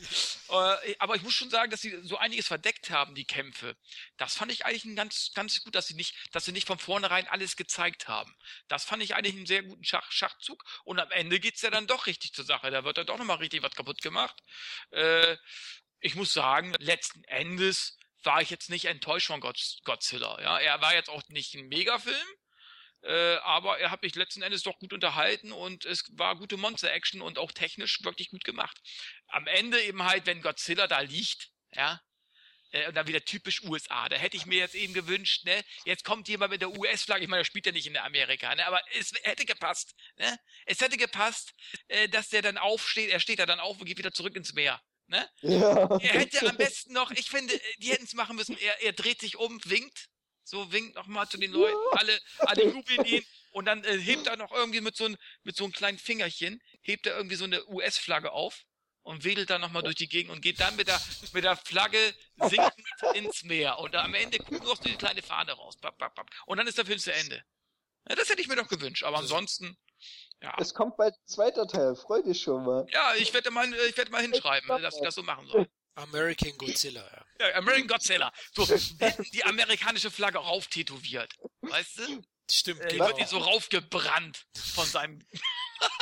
äh, aber ich muss schon sagen, dass sie so einiges verdeckt haben, die Kämpfe. Das fand ich eigentlich ein ganz, ganz gut, dass sie nicht, dass sie nicht von vornherein alles gezeigt haben. Das fand ich eigentlich einen sehr guten Schach, Schachzug. Und am Ende geht's ja dann doch richtig zur Sache. Da wird dann doch nochmal richtig was kaputt gemacht. Äh, ich muss sagen, letzten Endes war ich jetzt nicht enttäuscht von Godz- Godzilla. Ja, er war jetzt auch nicht ein Megafilm. Äh, aber er hat mich letzten Endes doch gut unterhalten und es war gute Monster-Action und auch technisch wirklich gut gemacht. Am Ende eben halt, wenn Godzilla da liegt, ja, äh, und dann wieder typisch U S A, da hätte ich mir jetzt eben gewünscht, ne, jetzt kommt jemand mit der U S-Flagge, ich meine, er spielt ja nicht in der Amerika, ne, aber es hätte gepasst, ne, es hätte gepasst, äh, dass der dann aufsteht, er steht da dann auf und geht wieder zurück ins Meer, ne. Ja. Er hätte am besten noch, ich finde, die hätten es machen müssen, er, er dreht sich um, winkt, so winkt nochmal zu den Leuten, alle, alle jubeln ihn und dann äh, hebt er noch irgendwie mit so, ein, mit so einem kleinen Fingerchen, hebt er irgendwie so eine U S-Flagge auf und wedelt dann nochmal durch die Gegend und geht dann mit der, mit der Flagge sinkend ins Meer und am Ende guckt nur noch so die kleine Fahne raus, papp, papp, papp. Und dann ist der Film zu Ende. Ja, das hätte ich mir doch gewünscht, aber ansonsten, ja. Es kommt bald ein zweiter Teil, freu dich schon mal. Ja, ich werde mal, ich werde mal hinschreiben, dass ich das so machen soll. American Godzilla, ja. Ja, American Godzilla. So, hätten die amerikanische Flagge rauftätowiert. Weißt du? Stimmt, Äh, genau. wird die so raufgebrannt von seinem.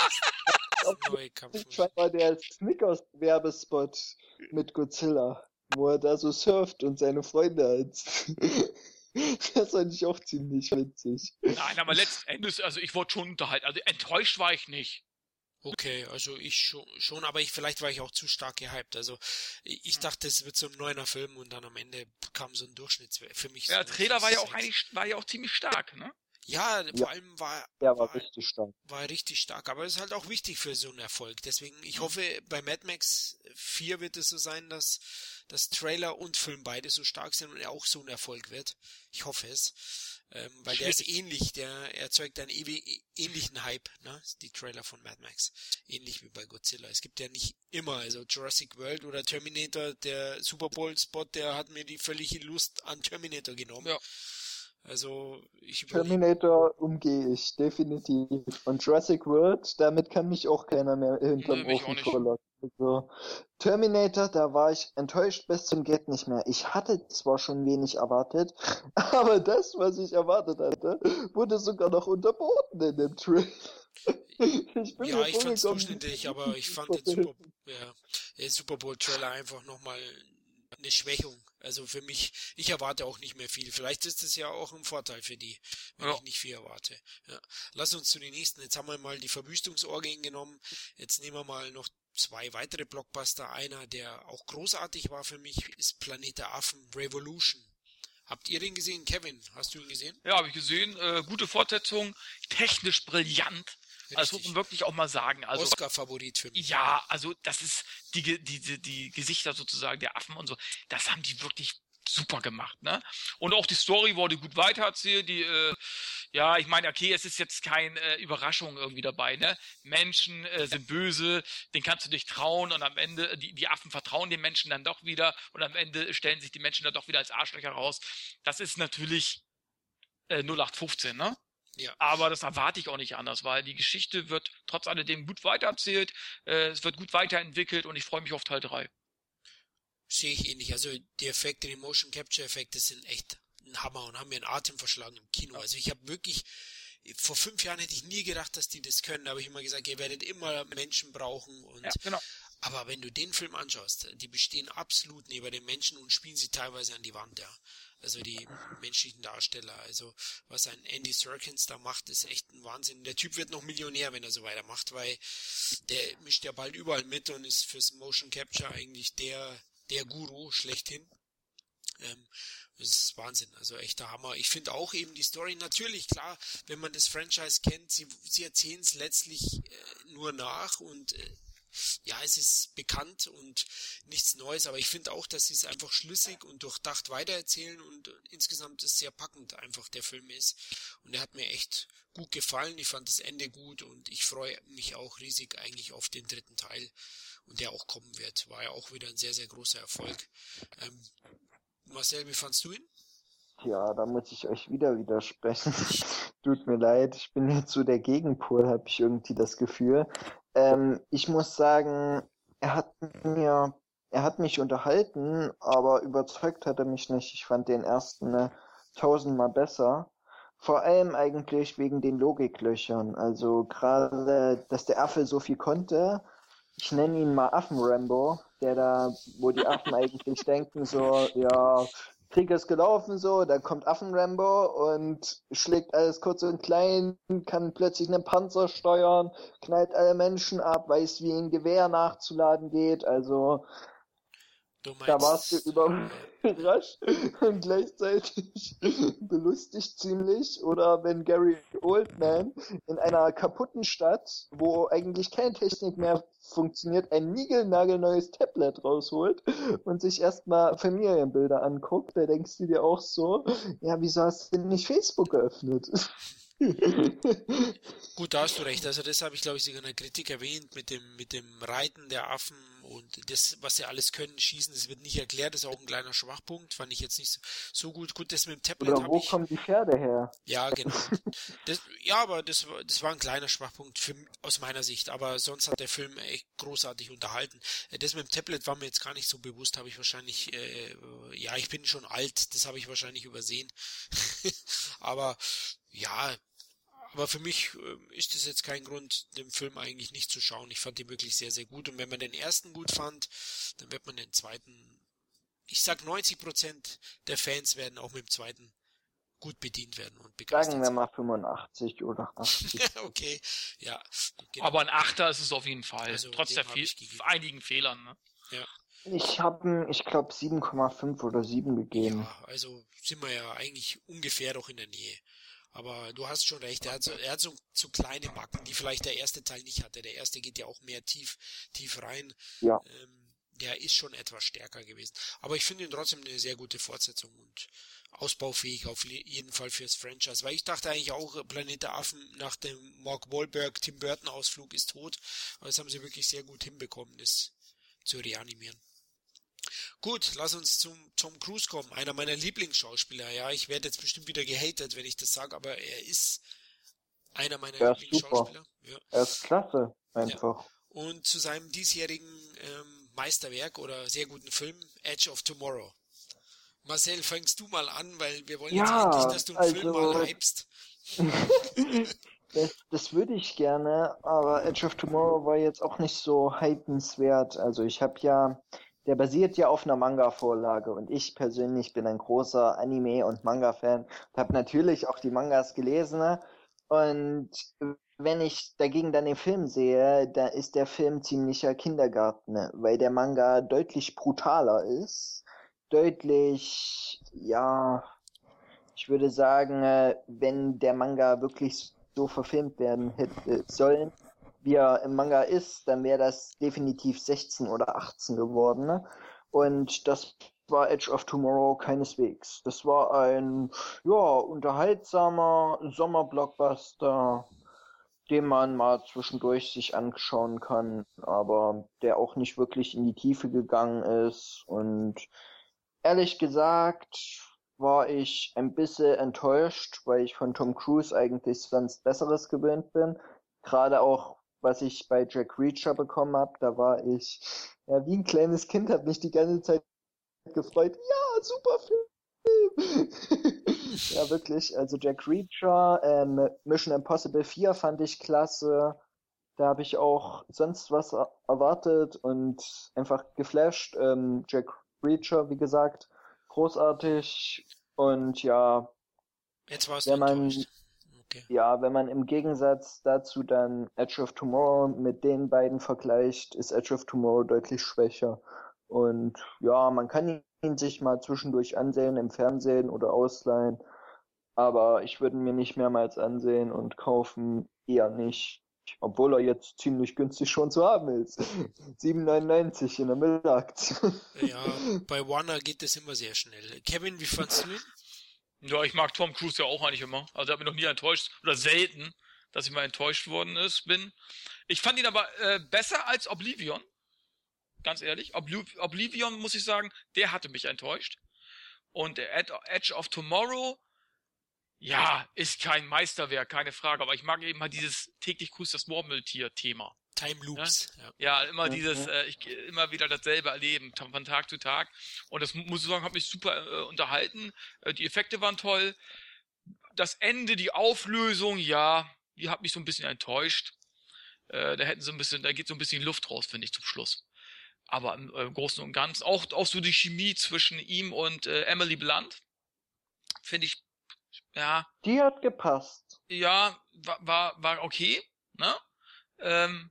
Neue Kampf. Ich fand mal der Snickers-Werbespot mit Godzilla. wo er da so surft und seine Freunde hat. Das fand ich auch ziemlich witzig. Nein, aber letzten Endes, also ich wurde schon unterhalten. Also enttäuscht war ich nicht. Okay, also ich schon, schon, aber ich vielleicht war ich auch zu stark gehypt. Also ich dachte, es wird so ein neuner Film und dann am Ende kam so ein Durchschnitt für mich. Ja, der so Trailer war ja auch sechs. eigentlich, war ja auch ziemlich stark, ne? Ja, vor Ja. allem war, Der war war, richtig stark. war richtig stark, aber es ist halt auch wichtig für so einen Erfolg. Deswegen, ich hoffe, bei Mad Max vier wird es so sein, dass das Trailer und Film beide so stark sind und er auch so ein Erfolg wird. Ich hoffe es. Ähm, weil der ist ähnlich, der erzeugt einen ewig, ähnlichen Hype, ne? Die Trailer von Mad Max. Ähnlich wie bei Godzilla. Es gibt ja nicht immer, also Jurassic World oder Terminator, der Super Bowl Spot, der hat mir die völlige Lust an Terminator genommen. Ja. Also, ich überlege. Terminator umgehe ich, definitiv. Und Jurassic World, damit kann mich auch keiner mehr hinterm Nee, mich auch Ofen nicht. vorlocken. Also, Terminator, da war ich enttäuscht bis zum geht nicht mehr. Ich hatte zwar schon wenig erwartet, aber das, was ich erwartet hatte, wurde sogar noch unterboten in dem Trailer. Ich bin Ja, mir ich fand's vorgekommen, durchschnittlich, aber ich fand den Super, ja, den Super Bowl Trailer einfach nochmal eine Schwächung. Also für mich, ich erwarte auch nicht mehr viel. Vielleicht ist es ja auch ein Vorteil für die, wenn Ja. ich nicht viel erwarte. Ja. Lass uns zu den nächsten. Jetzt haben wir mal die Verwüstungsorgien genommen. Jetzt nehmen wir mal noch zwei weitere Blockbuster. Einer, der auch großartig war für mich, ist Planet der Affen Revolution. Habt ihr den gesehen? Kevin, hast du ihn gesehen? Ja, habe ich gesehen. Äh, gute Fortsetzung, technisch brillant. Also muss man wirklich auch mal sagen. Also Oscar-Favorit für mich. ja, also das ist die Ge- die die, die Gesichter sozusagen der Affen und so. Das haben die wirklich super gemacht, ne? Und auch die Story wurde gut weitererzählt. Die äh, ja, ich meine, okay, es ist jetzt keine äh, Überraschung irgendwie dabei, ne? Menschen äh, sind böse, denen kannst du nicht trauen und am Ende die die Affen vertrauen den Menschen dann doch wieder und am Ende stellen sich die Menschen dann doch wieder als Arschlöcher raus. Das ist natürlich äh, null acht fünfzehn, ne? Ja. Aber das erwarte ich auch nicht anders, weil die Geschichte wird trotz alledem gut weitererzählt, äh, es wird gut weiterentwickelt und ich freue mich auf Teil drei. Sehe ich ähnlich. Also die Effekte, die Motion Capture Effekte sind echt ein Hammer und haben mir einen Atem verschlagen im Kino. Also ich habe wirklich, vor fünf Jahren hätte ich nie gedacht, dass die das können. Da habe ich immer gesagt, ihr werdet immer Menschen brauchen. Und Ja, genau. aber wenn du den Film anschaust, die bestehen absolut neben den Menschen und spielen sie teilweise an die Wand, ja. Also die menschlichen Darsteller. Also was ein Andy Serkins da macht, ist echt ein Wahnsinn. Der Typ wird noch Millionär, wenn er so weitermacht, weil der mischt ja bald überall mit und ist fürs Motion Capture eigentlich der der Guru schlechthin. Ähm, das ist Wahnsinn, also echter Hammer. Ich finde auch eben die Story, natürlich, klar, wenn man das Franchise kennt, sie, sie erzählen es letztlich äh, nur nach und äh, ja, es ist bekannt und nichts Neues, aber ich finde auch, dass sie es einfach schlüssig und durchdacht weitererzählen und äh, insgesamt ist sehr packend einfach der Film ist und er hat mir echt gut gefallen, ich fand das Ende gut und ich freue mich auch riesig eigentlich auf den dritten Teil und der auch kommen wird, war ja auch wieder ein sehr, sehr großer Erfolg. Ähm, Marcel, wie fandst du ihn? Ja, da muss ich euch wieder widersprechen. Tut mir leid, ich bin jetzt so der Gegenpol, habe ich irgendwie das Gefühl. Ähm, ich muss sagen, er hat mir, er hat mich unterhalten, aber überzeugt hat er mich nicht. Ich fand den ersten äh, tausendmal besser. Vor allem eigentlich wegen den Logiklöchern. Also gerade, dass der Affe so viel konnte. Ich nenne ihn mal Affen-Rambo, der da, wo die Affen eigentlich denken so, ja, Krieg ist gelaufen so, dann kommt Affen-Rambo und schlägt alles kurz und klein, kann plötzlich einen Panzer steuern, knallt alle Menschen ab, weiß, wie ein Gewehr nachzuladen geht, also Du meinst, da warst du überrascht und gleichzeitig belustigt ziemlich. Oder wenn Gary Oldman in einer kaputten Stadt, wo eigentlich keine Technik mehr funktioniert, ein niegelnagelneues Tablet rausholt und sich erstmal Familienbilder anguckt, da denkst du dir auch so, ja, wieso hast du denn nicht Facebook geöffnet? Gut, da hast du recht. Also das habe ich, glaube ich, sogar in der Kritik erwähnt mit dem mit dem Reiten der Affen und das, was sie alles können, schießen, das wird nicht erklärt. Das ist auch ein kleiner Schwachpunkt, fand ich jetzt nicht so, so gut. Gut, das mit dem Tablet Oder wo habe ich. kommen die Pferde her? Ja, genau. Das, ja, aber das war das war ein kleiner Schwachpunkt für, aus meiner Sicht. Aber sonst hat der Film echt großartig unterhalten. Das mit dem Tablet war mir jetzt gar nicht so bewusst. Habe ich wahrscheinlich. Äh, ja, ich bin schon alt. Das habe ich wahrscheinlich übersehen. aber ja. Aber für mich äh, ist das jetzt kein Grund, den Film eigentlich nicht zu schauen. Ich fand ihn wirklich sehr, sehr gut. Und wenn man den ersten gut fand, dann wird man den zweiten ich sag neunzig Prozent der Fans werden auch mit dem zweiten gut bedient werden und begeistert Sagen wir mal fünfundachtzig oder achtzig. Okay, ja. Genau. Aber ein Achter ist es auf jeden Fall, also trotz der Fe- einigen Fehlern. Ne? Ja. Ich habe, ich glaube, sieben Komma fünf oder sieben gegeben. Ja, also sind wir ja eigentlich ungefähr doch in der Nähe. Aber du hast schon recht, er hat so, er hat so, so kleine Macken, die vielleicht der erste Teil nicht hatte. Der erste geht ja auch mehr tief, tief rein. Ja. Ähm, der ist schon etwas stärker gewesen. Aber ich finde ihn trotzdem eine sehr gute Fortsetzung und ausbaufähig auf jeden Fall fürs Franchise. Weil ich dachte eigentlich auch, Planet der Affen nach dem Mark Wahlberg, Tim Burton Ausflug ist tot. Aber das haben sie wirklich sehr gut hinbekommen, das zu reanimieren. Gut, lass uns zum Tom Cruise kommen. Einer meiner Lieblingsschauspieler. Ja, ich werde jetzt bestimmt wieder gehatet, wenn ich das sage, aber er ist einer meiner er Lieblingsschauspieler. Ja. Er ist klasse, einfach. Ja. Und zu seinem diesjährigen ähm, Meisterwerk oder sehr guten Film, Edge of Tomorrow. Marcel, fängst du mal an, weil wir wollen ja, jetzt endlich, dass du einen also, Film mal hypst. das, das würde ich gerne, aber Edge of Tomorrow war jetzt auch nicht so hypenswert. Also ich habe ja, der basiert ja auf einer Manga-Vorlage und ich persönlich bin ein großer Anime- und Manga-Fan. Habe natürlich auch die Mangas gelesen und wenn ich dagegen dann den Film sehe, da ist der Film ziemlicher Kindergarten, weil der Manga deutlich brutaler ist. Deutlich, ja, ich würde sagen, wenn der Manga wirklich so verfilmt werden hätte sollen, wie er im Manga ist, dann wäre das definitiv sechzehn oder achtzehn geworden. Und das war Edge of Tomorrow keineswegs. Das war ein, ja, unterhaltsamer Sommerblockbuster, den man mal zwischendurch sich anschauen kann, aber der auch nicht wirklich in die Tiefe gegangen ist. Und ehrlich gesagt war ich ein bisschen enttäuscht, weil ich von Tom Cruise eigentlich sonst Besseres gewöhnt bin. Gerade auch, was ich bei Jack Reacher bekommen habe, da war ich ja wie ein kleines Kind, habe mich die ganze Zeit gefreut. Ja, super Film! Ja, wirklich. Also Jack Reacher, ähm, Mission Impossible vier fand ich klasse. Da habe ich auch sonst was erwartet und einfach geflasht. Ähm, Jack Reacher, wie gesagt, großartig. Und ja, jetzt warst wenn du man, enttäuscht. Okay. ja, wenn man im Gegensatz dazu dann Edge of Tomorrow mit den beiden vergleicht, ist Edge of Tomorrow deutlich schwächer. Und ja, man kann ihn sich mal zwischendurch ansehen im Fernsehen oder ausleihen. Aber ich würde ihn mir nicht mehrmals ansehen und kaufen eher nicht. Obwohl er jetzt ziemlich günstig schon zu haben ist. sieben neunundneunzig in der Mittelaktion. Ja, bei Warner geht das immer sehr schnell. Kevin, wie fandst du ihn? Ja, ich mag Tom Cruise ja auch eigentlich immer. Also er hat mich noch nie enttäuscht, oder selten, dass ich mal enttäuscht worden ist, bin. Ich fand ihn aber äh, besser als Oblivion. Ganz ehrlich. Obli- Oblivion, muss ich sagen, der hatte mich enttäuscht. Und der Ed- Edge of Tomorrow, ja, ist kein Meisterwerk, keine Frage. Aber ich mag eben halt dieses täglich grüßt das Murmeltier-Thema. Time Loops. Ja, ja immer mhm. dieses, äh, ich immer wieder dasselbe erleben, von Tag zu Tag. Und das muss ich sagen, hat mich super äh, unterhalten. Äh, die Effekte waren toll. Das Ende, die Auflösung, ja, die hat mich so ein bisschen enttäuscht. Äh, da hätten sie ein bisschen, da geht so ein bisschen Luft raus, finde ich, zum Schluss. Aber im äh, Großen und Ganzen, auch, auch so die Chemie zwischen ihm und äh, Emily Blunt, finde ich, ja. Die hat gepasst. Ja, war, war, war okay, ne? Ähm,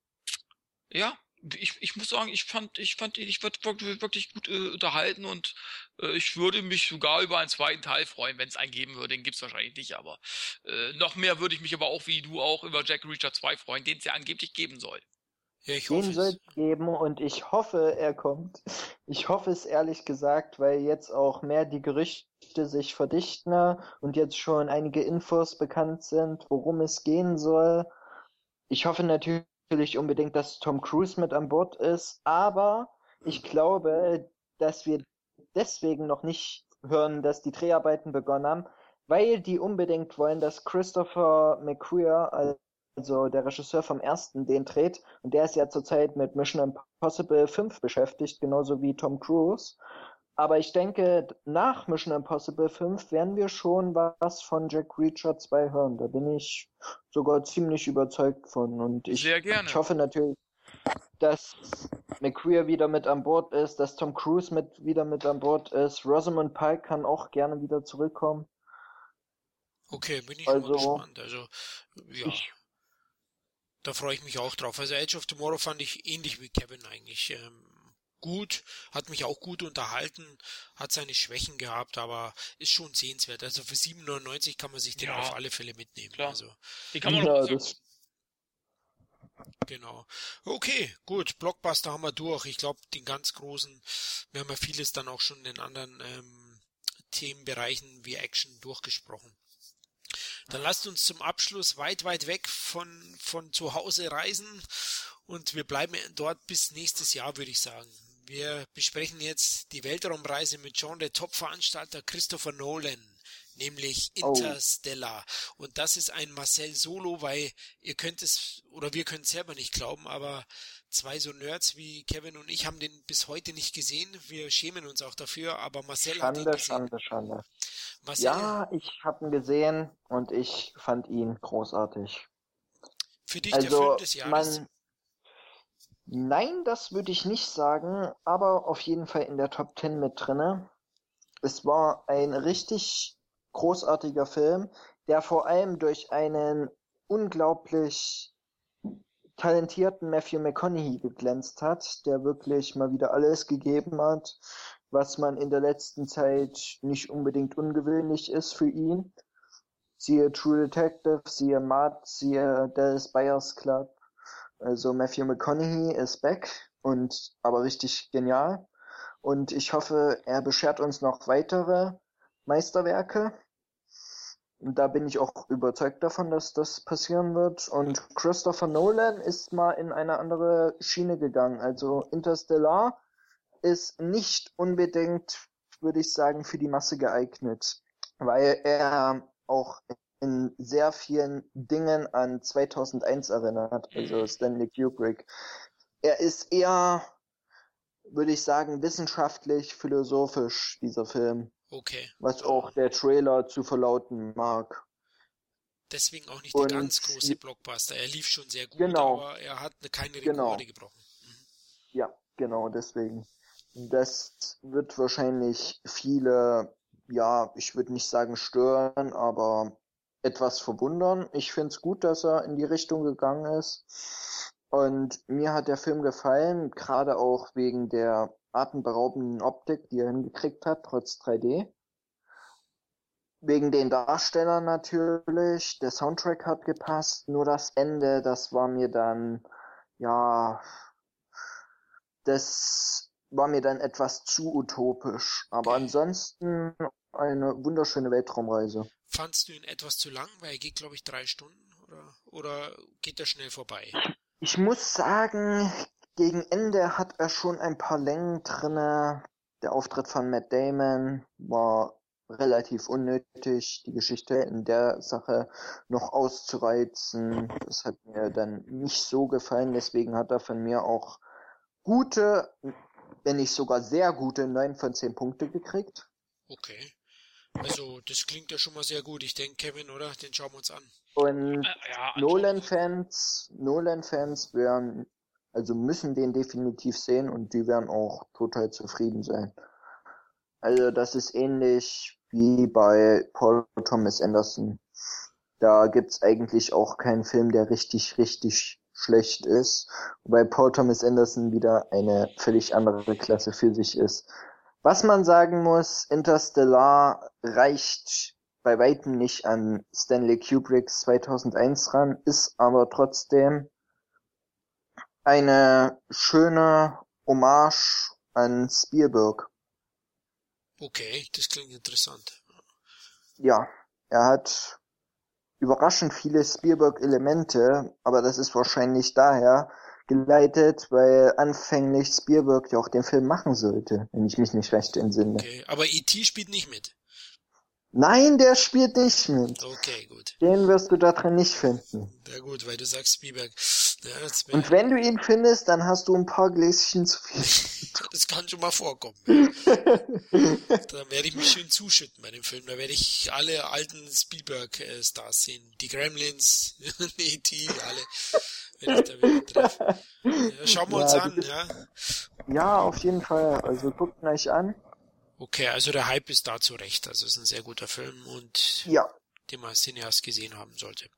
ja, ich, ich muss sagen, ich fand, ich fand, ich wird wirklich, wirklich gut äh, unterhalten und äh, ich würde mich sogar über einen zweiten Teil freuen, wenn es einen geben würde. Den gibt's wahrscheinlich nicht, aber äh, noch mehr würde ich mich aber auch, wie du auch, über Jack Reacher zwei freuen, den es ja angeblich geben soll. Ja, ich Den hoffe soll es. es geben und ich hoffe, er kommt. Ich hoffe es ehrlich gesagt, weil jetzt auch mehr die Gerüchte sich verdichten und jetzt schon einige Infos bekannt sind, worum es gehen soll. Ich hoffe natürlich unbedingt, dass Tom Cruise mit an Bord ist, aber ich glaube, dass wir deswegen noch nicht hören, dass die Dreharbeiten begonnen haben, weil die unbedingt wollen, dass Christopher McQuarrie, also der Regisseur vom ersten, den dreht. Und der ist ja zurzeit mit Mission Impossible fünf beschäftigt, genauso wie Tom Cruise. Aber ich denke, nach Mission Impossible fünf werden wir schon was von Jack Reacher zwei hören. Da bin ich sogar ziemlich überzeugt von. Und ich, Sehr gerne. ich hoffe natürlich, dass McQueer wieder mit an Bord ist, dass Tom Cruise mit wieder mit an Bord ist. Rosamund Pike kann auch gerne wieder zurückkommen. Okay, bin ich Also, schon mal gespannt. Also, ja, ich, da freue ich mich auch drauf. Also Edge of Tomorrow fand ich ähnlich wie Kevin eigentlich ähm, gut, hat mich auch gut unterhalten, hat seine Schwächen gehabt, aber ist schon sehenswert. Also für sieben neunundneunzig kann man sich den Ja, auf alle Fälle mitnehmen. klar. Also, Die kann man ja, noch das, genau. Okay, gut. Blockbuster haben wir durch. Ich glaube, den ganz großen, wir haben ja vieles dann auch schon in den anderen ähm, Themenbereichen wie Action durchgesprochen. Dann lasst uns zum Abschluss weit, weit weg von, von zu Hause reisen und wir bleiben dort bis nächstes Jahr, würde ich sagen. Wir besprechen jetzt die Weltraumreise mit John, der Top-Veranstalter Christopher Nolan, nämlich Interstellar. Oh. Und das ist ein Marcel Solo, weil ihr könnt es, oder wir können es selber nicht glauben, aber zwei so Nerds wie Kevin und ich haben den bis heute nicht gesehen. Wir schämen uns auch dafür, aber Marcel Schande, hat ihn gesehen. Schande, Schande. Marcel, Ja, ich habe ihn gesehen und ich fand ihn großartig. Für dich also, der Film des Jahres? Man, nein, das würde ich nicht sagen, aber auf jeden Fall in der Top Ten mit drinne. Es war ein richtig großartiger Film, der vor allem durch einen unglaublich talentierten Matthew McConaughey geglänzt hat, der wirklich mal wieder alles gegeben hat, was man in der letzten Zeit nicht unbedingt ungewöhnlich ist für ihn. Siehe True Detective, siehe Matt, siehe Dallas Buyers Club. Also Matthew McConaughey ist back und aber richtig genial. Und ich hoffe, er beschert uns noch weitere Meisterwerke. Und da bin ich auch überzeugt davon, dass das passieren wird. Und Christopher Nolan ist mal in eine andere Schiene gegangen. Also Interstellar ist nicht unbedingt, würde ich sagen, für die Masse geeignet, weil er auch in sehr vielen Dingen an zweitausendeins erinnert, also Stanley Kubrick. Er ist eher, würde ich sagen, wissenschaftlich, philosophisch, dieser Film. Okay. Was auch der Trailer zu verlauten mag. Deswegen auch nicht Und der ganz große Blockbuster. Er lief schon sehr gut, genau, aber er hat keine Rekorde genau. gebrochen. Mhm. Ja, genau, deswegen. Das wird wahrscheinlich viele, ja, ich würde nicht sagen stören, aber etwas verwundern. Ich finde es gut, dass er in die Richtung gegangen ist. Und mir hat der Film gefallen, gerade auch wegen der atemberaubenden Optik, die er hingekriegt hat, trotz drei D. Wegen den Darstellern natürlich. Der Soundtrack hat gepasst, nur das Ende, das war mir dann, ja, das war mir dann etwas zu utopisch. Aber Okay. ansonsten eine wunderschöne Weltraumreise. Fandst du ihn etwas zu lang? Weil er geht, glaube ich, drei Stunden oder, oder geht er schnell vorbei? Ich muss sagen, gegen Ende hat er schon ein paar Längen drinne. Der Auftritt von Matt Damon war relativ unnötig, die Geschichte in der Sache noch auszureizen. Das hat mir dann nicht so gefallen, deswegen hat er von mir auch gute, wenn nicht sogar sehr gute neun von zehn Punkte gekriegt. Okay. Also, das klingt ja schon mal sehr gut. Ich denke, Kevin, oder? Den schauen wir uns an. Und Äh, ja, Nolan-Fans, Nolan-Fans werden, also müssen den definitiv sehen und die werden auch total zufrieden sein. Also das ist ähnlich wie bei Paul Thomas Anderson. Da gibt's eigentlich auch keinen Film, der richtig, richtig schlecht ist. Wobei Paul Thomas Anderson wieder eine völlig andere Klasse für sich ist. Was man sagen muss, Interstellar reicht bei weitem nicht an Stanley Kubricks zweitausendeins ran, ist aber trotzdem eine schöne Hommage an Spielberg. Okay, das klingt interessant. Ja, er hat überraschend viele Spielberg-Elemente, aber das ist wahrscheinlich daher geleitet, weil anfänglich Spielberg ja auch den Film machen sollte, wenn ich mich nicht recht entsinne. Okay, aber E T spielt nicht mit. Nein, der spielt nicht mit. Okay, gut. Den wirst du da drin nicht finden. Ja gut, weil du sagst Spielberg. Ja, das wär, Und wenn du ihn findest, dann hast du ein paar Gläschen zu viel. das kann schon mal vorkommen. Da werde ich mich schön zuschütten bei dem Film. Da werde ich alle alten Spielberg-Stars sehen. Die Gremlins, E T, alle. Wenn ich da wieder treffe. Ja, schauen wir Ja, uns du an, bist- ja. Ja, auf jeden Fall. Also guckt ihn euch an. Okay, also der Hype ist da zu Recht. Also es ist ein sehr guter Film und Ja, den man als Cineast gesehen haben sollte.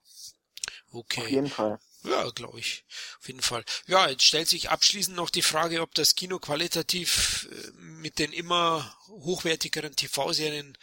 Okay. auf jeden Fall. Ja, glaube ich. Auf jeden Fall. Ja, jetzt stellt sich abschließend noch die Frage, ob das Kino qualitativ äh, mit den immer hochwertigeren T V-Serien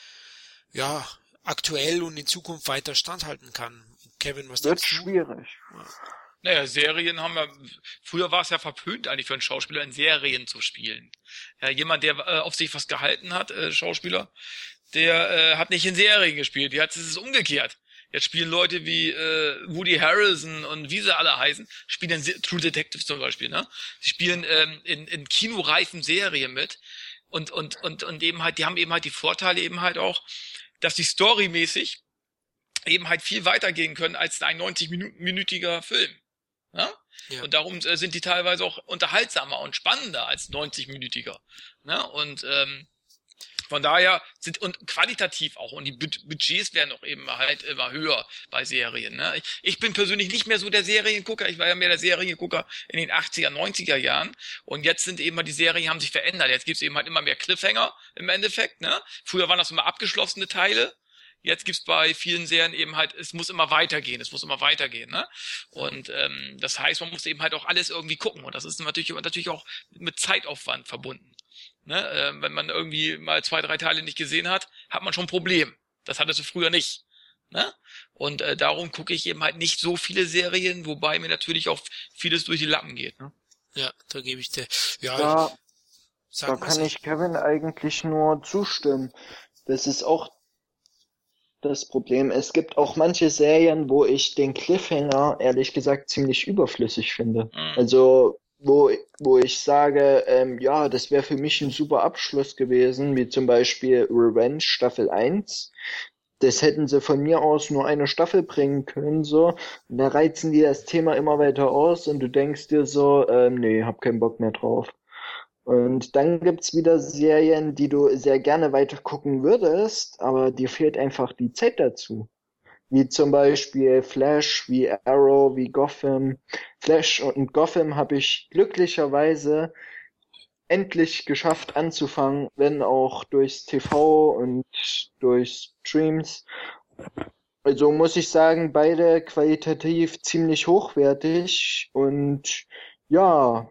ja aktuell und in Zukunft weiter standhalten kann. Kevin, was Wird denkst du? schwierig. Naja, Serien haben wir, früher war es ja verpönt eigentlich für einen Schauspieler in Serien zu spielen. Ja, jemand, der äh, auf sich was gehalten hat, äh, Schauspieler, der äh, hat nicht in Serien gespielt, jetzt ist es umgekehrt. Jetzt spielen Leute wie äh, Woody Harrelson und wie sie alle heißen, spielen in Se- True Detective zum Beispiel, ne? Sie spielen ähm, in, in kinoreifen Serien mit und und und und eben halt, die haben eben halt die Vorteile eben halt auch, dass die storymäßig eben halt viel weitergehen können als ein neunzig-minütiger Film. Ja? Ja. Und darum äh, sind die teilweise auch unterhaltsamer und spannender als neunzig-minütiger. Ne? Und ähm, von daher sind und qualitativ auch und die Bud- Budgets werden auch eben halt immer höher bei Serien. Ne? Ich, ich bin persönlich nicht mehr so der Seriengucker. Ich war ja mehr der Seriengucker in den achtziger, neunziger Jahren und jetzt sind eben mal die Serien haben sich verändert. Jetzt gibt's eben halt immer mehr Cliffhanger im Endeffekt. Ne? Früher waren das immer abgeschlossene Teile. Jetzt gibt's bei vielen Serien eben halt, es muss immer weitergehen, es muss immer weitergehen, ne? Und ähm, das heißt, man muss eben halt auch alles irgendwie gucken und das ist natürlich natürlich auch mit Zeitaufwand verbunden. Ne? Äh, wenn man irgendwie mal zwei, drei Teile nicht gesehen hat, hat man schon ein Problem. Das hattest du früher nicht. Ne? Und äh, darum gucke ich eben halt nicht so viele Serien, wobei mir natürlich auch vieles durch die Lappen geht. Ne? Ja, da gebe ich dir. Ja, Da, sag da mal kann so. ich Kevin eigentlich nur zustimmen. Das ist auch das Problem. Es gibt auch manche Serien, wo ich den Cliffhanger ehrlich gesagt ziemlich überflüssig finde. Mhm. Also wo, wo ich sage, ähm, ja, das wäre für mich ein super Abschluss gewesen, wie zum Beispiel Revenge Staffel eins. Das hätten sie von mir aus nur eine Staffel bringen können, so. Und da reizen die das Thema immer weiter aus und du denkst dir so, ähm, nee, hab keinen Bock mehr drauf. Und dann gibt's wieder Serien, die du sehr gerne weiter gucken würdest, aber dir fehlt einfach die Zeit dazu. Wie zum Beispiel Flash, wie Arrow, wie Gotham. Flash und Gotham habe ich glücklicherweise endlich geschafft anzufangen, wenn auch durchs T V und durch Streams. Also muss ich sagen, beide qualitativ ziemlich hochwertig und ja,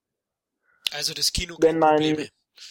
Also das Kino wenn kennt man Probleme.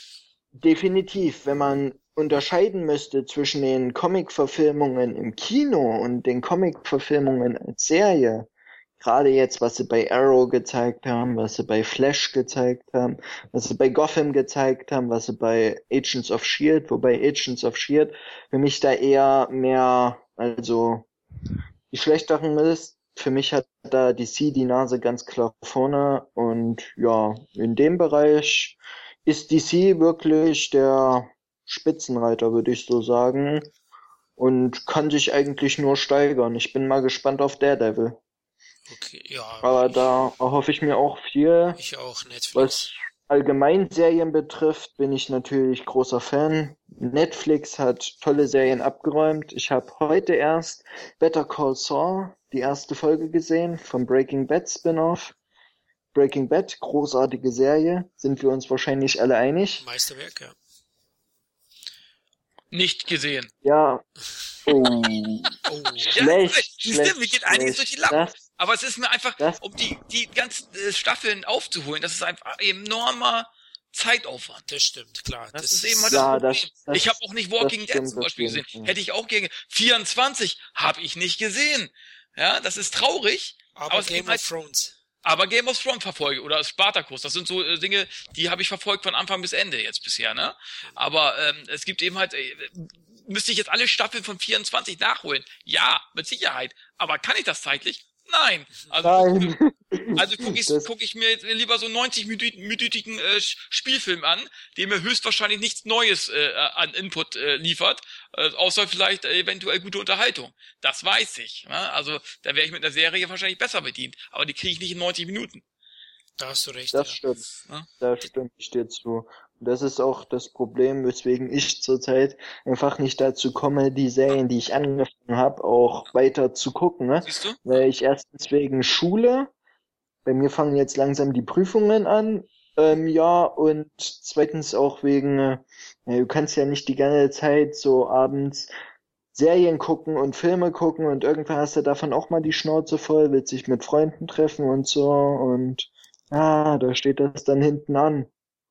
definitiv, wenn man unterscheiden müsste zwischen den Comic-Verfilmungen im Kino und den Comic-Verfilmungen als Serie, gerade jetzt, was sie bei Arrow gezeigt haben, was sie bei Flash gezeigt haben, was sie bei Gotham gezeigt haben, was sie bei Agents of Shield, wobei Agents of Shield für mich da eher mehr, also die schlechteren ist. Für mich hat da D C die Nase ganz klar vorne und ja, in dem Bereich ist D C wirklich der Spitzenreiter, würde ich so sagen, und kann sich eigentlich nur steigern. Ich bin mal gespannt auf Daredevil. Okay, ja. Aber ich, da erhoffe ich mir auch viel. ich auch, Netflix. Was allgemein Serien betrifft, bin ich natürlich großer Fan. Netflix hat tolle Serien abgeräumt. Ich habe heute erst Better Call Saul, die erste Folge gesehen, vom Breaking Bad Spin-off. Breaking Bad, großartige Serie, sind wir uns wahrscheinlich alle einig. Meisterwerk, ja. Nicht gesehen. Ja. Oh. Oh, Schlecht, ja, schlecht, stimmt, mir geht einiges durch schlecht. die Lappen. Das, Aber es ist mir einfach, das, um die, die ganzen äh, Staffeln aufzuholen, das ist einfach enormer Zeitaufwand. das stimmt, klar. Das, Das, ist eben halt ja, das Problem. das, das, Ich habe auch nicht Walking das Dead stimmt zum Beispiel auf jeden gesehen. Fall. Hätte ich auch gerne. vierundzwanzig habe ich nicht gesehen. Ja, das ist traurig. aber aber es Game gibt halt- of Thrones. Aber Game of Thrones verfolge oder Spartacus, das sind so äh, Dinge, die habe ich verfolgt von Anfang bis Ende jetzt bisher, ne? Aber ähm, es gibt eben halt, äh, müsste ich jetzt alle Staffeln von vierundzwanzig nachholen? Ja, mit Sicherheit. Aber kann ich das zeitlich? Nein. Also Nein. Also gucke ich, Das- guck ich mir jetzt lieber so neunzig-minütigen äh, Spielfilm an, der mir höchstwahrscheinlich nichts Neues äh, an Input äh, liefert, äh, außer vielleicht äh, eventuell gute Unterhaltung. Das weiß ich. Ne? Also da wäre ich mit einer Serie wahrscheinlich besser bedient, aber die kriege ich nicht in neunzig Minuten. Da hast du recht. Das ja. stimmt. Ja. Da stimme ich dir zu. Und das ist auch das Problem, weswegen ich zurzeit einfach nicht dazu komme, die Serien, die ich angefangen habe, auch weiter zu gucken. Ne? Siehst du? Weil ich erstens wegen Schule, bei mir fangen jetzt langsam die Prüfungen an, ähm, ja, und zweitens auch wegen, äh, ja, du kannst ja nicht die ganze Zeit so abends Serien gucken und Filme gucken und irgendwann hast du davon auch mal die Schnauze voll, willst dich mit Freunden treffen und so und ah, da steht das dann hinten an.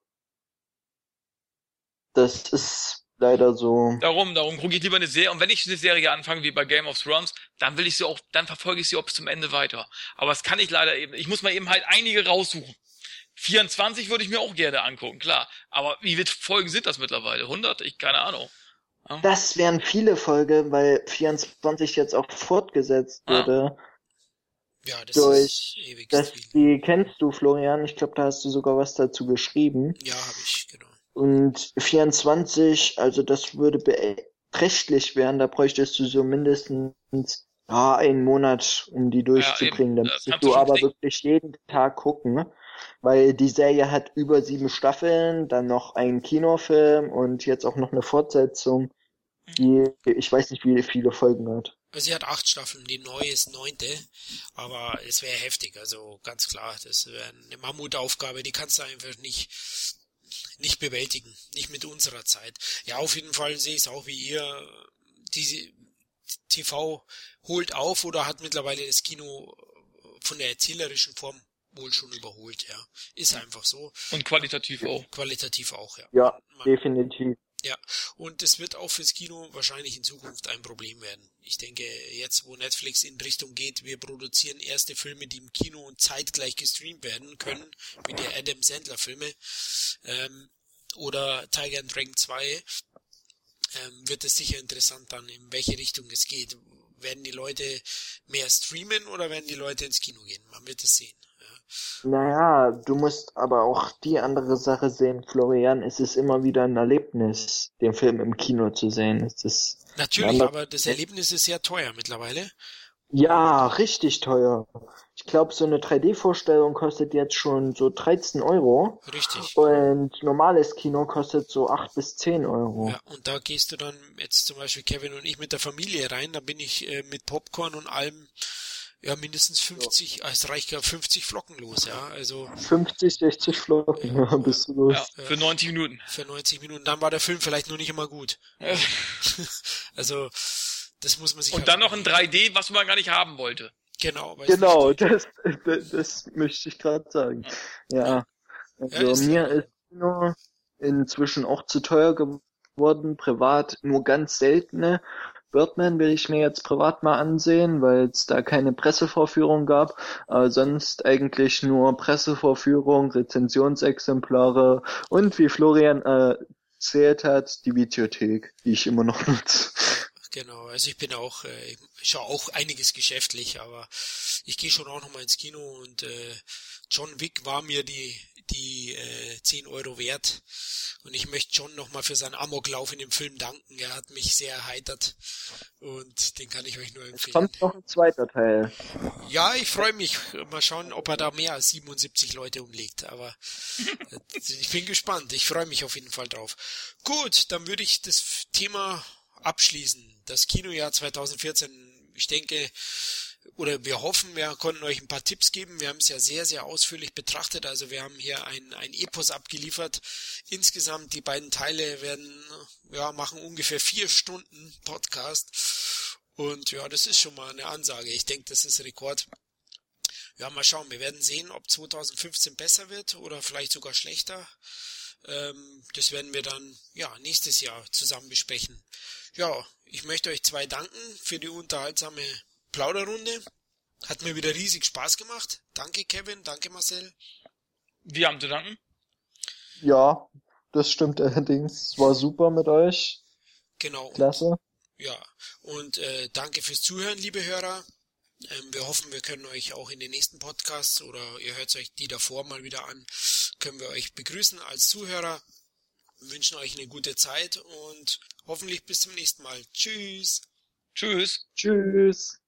Das ist leider so. Darum, darum gucke ich lieber eine Serie. Und wenn ich eine Serie anfange, wie bei Game of Thrones, dann will ich sie auch, dann verfolge ich sie auch bis zum Ende weiter. Aber das kann ich leider eben, ich muss mal eben halt einige raussuchen. vierundzwanzig würde ich mir auch gerne angucken, klar. Aber wie viele Folgen sind das mittlerweile? hundert? Ich, keine Ahnung. Ja. Das wären viele Folgen, weil vierundzwanzig jetzt auch fortgesetzt Ah. wurde. Ja, das Durch ist ewig Das, viel. die kennst du, Florian. Ich glaube, da hast du sogar was dazu geschrieben. Ja, habe ich, genau. Und vierundzwanzig, also das würde beträchtlich werden. Da bräuchtest du so mindestens ja, einen Monat, um die durchzubringen. eben. Dann Das müsstest kannst du du schon aber denken. wirklich jeden Tag gucken, ne? Weil die Serie hat über sieben Staffeln, dann noch einen Kinofilm und jetzt auch noch eine Fortsetzung, die ich weiß nicht, wie viele Folgen hat. Also sie hat acht Staffeln, die neue ist neunte, aber es wäre heftig, also ganz klar, das wäre eine Mammutaufgabe, die kannst du einfach nicht nicht bewältigen, nicht mit unserer Zeit. Ja, auf jeden Fall sehe ich es auch wie ihr, diese T V holt auf oder hat mittlerweile das Kino von der erzählerischen Form wohl schon überholt, ja. Ist einfach so. Und qualitativ auch. Qualitativ auch, ja. Ja, Man, definitiv. ja, und es wird auch fürs Kino wahrscheinlich in Zukunft ein Problem werden. Ich denke, jetzt wo Netflix in Richtung geht, wir produzieren erste Filme, die im Kino und zeitgleich gestreamt werden können, wie die Adam Sandler Filme, ähm, oder Tiger and Dragon zwei, ähm, wird es sicher interessant dann, in welche Richtung es geht. Werden die Leute mehr streamen oder werden die Leute ins Kino gehen? Man wird es sehen. Ja. Naja, du musst aber auch die andere Sache sehen, Florian. Es ist immer wieder ein Erlebnis, den Film im Kino zu sehen. Es ist Natürlich, Ja, aber das Erlebnis ist sehr teuer mittlerweile. ja richtig teuer. Ich glaube, so eine drei D-Vorstellung kostet jetzt schon so dreizehn Euro Richtig. und normales Kino kostet so acht bis zehn Euro. Ja, und da gehst du dann jetzt zum Beispiel Kevin und ich mit der Familie rein, da bin ich äh, mit Popcorn und allem ja mindestens fünfzig, ja. Es reicht ja fünfzig Flocken los, ja, also fünfzig, sechzig Flocken, ja, bist du los. Ja, für neunzig Minuten. für neunzig Minuten, dann war der Film vielleicht noch nicht immer gut. Ja. Also das muss man sich Und auch dann noch in überlegen. drei D, was man gar nicht haben wollte. Genau, weil Genau, es nicht das, das, das möchte ich gerade sagen. Ja, also Ja, ist mir ja- ist Kino inzwischen auch zu teuer geworden, privat nur ganz seltene. Birdman will ich mir jetzt privat mal ansehen, weil es da keine Pressevorführung gab, aber sonst eigentlich nur Pressevorführung, Rezensionsexemplare und wie Florian äh, erzählt hat, die Videothek, die ich immer noch nutze. Genau, also ich bin auch, äh, ich schaue auch einiges geschäftlich, aber ich gehe schon auch nochmal ins Kino und äh, John Wick war mir die die äh, zehn Euro wert und ich möchte John nochmal für seinen Amoklauf in dem Film danken. Er hat mich sehr erheitert und den kann ich euch nur Es empfehlen. kommt noch ein zweiter Teil. Ja, ich freue mich. Mal schauen, ob er da mehr als siebenundsiebzig Leute umlegt. Aber äh, ich bin gespannt. Ich freue mich auf jeden Fall drauf. Gut, dann würde ich das Thema abschließen. Das Kinojahr zwanzig vierzehn. Ich denke, oder wir hoffen, wir konnten euch ein paar Tipps geben. Wir haben es ja sehr, sehr ausführlich betrachtet. Also wir haben hier ein, ein Epos abgeliefert. Insgesamt die beiden Teile werden, ja, machen ungefähr vier Stunden Podcast. Und ja, das ist schon mal eine Ansage. Ich denke, das ist Rekord. Ja, mal schauen. Wir werden sehen, ob zwanzig fünfzehn besser wird oder vielleicht sogar schlechter. Ähm, das werden wir dann, ja, nächstes Jahr zusammen besprechen. Ja, ich möchte euch zwei danken für die unterhaltsame Plauderrunde. Hat mir wieder riesig Spaß gemacht. Danke Kevin, danke Marcel. Wir haben zu danken. Ja, das stimmt allerdings. Es war super mit euch. Genau. Klasse. Ja, und äh, danke fürs Zuhören, liebe Hörer. Ähm, wir hoffen, wir können euch auch in den nächsten Podcasts oder ihr hört euch die davor mal wieder an, können wir euch begrüßen als Zuhörer, wünschen euch eine gute Zeit und hoffentlich bis zum nächsten Mal. Tschüss. Tschüss. Tschüss.